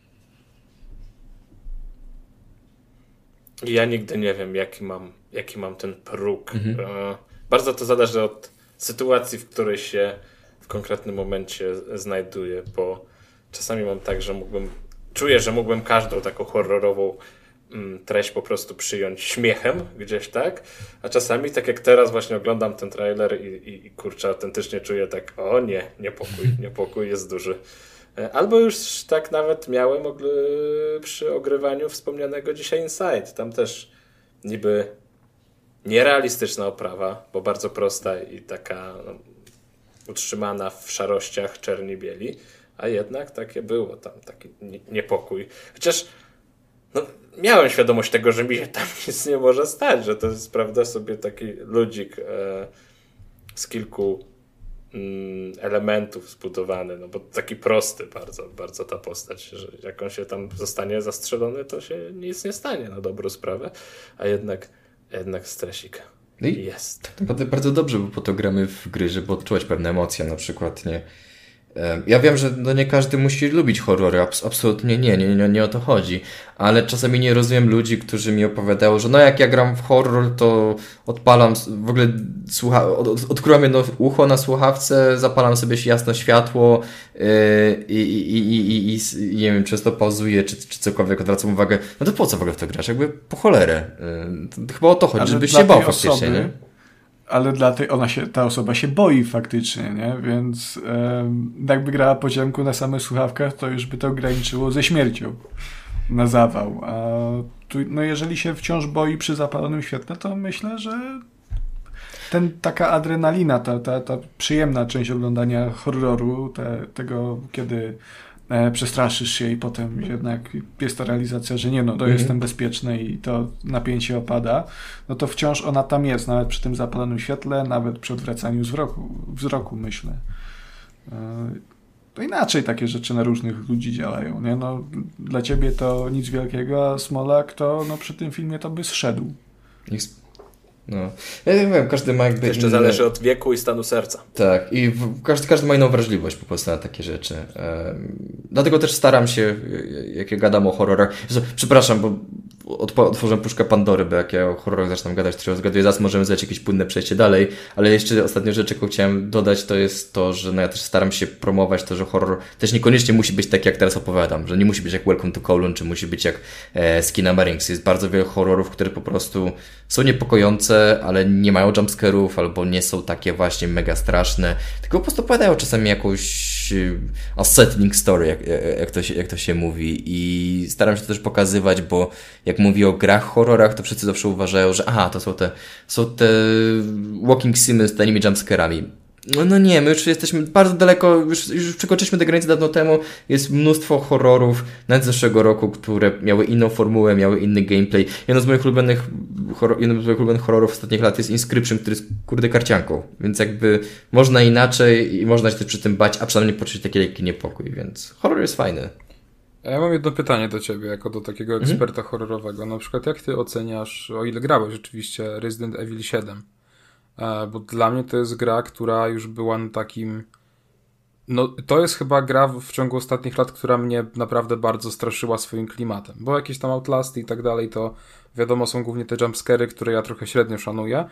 Ja nigdy nie wiem, jaki mam ten próg. Bardzo to zależy od sytuacji, w której się w konkretnym momencie znajduję, bo czasami mam tak, że czuję, że mógłbym każdą taką horrorową treść po prostu przyjąć śmiechem gdzieś, tak? A czasami, tak jak teraz właśnie oglądam ten trailer i kurczę, autentycznie czuję tak, niepokój jest duży. Albo już tak nawet miałem przy ogrywaniu wspomnianego dzisiaj Inside. Tam też niby nierealistyczna oprawa, bo bardzo prosta i taka utrzymana w szarościach czerni bieli. A jednak takie było tam, taki niepokój. Chociaż miałem świadomość tego, że mi się tam nic nie może stać, że to jest, prawda, sobie taki ludzik z kilku elementów zbudowany, bo taki prosty bardzo, bardzo ta postać, że jak on się tam zostanie zastrzelony, to się nic nie stanie na dobrą sprawę, a jednak stresik jest. Naprawdę bardzo dobrze, bo po to gramy w gry, żeby odczuwać pewne emocje, na przykład, nie? Ja wiem, że nie każdy musi lubić horrory, absolutnie nie o to chodzi, ale czasami nie rozumiem ludzi, którzy mi opowiadają, że jak ja gram w horror, to odpalam, w ogóle odkryłam jedno ucho na słuchawce, zapalam sobie jasno światło i nie wiem, często pauzuję, czy cokolwiek, odwracam uwagę, to po co w ogóle w to grasz? Jakby po cholerę. To chyba o to chodzi, ale żebyś się bał faktycznie, nie? Ale ta osoba się boi faktycznie, nie? Więc jakby grała po ciemku na samych słuchawkach, to już by to ograniczyło ze śmiercią na zawał. A tu, jeżeli się wciąż boi przy zapalonym świetle, to myślę, że taka adrenalina, ta przyjemna część oglądania horroru, tego, kiedy przestraszysz się i potem jednak jest ta realizacja, że to jestem bezpieczny i to napięcie opada, to wciąż ona tam jest, nawet przy tym zapalonym świetle, nawet przy odwracaniu wzroku myślę. To inaczej takie rzeczy na różnych ludzi działają, nie? Dla ciebie to nic wielkiego, a Smolak to przy tym filmie to by zszedł. Ja nie wiem, każdy ma jakby jeszcze zależy od wieku i stanu serca. Tak, i każdy ma inną wrażliwość po prostu na takie rzeczy. Dlatego też staram się, jak ja gadam o horrorach, przepraszam, bo otworzę puszkę Pandory, bo jak ja o horrorach zaczynam gadać, które zgaduję, zaraz możemy zrobić jakieś płynne przejście dalej, ale jeszcze ostatnia rzecz, jaką chciałem dodać, to jest to, że ja też staram się promować to, że horror też niekoniecznie musi być tak, jak teraz opowiadam, że nie musi być jak Welcome to Kowloon, czy musi być jak z Kina Marinks. Jest bardzo wiele horrorów, które po prostu są niepokojące, ale nie mają jumpscarów, albo nie są takie właśnie mega straszne, tylko po prostu opowiadają czasami jakąś unsettling story, jak to się mówi, i staram się to też pokazywać, bo jak mówię o grach horrorach, to wszyscy zawsze uważają, że to są te walking simy z tanimi jumpscarami. No nie, my już jesteśmy bardzo daleko, już przekroczyliśmy te granice dawno temu. Jest mnóstwo horrorów nawet z zeszłego roku, które miały inną formułę, miały inny gameplay. Jednym z moich ulubionych horrorów ostatnich lat jest Inscription, który jest kurde karcianką. Więc jakby można inaczej i można się też przy tym bać, a przynajmniej poczuć taki lekki niepokój, więc horror jest fajny. A ja mam jedno pytanie do ciebie, jako do takiego eksperta horrorowego. Na przykład jak ty oceniasz, o ile grałeś rzeczywiście, Resident Evil 7? Bo dla mnie to jest gra, która już była na takim... No, to jest chyba gra w ciągu ostatnich lat, która mnie naprawdę bardzo straszyła swoim klimatem. Bo jakieś tam Outlasty i tak dalej, to wiadomo, są głównie te jumpscary, które ja trochę średnio szanuję.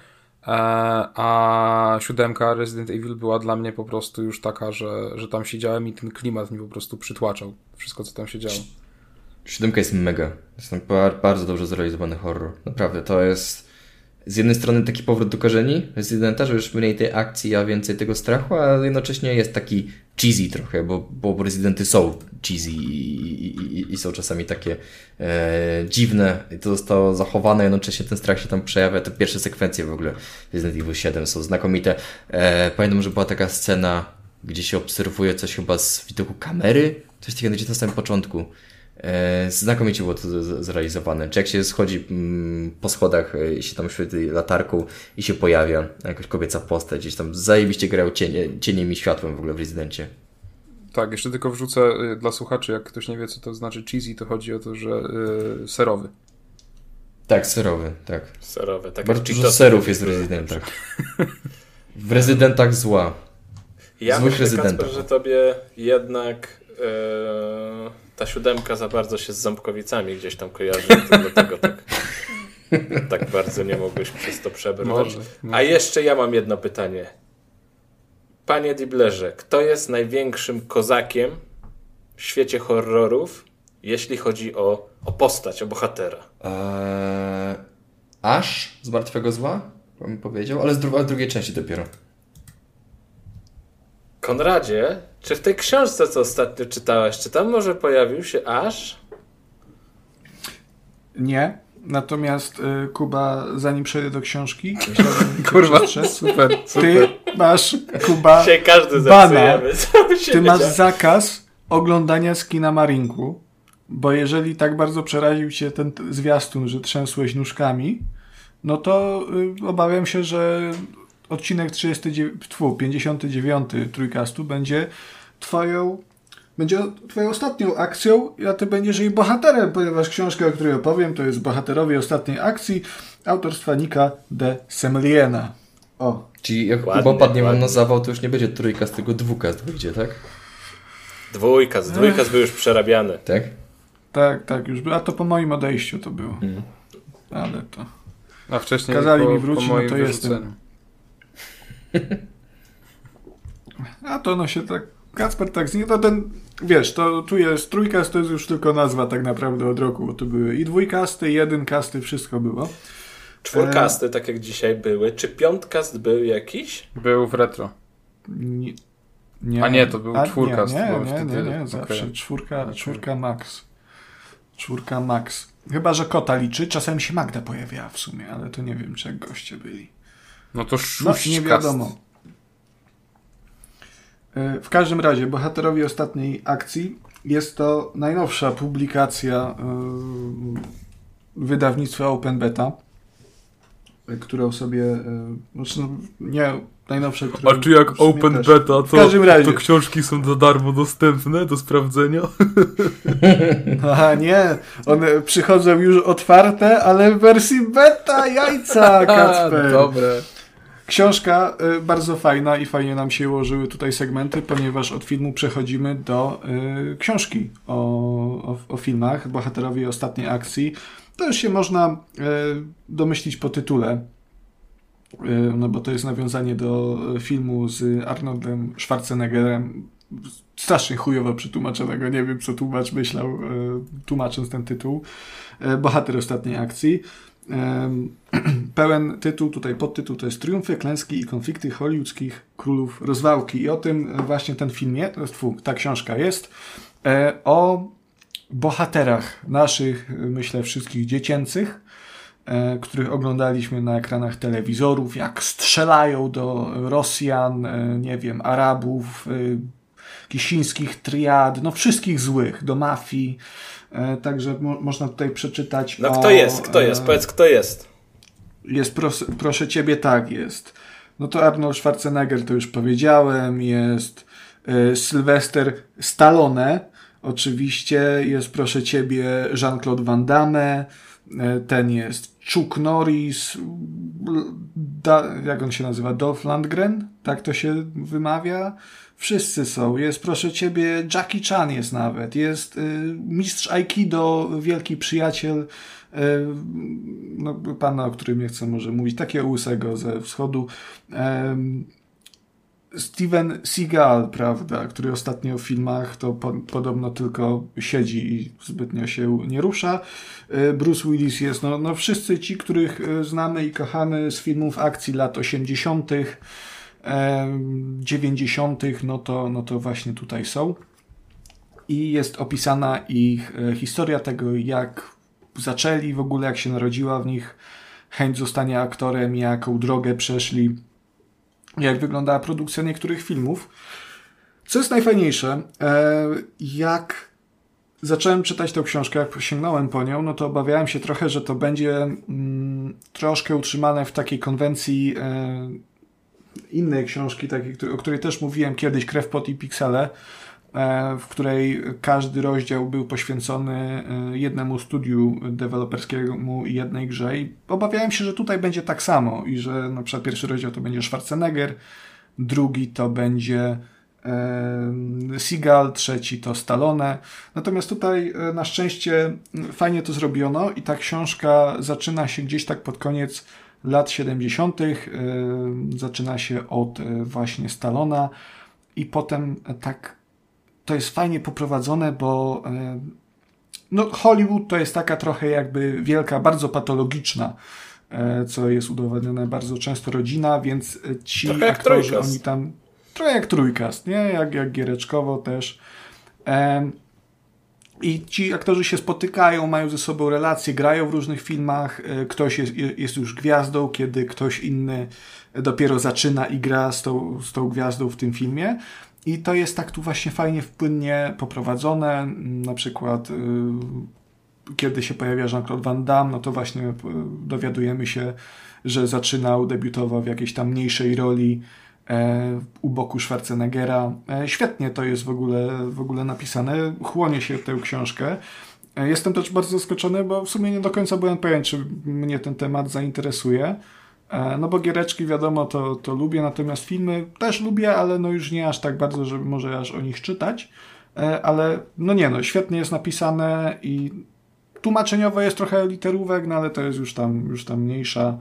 A 7 Resident Evil była dla mnie po prostu już taka, że tam siedziałem i ten klimat mi po prostu przytłaczał. Wszystko, co tam się działo. 7 jest mega. Jest tam bardzo dobrze zrealizowany horror. Naprawdę, to jest z jednej strony taki powrót do korzeni Residenta, że już mniej tej akcji, a więcej tego strachu, a jednocześnie jest taki cheesy trochę, bo Residenty są cheesy i są czasami takie dziwne i to zostało zachowane, jednocześnie ten strach się tam przejawia. Te pierwsze sekwencje w ogóle Resident Evil 7 są znakomite. Pamiętam, że była taka scena, gdzie się obserwuje coś chyba z widoku kamery, coś takiego gdzieś na samym początku. Znakomicie było to zrealizowane. Czy jak się schodzi po schodach i się tam świetli latarką i się pojawia jakaś kobieca postać, gdzieś tam zajebiście grają cieniem i światłem w ogóle w Rezydencie. Tak, jeszcze tylko wrzucę dla słuchaczy, jak ktoś nie wie, co to znaczy cheesy, to chodzi o to, że serowy. Tak, serowy, tak. Serowy, tak. Bardzo dużo serów jest w Rezydentach. W Rezydentach zła. Ja myślę, Kacper, że tobie jednak ta 7 za bardzo się z Ząbkowicami gdzieś tam kojarzy, dlatego tak bardzo nie mogłeś przez to przebrnąć. Może. A jeszcze ja mam jedno pytanie. Panie Diblerze, kto jest największym kozakiem w świecie horrorów, jeśli chodzi o postać, o bohatera? Ash z Martwego Zła, bym powiedział, ale z drugiej części dopiero. Konradzie, czy w tej książce, co ostatnio czytałeś, czy tam może pojawił się Ash? Nie. Natomiast Kuba, zanim przejdę do książki, kurwa, super. Ty masz, Kuba, dzisiaj każdy bana. Ty masz zakaz oglądania z kina Marinku, bo jeżeli tak bardzo przeraził cię ten zwiastun, że trzęsłeś nóżkami, no to obawiam się, że odcinek 59 Trójkastu będzie twoją ostatnią akcją, a ty będziesz jej bohaterem, ponieważ książka, o której opowiem, to jest Bohaterowie ostatniej akcji autorstwa Nika de Semeliena. O. Czyli jak Kuba padnie wam na zawał, to już nie będzie Trójkast, tylko Dwukast wyjdzie, tak? Dwójkast był już przerabiany. Tak? Tak, już był. A to po moim odejściu to było. Ale to... A wcześniej kazali mi wrócić, no to jestem. A to no się tak... Kacper tak to ten... Wiesz, to tu jest Trójkast, to jest już tylko nazwa tak naprawdę od roku, bo tu były i dwójkasty, i jedynkasty, wszystko było. Czwórkasty, tak jak dzisiaj były. Czy piątkast był jakiś? Był w retro. Nie. A nie, to był czwórkast. Nie, zawsze okay. Czwórka max. Czwórka max. Chyba, że kota liczy. Czasem się Magda pojawiała w sumie, ale to nie wiem, czy jak goście byli. No to szóstkast. No, nie wiadomo. W każdym razie, Bohaterowie ostatniej akcji jest to najnowsza publikacja wydawnictwa Open Beta, którą sobie... nie najnowsze... A czy jak Open też. Beta, to książki są za darmo dostępne do sprawdzenia? Aha, nie. One przychodzą już otwarte, ale w wersji beta jajca, Kacper. Dobre. Książka bardzo fajna i fajnie nam się ułożyły tutaj segmenty, ponieważ od filmu przechodzimy do książki o filmach, Bohaterowie ostatniej akcji. To już się można domyślić po tytule, no bo to jest nawiązanie do filmu z Arnoldem Schwarzeneggerem, strasznie chujowo przetłumaczonego, nie wiem co tłumacz myślał, tłumacząc ten tytuł, Bohater ostatniej akcji. Pełen tytuł, tutaj podtytuł to jest Triumfy, klęski i konflikty hollywoodzkich królów rozwałki. I o tym właśnie ten film ta książka jest, o bohaterach naszych, myślę, wszystkich dziecięcych, których oglądaliśmy na ekranach telewizorów, jak strzelają do Rosjan, nie wiem, Arabów, jakichś chińskich triad, no wszystkich złych, do mafii. Także można tutaj przeczytać No kto jest? Powiedz, kto jest. Jest, proszę ciebie, tak jest. No to Arnold Schwarzenegger, to już powiedziałem, jest Sylwester Stallone, oczywiście, jest, proszę ciebie, Jean-Claude Van Damme, ten jest Chuck Norris, jak on się nazywa? Dolph Lundgren? Tak to się wymawia? Wszyscy są. Jest, proszę ciebie, Jackie Chan jest nawet. Jest mistrz Aikido, wielki przyjaciel no, pana, o którym nie chcę może mówić, takiego łysego ze wschodu. Steven Seagal, prawda, który ostatnio w filmach to podobno tylko siedzi i zbytnio się nie rusza. Bruce Willis jest, no wszyscy ci, których znamy i kochamy z filmów akcji lat 80., 90., no to właśnie tutaj są. I jest opisana ich historia tego, jak zaczęli w ogóle, jak się narodziła w nich chęć zostania aktorem, jaką drogę przeszli, jak wyglądała produkcja niektórych filmów. Co jest najfajniejsze, jak zacząłem czytać tę książkę, jak sięgnąłem po nią, no to obawiałem się trochę, że to będzie troszkę utrzymane w takiej konwencji innej książki, takiej, o której też mówiłem kiedyś, Krew, pot i piksele, w której każdy rozdział był poświęcony jednemu studiu deweloperskiemu i jednej grze. I obawiałem się, że tutaj będzie tak samo i że na przykład pierwszy rozdział to będzie Schwarzenegger, drugi to będzie Seagal, trzeci to Stallone. Natomiast tutaj na szczęście fajnie to zrobiono i ta książka zaczyna się gdzieś tak pod koniec lat 70. Zaczyna się od właśnie Stallona i potem tak to jest fajnie poprowadzone, bo no Hollywood to jest taka trochę jakby wielka, bardzo patologiczna, co jest udowodnione bardzo często rodzina, więc ci trochę aktorzy, oni tam trochę jak trójkast, nie? Jak giereczkowo też. I ci aktorzy się spotykają, mają ze sobą relacje, grają w różnych filmach, ktoś jest już gwiazdą, kiedy ktoś inny dopiero zaczyna i gra z tą gwiazdą w tym filmie. I to jest tak tu właśnie fajnie, płynnie poprowadzone. Na przykład kiedy się pojawia Jean-Claude Van Damme, no to właśnie dowiadujemy się, że debiutował w jakiejś tam mniejszej roli u boku Schwarzeneggera. Świetnie to jest w ogóle napisane. Chłonie się tę książkę. Jestem też bardzo zaskoczony, bo w sumie nie do końca byłem pewien, czy mnie ten temat zainteresuje. No bo giereczki wiadomo to lubię, natomiast filmy też lubię, ale no już nie aż tak bardzo, żeby może aż o nich czytać. Ale świetnie jest napisane i tłumaczeniowo jest trochę literówek, no ale to jest już tam mniejsza.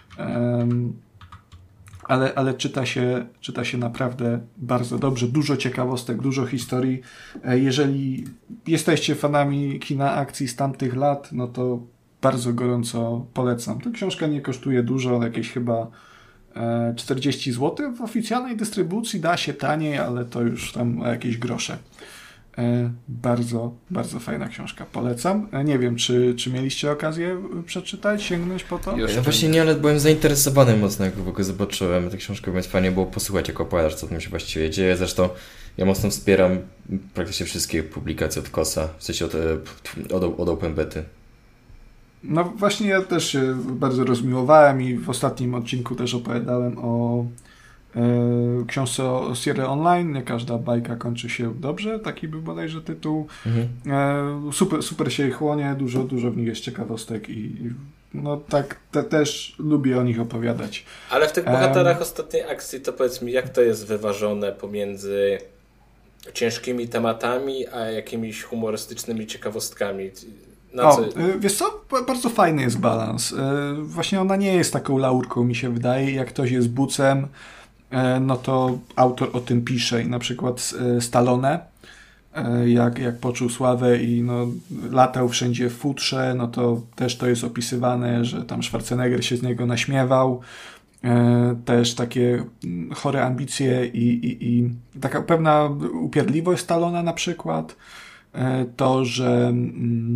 Ale czyta się naprawdę bardzo dobrze. Dużo ciekawostek, dużo historii. Jeżeli jesteście fanami kina akcji z tamtych lat, no to bardzo gorąco polecam. Ta książka nie kosztuje dużo, jakieś chyba 40 zł. W oficjalnej dystrybucji da się taniej, ale to już tam jakieś grosze. Bardzo, bardzo fajna książka. Polecam. Nie wiem, czy mieliście okazję przeczytać, sięgnąć po to? Ja właśnie nie, ale byłem zainteresowany mocno, jak w ogóle zobaczyłem tę książkę, więc fajnie było posłuchać, jak opowiadasz, co tam się właściwie dzieje. Zresztą ja mocno wspieram praktycznie wszystkie publikacje od KOS-a, w sensie od Open Bety. No właśnie ja też się bardzo rozmiłowałem i w ostatnim odcinku też opowiadałem o książce o Sierra Online. Nie każda bajka kończy się dobrze, taki był bodajże tytuł. Super się chłonie, dużo w nich jest ciekawostek i no tak też lubię o nich opowiadać. Ale w tych bohaterach ostatniej akcji to powiedz mi, jak to jest wyważone pomiędzy ciężkimi tematami, a jakimiś humorystycznymi ciekawostkami? Wiesz co? Bardzo fajny jest balans. Właśnie ona nie jest taką laurką, mi się wydaje. Jak ktoś jest bucem, no to autor o tym pisze i na przykład Stallone, jak poczuł sławę i no, latał wszędzie w futrze, no to też to jest opisywane, że tam Schwarzenegger się z niego naśmiewał. Też takie chore ambicje i taka pewna upierdliwość Stallona na przykład. To, że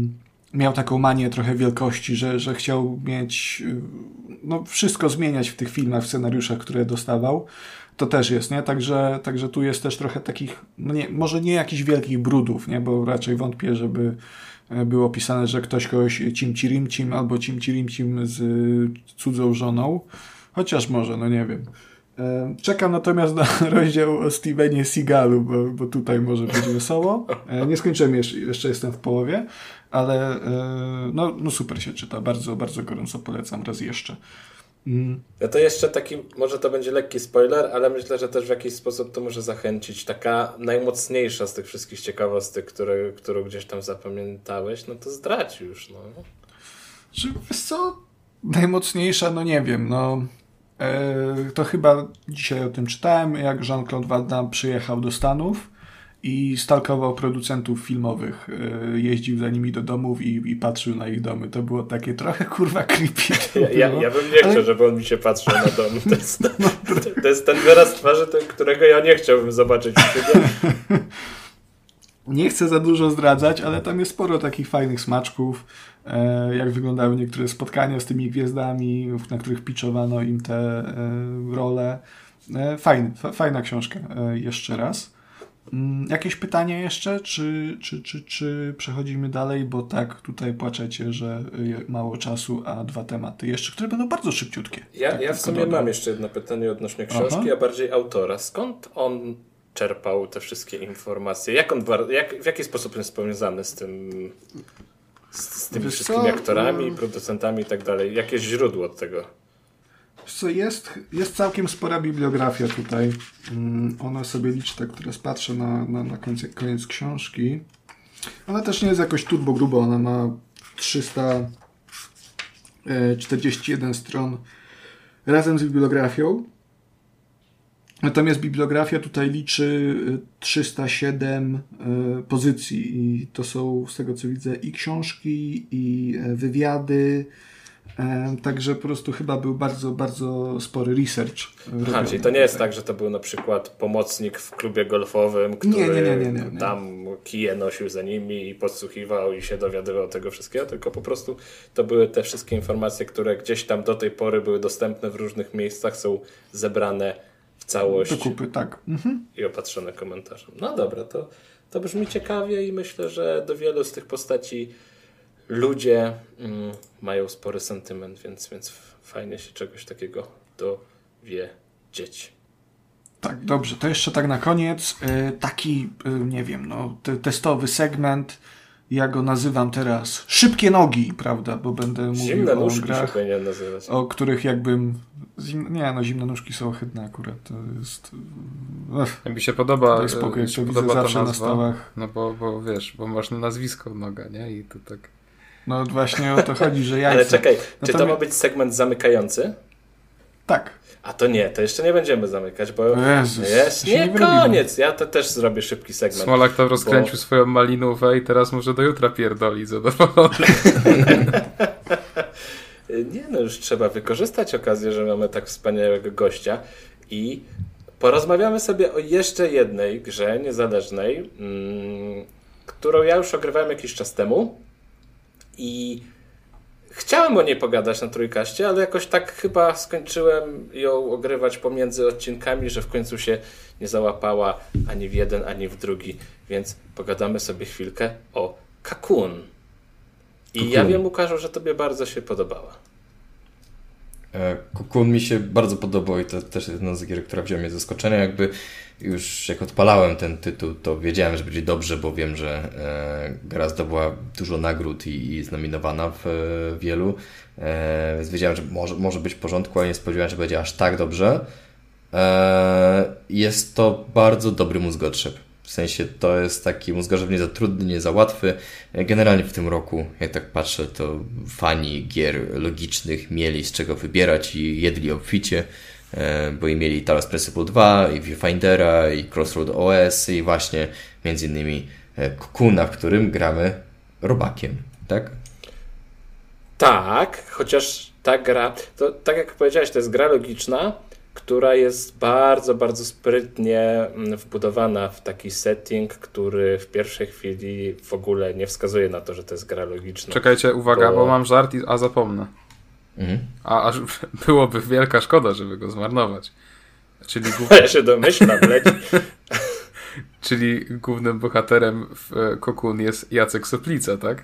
miał taką manię trochę wielkości, że chciał mieć wszystko zmieniać w tych filmach, w scenariuszach, które dostawał. To też jest, nie? Także tu jest też trochę takich, może nie jakichś wielkich brudów, nie? Bo raczej wątpię, żeby było opisane, że ktoś kogoś cimci-rimcim albo cimci-rimcim z cudzą żoną. Chociaż może, nie wiem. Czekam natomiast na rozdział o Stevenie Seagalu, bo tutaj może być wesoło. Nie skończyłem jeszcze jestem w połowie, ale super się czyta. Bardzo, bardzo gorąco polecam raz jeszcze. No to jeszcze taki, może to będzie lekki spoiler, ale myślę, że też w jakiś sposób to może zachęcić. Taka najmocniejsza z tych wszystkich ciekawostek, którą gdzieś tam zapamiętałeś, no to zdradź już. Wiesz co? Najmocniejsza, nie wiem, to chyba dzisiaj o tym czytałem, jak Jean-Claude Van Damme przyjechał do Stanów i stalkował producentów filmowych. Jeździł za nimi do domów i patrzył na ich domy. To było takie trochę kurwa creepy. Ja bym nie chciał, żeby on mi się patrzył na dom. To jest ten wyraz twarzy, którego ja nie chciałbym zobaczyć w filmie. Nie chcę za dużo zdradzać, ale tam jest sporo takich fajnych smaczków, jak wyglądały niektóre spotkania z tymi gwiazdami, na których pitchowano im te role. Fajna książka jeszcze raz. Jakieś pytania jeszcze? Czy przechodzimy dalej? Bo tak, tutaj płaczecie, że mało czasu, a 2 tematy jeszcze, które będą bardzo szybciutkie. Ja w sumie mam jeszcze jedno pytanie odnośnie książki, a bardziej autora. Skąd on czerpał te wszystkie informacje? W jaki sposób jest powiązany z tymi wszystkimi aktorami, producentami i tak dalej? Jakie źródło od tego? Jest całkiem spora bibliografia tutaj. Ona sobie liczy, tak teraz patrzę na koniec książki. Ona też nie jest jakoś turbo grubo, ona ma 341 stron razem z bibliografią. Natomiast bibliografia tutaj liczy 307 pozycji i to są, z tego co widzę, i książki, i wywiady. Także po prostu chyba był bardzo, bardzo spory research. Czyli to nie jest tak, że to był na przykład pomocnik w klubie golfowym, który nie. tam kije nosił za nimi i podsłuchiwał i się dowiadywał tego wszystkiego, tylko po prostu to były te wszystkie informacje, które gdzieś tam do tej pory były dostępne w różnych miejscach, są zebrane w całość. Do kupy, tak. I opatrzone komentarzem. No dobra, to brzmi ciekawie i myślę, że do wielu z tych postaci ludzie mają spory sentyment, więc fajnie się czegoś takiego dowiedzieć. Tak, dobrze. To jeszcze tak na koniec. Taki, nie wiem, testowy segment. Ja go nazywam teraz Szybkie Nogi, prawda? Bo będę mówił o grach, o których jakbym... Zimne nóżki są ohydne akurat. To jest... Mi się podoba, daj spokój, mi się podoba ta nazwa, na stałach. No bo wiesz, bo masz na nazwisko Noga, nie? I to tak... No właśnie o to chodzi, że ja... Ale czekaj, czy to ma być segment zamykający? Tak. A to nie, to jeszcze nie będziemy zamykać, bo Jezus, jest nie koniec. Ja to też zrobię szybki segment. Smolak tam rozkręcił swoją malinówę i teraz może do jutra pierdoli zadowolony. Nie, już trzeba wykorzystać okazję, że mamy tak wspaniałego gościa i porozmawiamy sobie o jeszcze jednej grze niezależnej, którą ja już ogrywałem jakiś czas temu i chciałem o niej pogadać na Trójkaście, ale jakoś tak chyba skończyłem ją ogrywać pomiędzy odcinkami, że w końcu się nie załapała ani w jeden, ani w drugi, więc pogadamy sobie chwilkę o Cocoon. I ja wiem, Łukaszu, że tobie bardzo się podobała. Cocoon mi się bardzo podobał i to też jest jedna z gier, która wzięła mnie z zaskoczenia. Jakby już jak odpalałem ten tytuł, to wiedziałem, że będzie dobrze, bo wiem, że gra zdobyła dużo nagród i jest nominowana w wielu. Więc wiedziałem, że może być w porządku, ale nie spodziewałem się, że będzie aż tak dobrze. Jest to bardzo dobry mózgotrzep. W sensie to jest taki mózgorzeb nie za trudny, nie za łatwy. Generalnie w tym roku, jak tak patrzę, to fani gier logicznych mieli z czego wybierać i jedli obficie, bo i mieli Talos Principle 2, i Viewfindera, i Crossroad OS, i właśnie między innymi Cocoona, w którym gramy robakiem, tak? Tak, chociaż ta gra, to tak jak powiedziałeś, to jest gra logiczna, która jest bardzo, bardzo sprytnie wbudowana w taki setting, który w pierwszej chwili w ogóle nie wskazuje na to, że to jest gra logiczna. Czekajcie, uwaga, bo mam żart, a zapomnę. A aż byłoby wielka szkoda, żeby go zmarnować. Czyli Ja się domyślam, leci. Czyli głównym bohaterem w Cocoon jest Jacek Soplica, tak?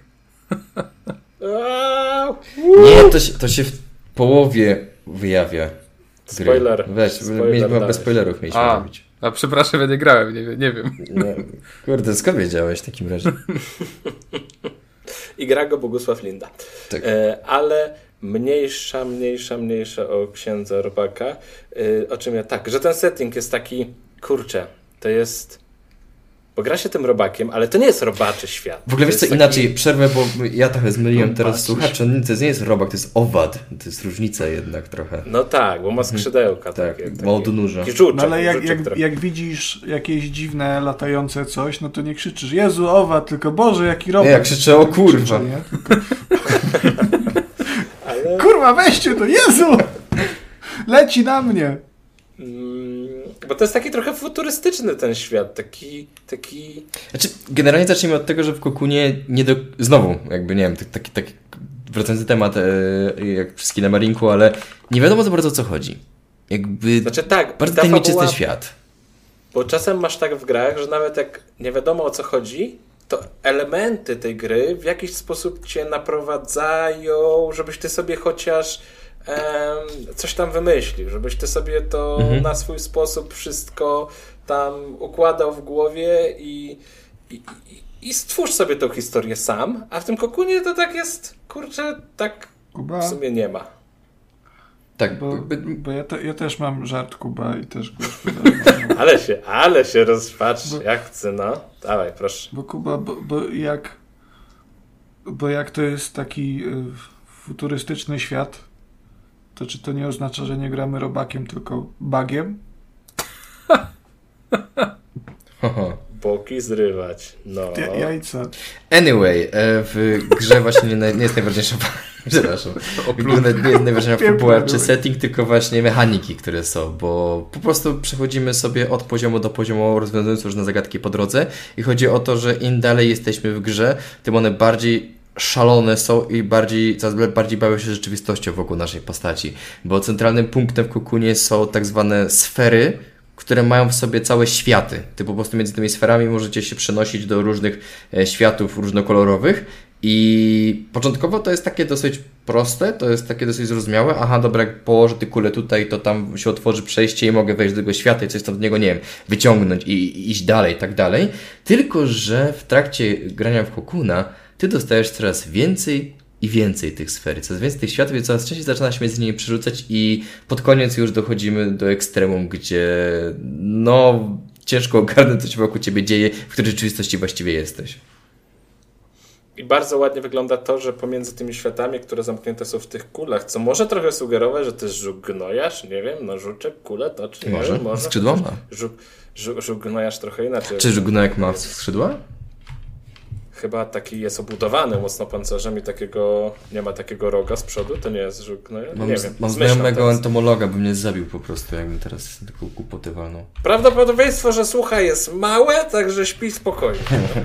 Nie, to się w połowie wyjawia. Spoiler. Weź, bez spoilerów mieliśmy robić. A przepraszam, ja nie grałem, nie wiem. No, kurde, skąd wiedziałeś w takim razie? I gra go Bogusław Linda. Tak. Ale mniejsza o księdza Robaka. O czym ja tak, że ten setting jest taki, kurczę, to jest... Bo gra się tym robakiem, ale to nie jest robaczy świat. W ogóle wiesz co, inaczej, przerwę, bo ja trochę zmyliłem teraz słuchaczy. To nie jest robak, to jest owad. To jest różnica jednak trochę. No tak, bo ma skrzydełka. Tak, takie, ma odnóża. No ale jak widzisz jakieś dziwne, latające coś, no to nie krzyczysz Jezu, owad, tylko Boże, jaki robak. Nie, ja krzyczę o kurwa. Ale... Kurwa, weźcie to, Jezu! Leci na mnie. Bo to jest taki trochę futurystyczny ten świat, taki... Znaczy, generalnie zacznijmy od tego, że w Kokunie znowu, jakby nie wiem, taki wracający temat, jak przy Skinamarinku, ale nie wiadomo za bardzo o co chodzi. Jakby znaczy tak, bardzo tajemniczysty świat. Bo czasem masz tak w grach, że nawet jak nie wiadomo o co chodzi, to elementy tej gry w jakiś sposób cię naprowadzają, żebyś ty sobie chociaż coś tam wymyślił, żebyś ty sobie to na swój sposób wszystko tam układał w głowie i stwórz sobie tą historię sam, a w tym Kokunie to tak jest, kurczę, tak Kuba? w sumie nie ma. Tak, bo ja też mam żart, Kuba, i też go ale się rozpatrz, jak chcę, no. Dawaj, proszę. Bo Kuba, bo jak to jest taki futurystyczny świat, to czy to nie oznacza, że nie gramy robakiem, tylko bagiem? Boki zrywać, no. Jajca. Anyway, w grze właśnie nie jest najważniejsza przepraszam. Nie jest najważniejsza fabuła czy setting, tylko właśnie mechaniki, które są, bo po prostu przechodzimy sobie od poziomu do poziomu, rozwiązując różne zagadki po drodze i chodzi o to, że im dalej jesteśmy w grze, tym one bardziej szalone są i coraz bardziej bawią się rzeczywistością wokół naszej postaci, bo centralnym punktem w Kokunie są tak zwane sfery, które mają w sobie całe światy. Ty po prostu między tymi sferami możecie się przenosić do różnych światów różnokolorowych i początkowo to jest takie dosyć proste, to jest takie dosyć zrozumiałe. Aha, dobra, jak położę tę kulę tutaj, to tam się otworzy przejście i mogę wejść do tego świata i coś tam z niego, nie wiem, wyciągnąć i iść dalej, tak dalej. Tylko że w trakcie grania w Kokuna ty dostajesz coraz więcej i więcej tych sfer, coraz więcej tych światów i coraz częściej zaczyna się między nimi przerzucać i pod koniec już dochodzimy do ekstremum, gdzie no ciężko ogarnąć, co się wokół ciebie dzieje, w której rzeczywistości właściwie jesteś. I bardzo ładnie wygląda to, że pomiędzy tymi światami, które zamknięte są w tych kulach, co może trochę sugerować, że to jest żuk gnojarz, nie wiem, no żuczek, kule, to czy może? Nie wiem, może. Skrzydła ma. Żuk gnojarz trochę inaczej. Czy żuk gnojak ma skrzydła? Chyba taki jest obudowany mocno pancerzem i nie ma takiego roga z przodu, to nie jest żuk gnojarz? Nie wiem. Mam znajomego entomologa, by mnie zabił po prostu, jakbym teraz taką głupotę walnął. Prawdopodobieństwo, że słucha jest małe, także śpi spokojnie.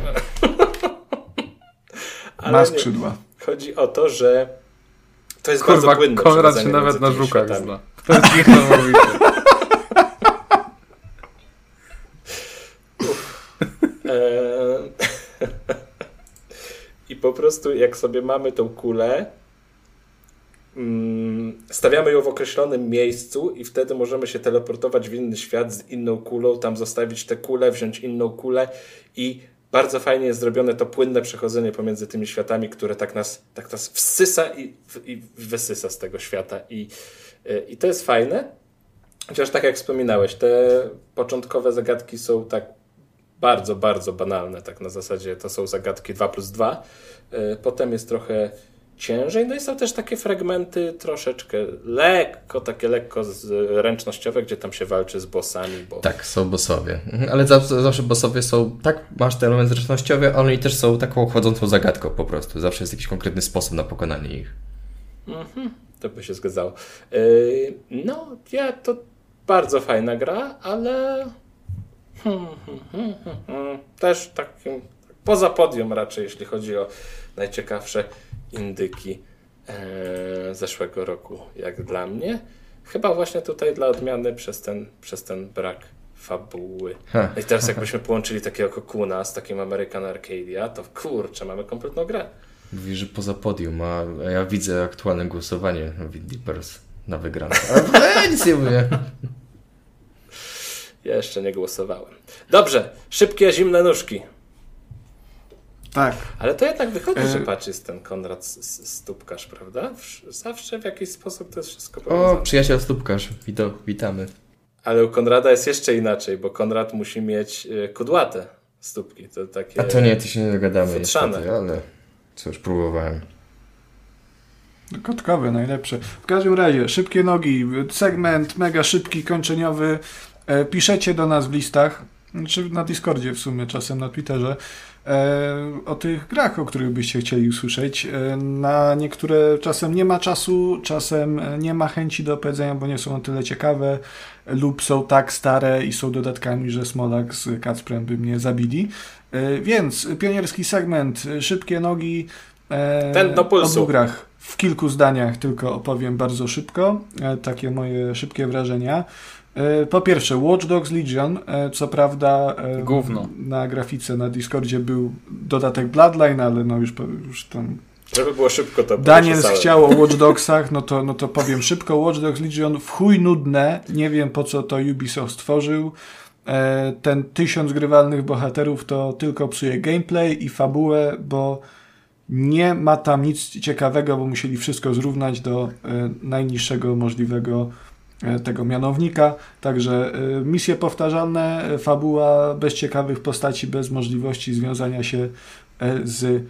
Ma skrzydła. Chodzi o to, że to jest Kurwa, bardzo płynne. Konrad się nawet na żukach zna. To jest niesamowite. I po prostu jak sobie mamy tą kulę, stawiamy ją w określonym miejscu i wtedy możemy się teleportować w inny świat z inną kulą, tam zostawić tę kulę, wziąć inną kulę i bardzo fajnie jest zrobione to płynne przechodzenie pomiędzy tymi światami, które tak nas wsysa i wysysa z tego świata. I to jest fajne. Chociaż tak jak wspominałeś, te początkowe zagadki są tak bardzo, bardzo banalne. Tak na zasadzie to są zagadki 2+2. Potem jest trochę ciężej. No i są też takie fragmenty troszeczkę takie lekko ręcznościowe, gdzie tam się walczy z bossami. Tak, są bossowie. Ale zawsze bossowie są, tak, masz ten element zręcznościowy, ale oni też są taką chodzącą zagadką po prostu. Zawsze jest jakiś konkretny sposób na pokonanie ich. To by się zgadzało. No, ja to bardzo fajna gra, ale też takim poza podium raczej, jeśli chodzi o najciekawsze indyki zeszłego roku, jak dla mnie. Chyba właśnie tutaj dla odmiany przez ten brak fabuły. I teraz jakbyśmy połączyli takiego Kokuna z takim American Arcadia, to kurczę, mamy kompletną grę. Mówi, że poza podium, a ja widzę aktualne głosowanie Dibbers na wygraną. Ale nic nie mówię. Ja jeszcze nie głosowałem. Dobrze, szybkie, zimne nóżki. Tak. Ale to jednak wychodzi, że patrz, jest ten Konrad Stópkarz, prawda? Zawsze w jakiś sposób to jest wszystko powiązane. O, przyjaciel Stópkarz, witamy. Ale u Konrada jest jeszcze inaczej, bo Konrad musi mieć kudłate stópki. To takie. A to nie, to się nie dogadamy futrzane. niestety, ale cóż, próbowałem. Kotkowe, najlepsze. W każdym razie, szybkie nogi, segment mega szybki, kończeniowy. Piszecie do nas w listach, czy na Discordzie w sumie, czasem na Twitterze, o tych grach, o których byście chcieli usłyszeć. Na niektóre czasem nie ma czasu, czasem nie ma chęci do opowiedzenia, bo nie są na tyle ciekawe, lub są tak stare i są dodatkami, że Smolak z Kacprem by mnie zabili. Więc pionierski segment, szybkie nogi, Ten do pulsu. o dwóch grach. W kilku zdaniach tylko opowiem bardzo szybko, takie moje szybkie wrażenia. Po pierwsze, Watch Dogs Legion, co prawda Gówno. na grafice na Discordzie był dodatek Bloodline, ale no już tam... Żeby było szybko, to Daniel chciał o Watch Dogsach, no to powiem szybko. Watch Dogs Legion w chuj nudne, nie wiem po co to Ubisoft stworzył. Ten 1000 grywalnych bohaterów to tylko psuje gameplay i fabułę, bo nie ma tam nic ciekawego, bo musieli wszystko zrównać do najniższego możliwego tego mianownika. Także misje powtarzalne, fabuła bez ciekawych postaci, bez możliwości związania się z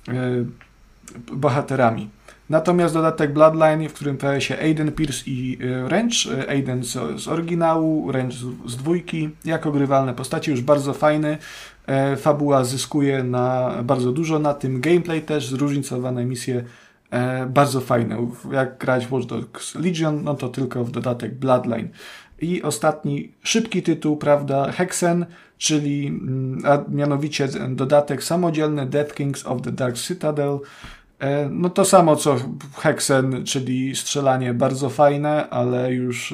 bohaterami. Natomiast dodatek Bloodline, w którym pojawia się Aiden Pierce i Wrench. Aiden z oryginału, Wrench z dwójki, jako grywalne postacie, już bardzo fajny. Fabuła zyskuje bardzo dużo na tym. Gameplay też, zróżnicowane misje, bardzo fajne. Jak grać w Watch Dogs Legion, no to tylko w dodatek Bloodline. I ostatni szybki tytuł, prawda, Hexen, czyli a mianowicie dodatek samodzielny Death Kings of the Dark Citadel. No to samo co Hexen, czyli strzelanie bardzo fajne, ale już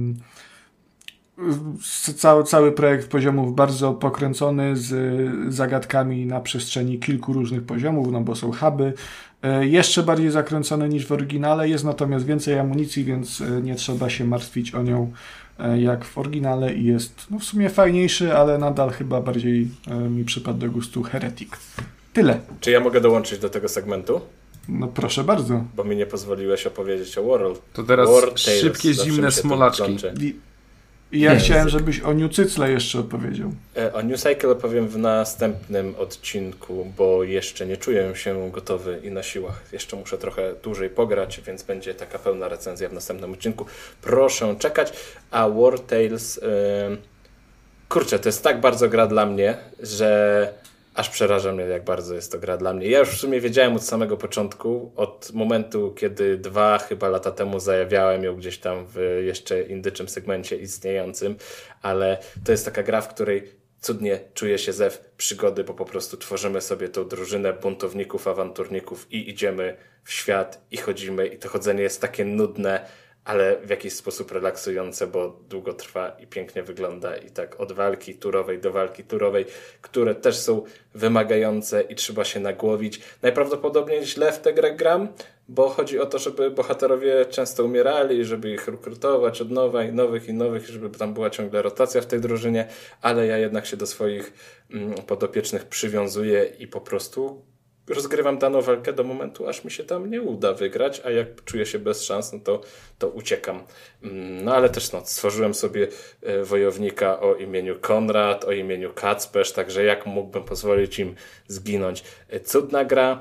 cały projekt poziomów bardzo pokręcony, z zagadkami na przestrzeni kilku różnych poziomów, no bo są huby. Jeszcze bardziej zakręcony niż w oryginale, jest natomiast więcej amunicji, więc nie trzeba się martwić o nią jak w oryginale i jest no w sumie fajniejszy, ale nadal chyba bardziej mi przypadł do gustu Heretic. Tyle. Czy ja mogę dołączyć do tego segmentu? No proszę bardzo. Bo mi nie pozwoliłeś opowiedzieć o World. To teraz War Tales. szybkie, Zawsze zimne mi się to smolaczki. plącze. I ja chciałem, żebyś o New Cycle jeszcze opowiedział. O New Cycle opowiem w następnym odcinku, bo jeszcze nie czuję się gotowy i na siłach. Jeszcze muszę trochę dłużej pograć, więc będzie taka pełna recenzja w następnym odcinku. Proszę czekać. A War Tales... Kurczę, to jest tak bardzo gra dla mnie, że aż przeraża mnie, jak bardzo jest to gra dla mnie. Ja już w sumie wiedziałem od samego początku, od momentu, kiedy 2 chyba lata temu zajawiałem ją gdzieś tam w jeszcze indyczym segmencie istniejącym, ale to jest taka gra, w której cudnie czuje się zew przygody, bo po prostu tworzymy sobie tą drużynę buntowników, awanturników i idziemy w świat i chodzimy i to chodzenie jest takie nudne, ale w jakiś sposób relaksujące, bo długo trwa i pięknie wygląda i tak od walki turowej do walki turowej, które też są wymagające i trzeba się nagłowić. Najprawdopodobniej źle w tę grę gram, bo chodzi o to, żeby bohaterowie często umierali, żeby ich rekrutować od nowa i nowych, żeby tam była ciągle rotacja w tej drużynie, ale ja jednak się do swoich podopiecznych przywiązuję i po prostu rozgrywam daną walkę do momentu, aż mi się tam nie uda wygrać, a jak czuję się bez szans, no to uciekam. No ale też stworzyłem sobie wojownika o imieniu Konrad, o imieniu Kacperz, także jak mógłbym pozwolić im zginąć. Cudna gra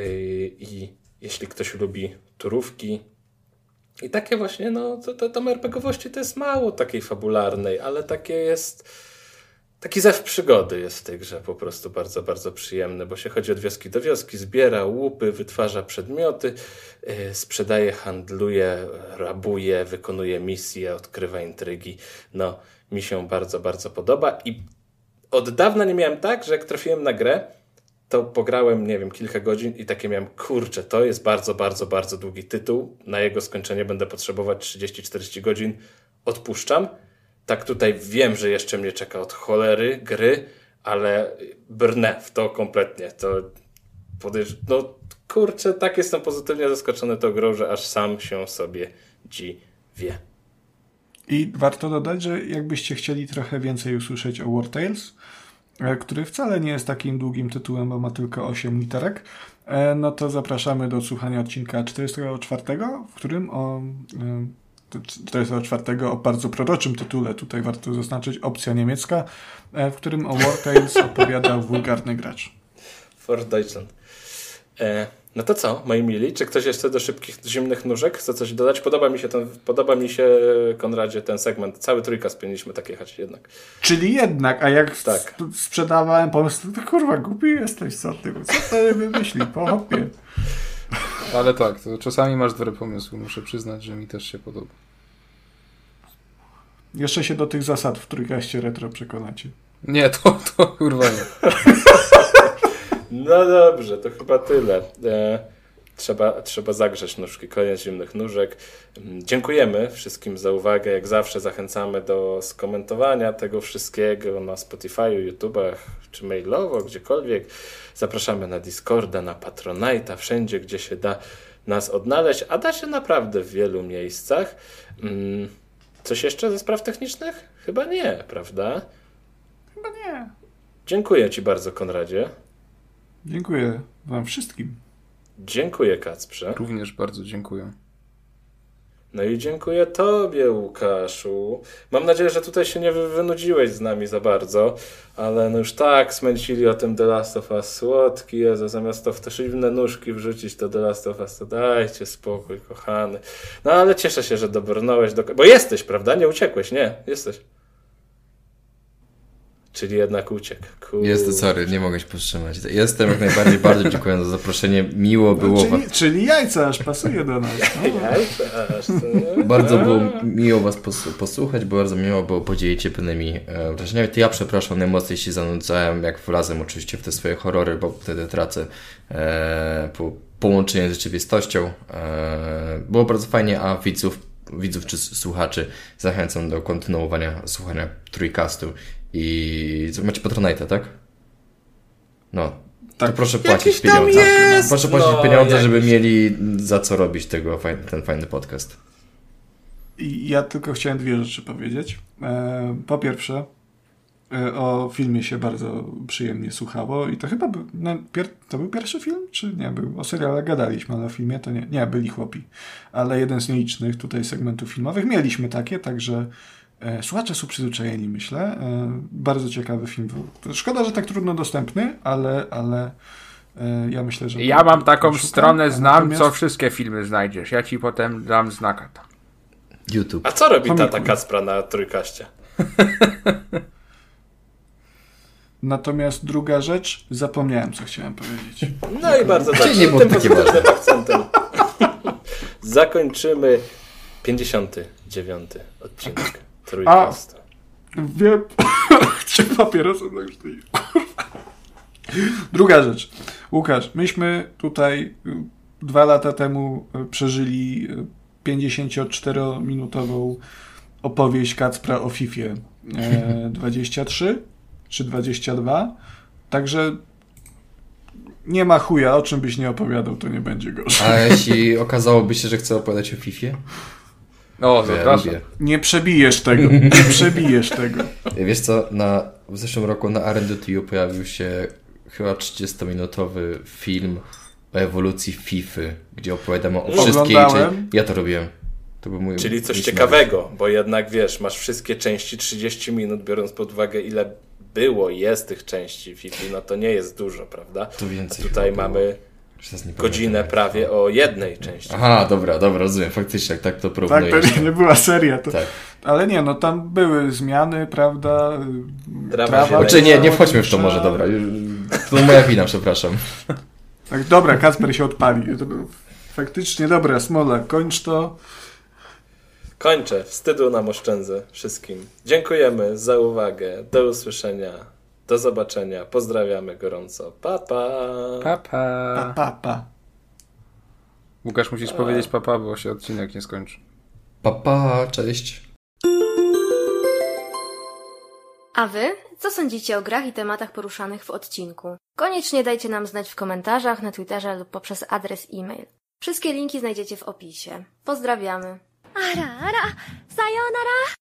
i jeśli ktoś lubi turówki i takie właśnie, no to RPG-owości to jest mało takiej fabularnej, ale takie jest taki zew przygody jest w tej grze po prostu bardzo, bardzo przyjemny, bo się chodzi od wioski do wioski, zbiera łupy, wytwarza przedmioty, sprzedaje, handluje, rabuje, wykonuje misje, odkrywa intrygi. No, mi się bardzo, bardzo podoba i od dawna nie miałem tak, że jak trafiłem na grę, to pograłem, nie wiem, kilka godzin i takie miałem, kurczę, to jest bardzo, bardzo, bardzo długi tytuł, na jego skończenie będę potrzebować 30-40 godzin, odpuszczam. Tak tutaj wiem, że jeszcze mnie czeka od cholery gry, ale brnę w to kompletnie. To no kurczę, tak jestem pozytywnie zaskoczony tą grą, że aż sam się sobie dziwię. I warto dodać, że jakbyście chcieli trochę więcej usłyszeć o War Tales, który wcale nie jest takim długim tytułem, bo ma tylko 8 literek, no to zapraszamy do słuchania odcinka 44, w którym o 44 o bardzo proroczym tytule, tutaj warto zaznaczyć, opcja niemiecka, w którym o War Tales opowiada wulgarny gracz. For Deutschland. No to co, moi mili? Czy ktoś jeszcze do szybkich, zimnych nóżek chce coś dodać? Podoba mi się, Konradzie, ten segment. Cały trójkast powinniśmy tak jechać jednak. Czyli jednak, a jak tak. Sprzedawałem pomysł, to kurwa głupi jesteś, co ty wymyśli, po hopie. Ale tak, to czasami masz dobre pomysły, muszę przyznać, że mi też się podoba. Jeszcze się do tych zasad w trójkaście retro przekonacie. Nie, to kurwa nie. No dobrze, to chyba tyle. Trzeba zagrzeć nóżki. Koniec zimnych nóżek. Dziękujemy wszystkim za uwagę. Jak zawsze zachęcamy do skomentowania tego wszystkiego na Spotify'u, YouTubach czy mailowo, gdziekolwiek. Zapraszamy na Discorda, na Patronite'a, wszędzie, gdzie się da nas odnaleźć, a da się naprawdę w wielu miejscach. Coś jeszcze ze spraw technicznych? Chyba nie, prawda? Chyba nie. Dziękuję Ci bardzo, Konradzie. Dziękuję wam wszystkim. Dziękuję, Kacprze. Również bardzo dziękuję. No i dziękuję Tobie, Łukaszu. Mam nadzieję, że tutaj się nie wynudziłeś z nami za bardzo, ale no już tak smęcili o tym The Last of Us. Słodki Jezu, zamiast to w te szywne nóżki wrzucić to The Last of Us, to dajcie spokój, kochany. No ale cieszę się, że dobrnąłeś bo jesteś, prawda? Nie uciekłeś, nie? Jesteś. Czyli jednak uciekł. Jest, sorry, nie mogę się powstrzymać. Jestem jak najbardziej, bardzo dziękuję za zaproszenie. Miło było czyli jajca aż pasuje do nas. Jajca aż. Bardzo było miło was posłuchać, bardzo miło było podzielić się pewnymi wrażeniami. To ja przepraszam, najmocniej się zanudzałem, jak wlazłem oczywiście w te swoje horrory, bo wtedy tracę połączenie z rzeczywistością. Było bardzo fajnie, a widzów czy słuchaczy zachęcam do kontynuowania słuchania trójkastu. I macie Patronite'a, tak? No. Tak. To proszę płacić pieniądze. Proszę płacić pieniądze, żeby mieli za co robić ten fajny podcast. I ja tylko chciałem dwie rzeczy powiedzieć. Po pierwsze, o filmie się bardzo przyjemnie słuchało i to chyba to był pierwszy film, czy nie był? O seriale gadaliśmy, ale o filmie to nie, byli chłopi. Ale jeden z nielicznych tutaj segmentów filmowych. Mieliśmy takie, także słuchacze są przyzwyczajeni, myślę. Bardzo ciekawy film był. Szkoda, że tak trudno dostępny, ale ja myślę, że... Ja mam taką stronę, co wszystkie filmy znajdziesz. Ja ci potem dam znaka tam. YouTube. A co robi tata Kacpra na trójkaście? Natomiast druga rzecz, zapomniałem, co chciałem powiedzieć. No i bardzo dobrze. Nie było takie ważne. Akcentem. Zakończymy 59. odcinek Trójkastu. Wiem, czy papierosem tak już tutaj. Druga rzecz. Łukasz, myśmy tutaj 2 lata temu przeżyli 54-minutową opowieść Kacpra o Fifie 23 czy 22. Także nie ma chuja, o czym byś nie opowiadał, to nie będzie gorzej. A jeśli okazałoby się, że chcę opowiadać o Fifie? O, zapraszam. Nie przebijesz tego. Nie przebijesz tego. Wiesz co, w zeszłym roku na R&D2 pojawił się chyba 30-minutowy film o ewolucji Fify, gdzie opowiadamy o wszystkiej... Ja to robiłem. To był mój... Czyli coś ciekawego, bo jednak wiesz, masz wszystkie części 30 minut, biorąc pod uwagę ile jest tych części Fifi, no to nie jest dużo, prawda? To więcej. A tutaj mamy godzinę prawie o jednej części. Aha, dobra, rozumiem. Faktycznie, jak tak to Tak, porównujesz. to nie była seria. To... Tak. Ale nie, no tam były zmiany, prawda? Trawa Znaczy nie wchodźmy w to może, dobra. To moja wina, przepraszam. Tak, dobra, Kacper się odpali. Faktycznie, dobra, Smola, kończ to. Kończę. Wstydu nam oszczędzę wszystkim. Dziękujemy za uwagę. Do usłyszenia. Do zobaczenia. Pozdrawiamy gorąco. Pa, pa. Pa. Pa. Łukasz, musisz powiedzieć papa, bo się odcinek nie skończy. Pa, cześć. A wy? Co sądzicie o grach i tematach poruszanych w odcinku? Koniecznie dajcie nam znać w komentarzach, na Twitterze lub poprzez adres e-mail. Wszystkie linki znajdziecie w opisie. Pozdrawiamy. Ara, sayonara.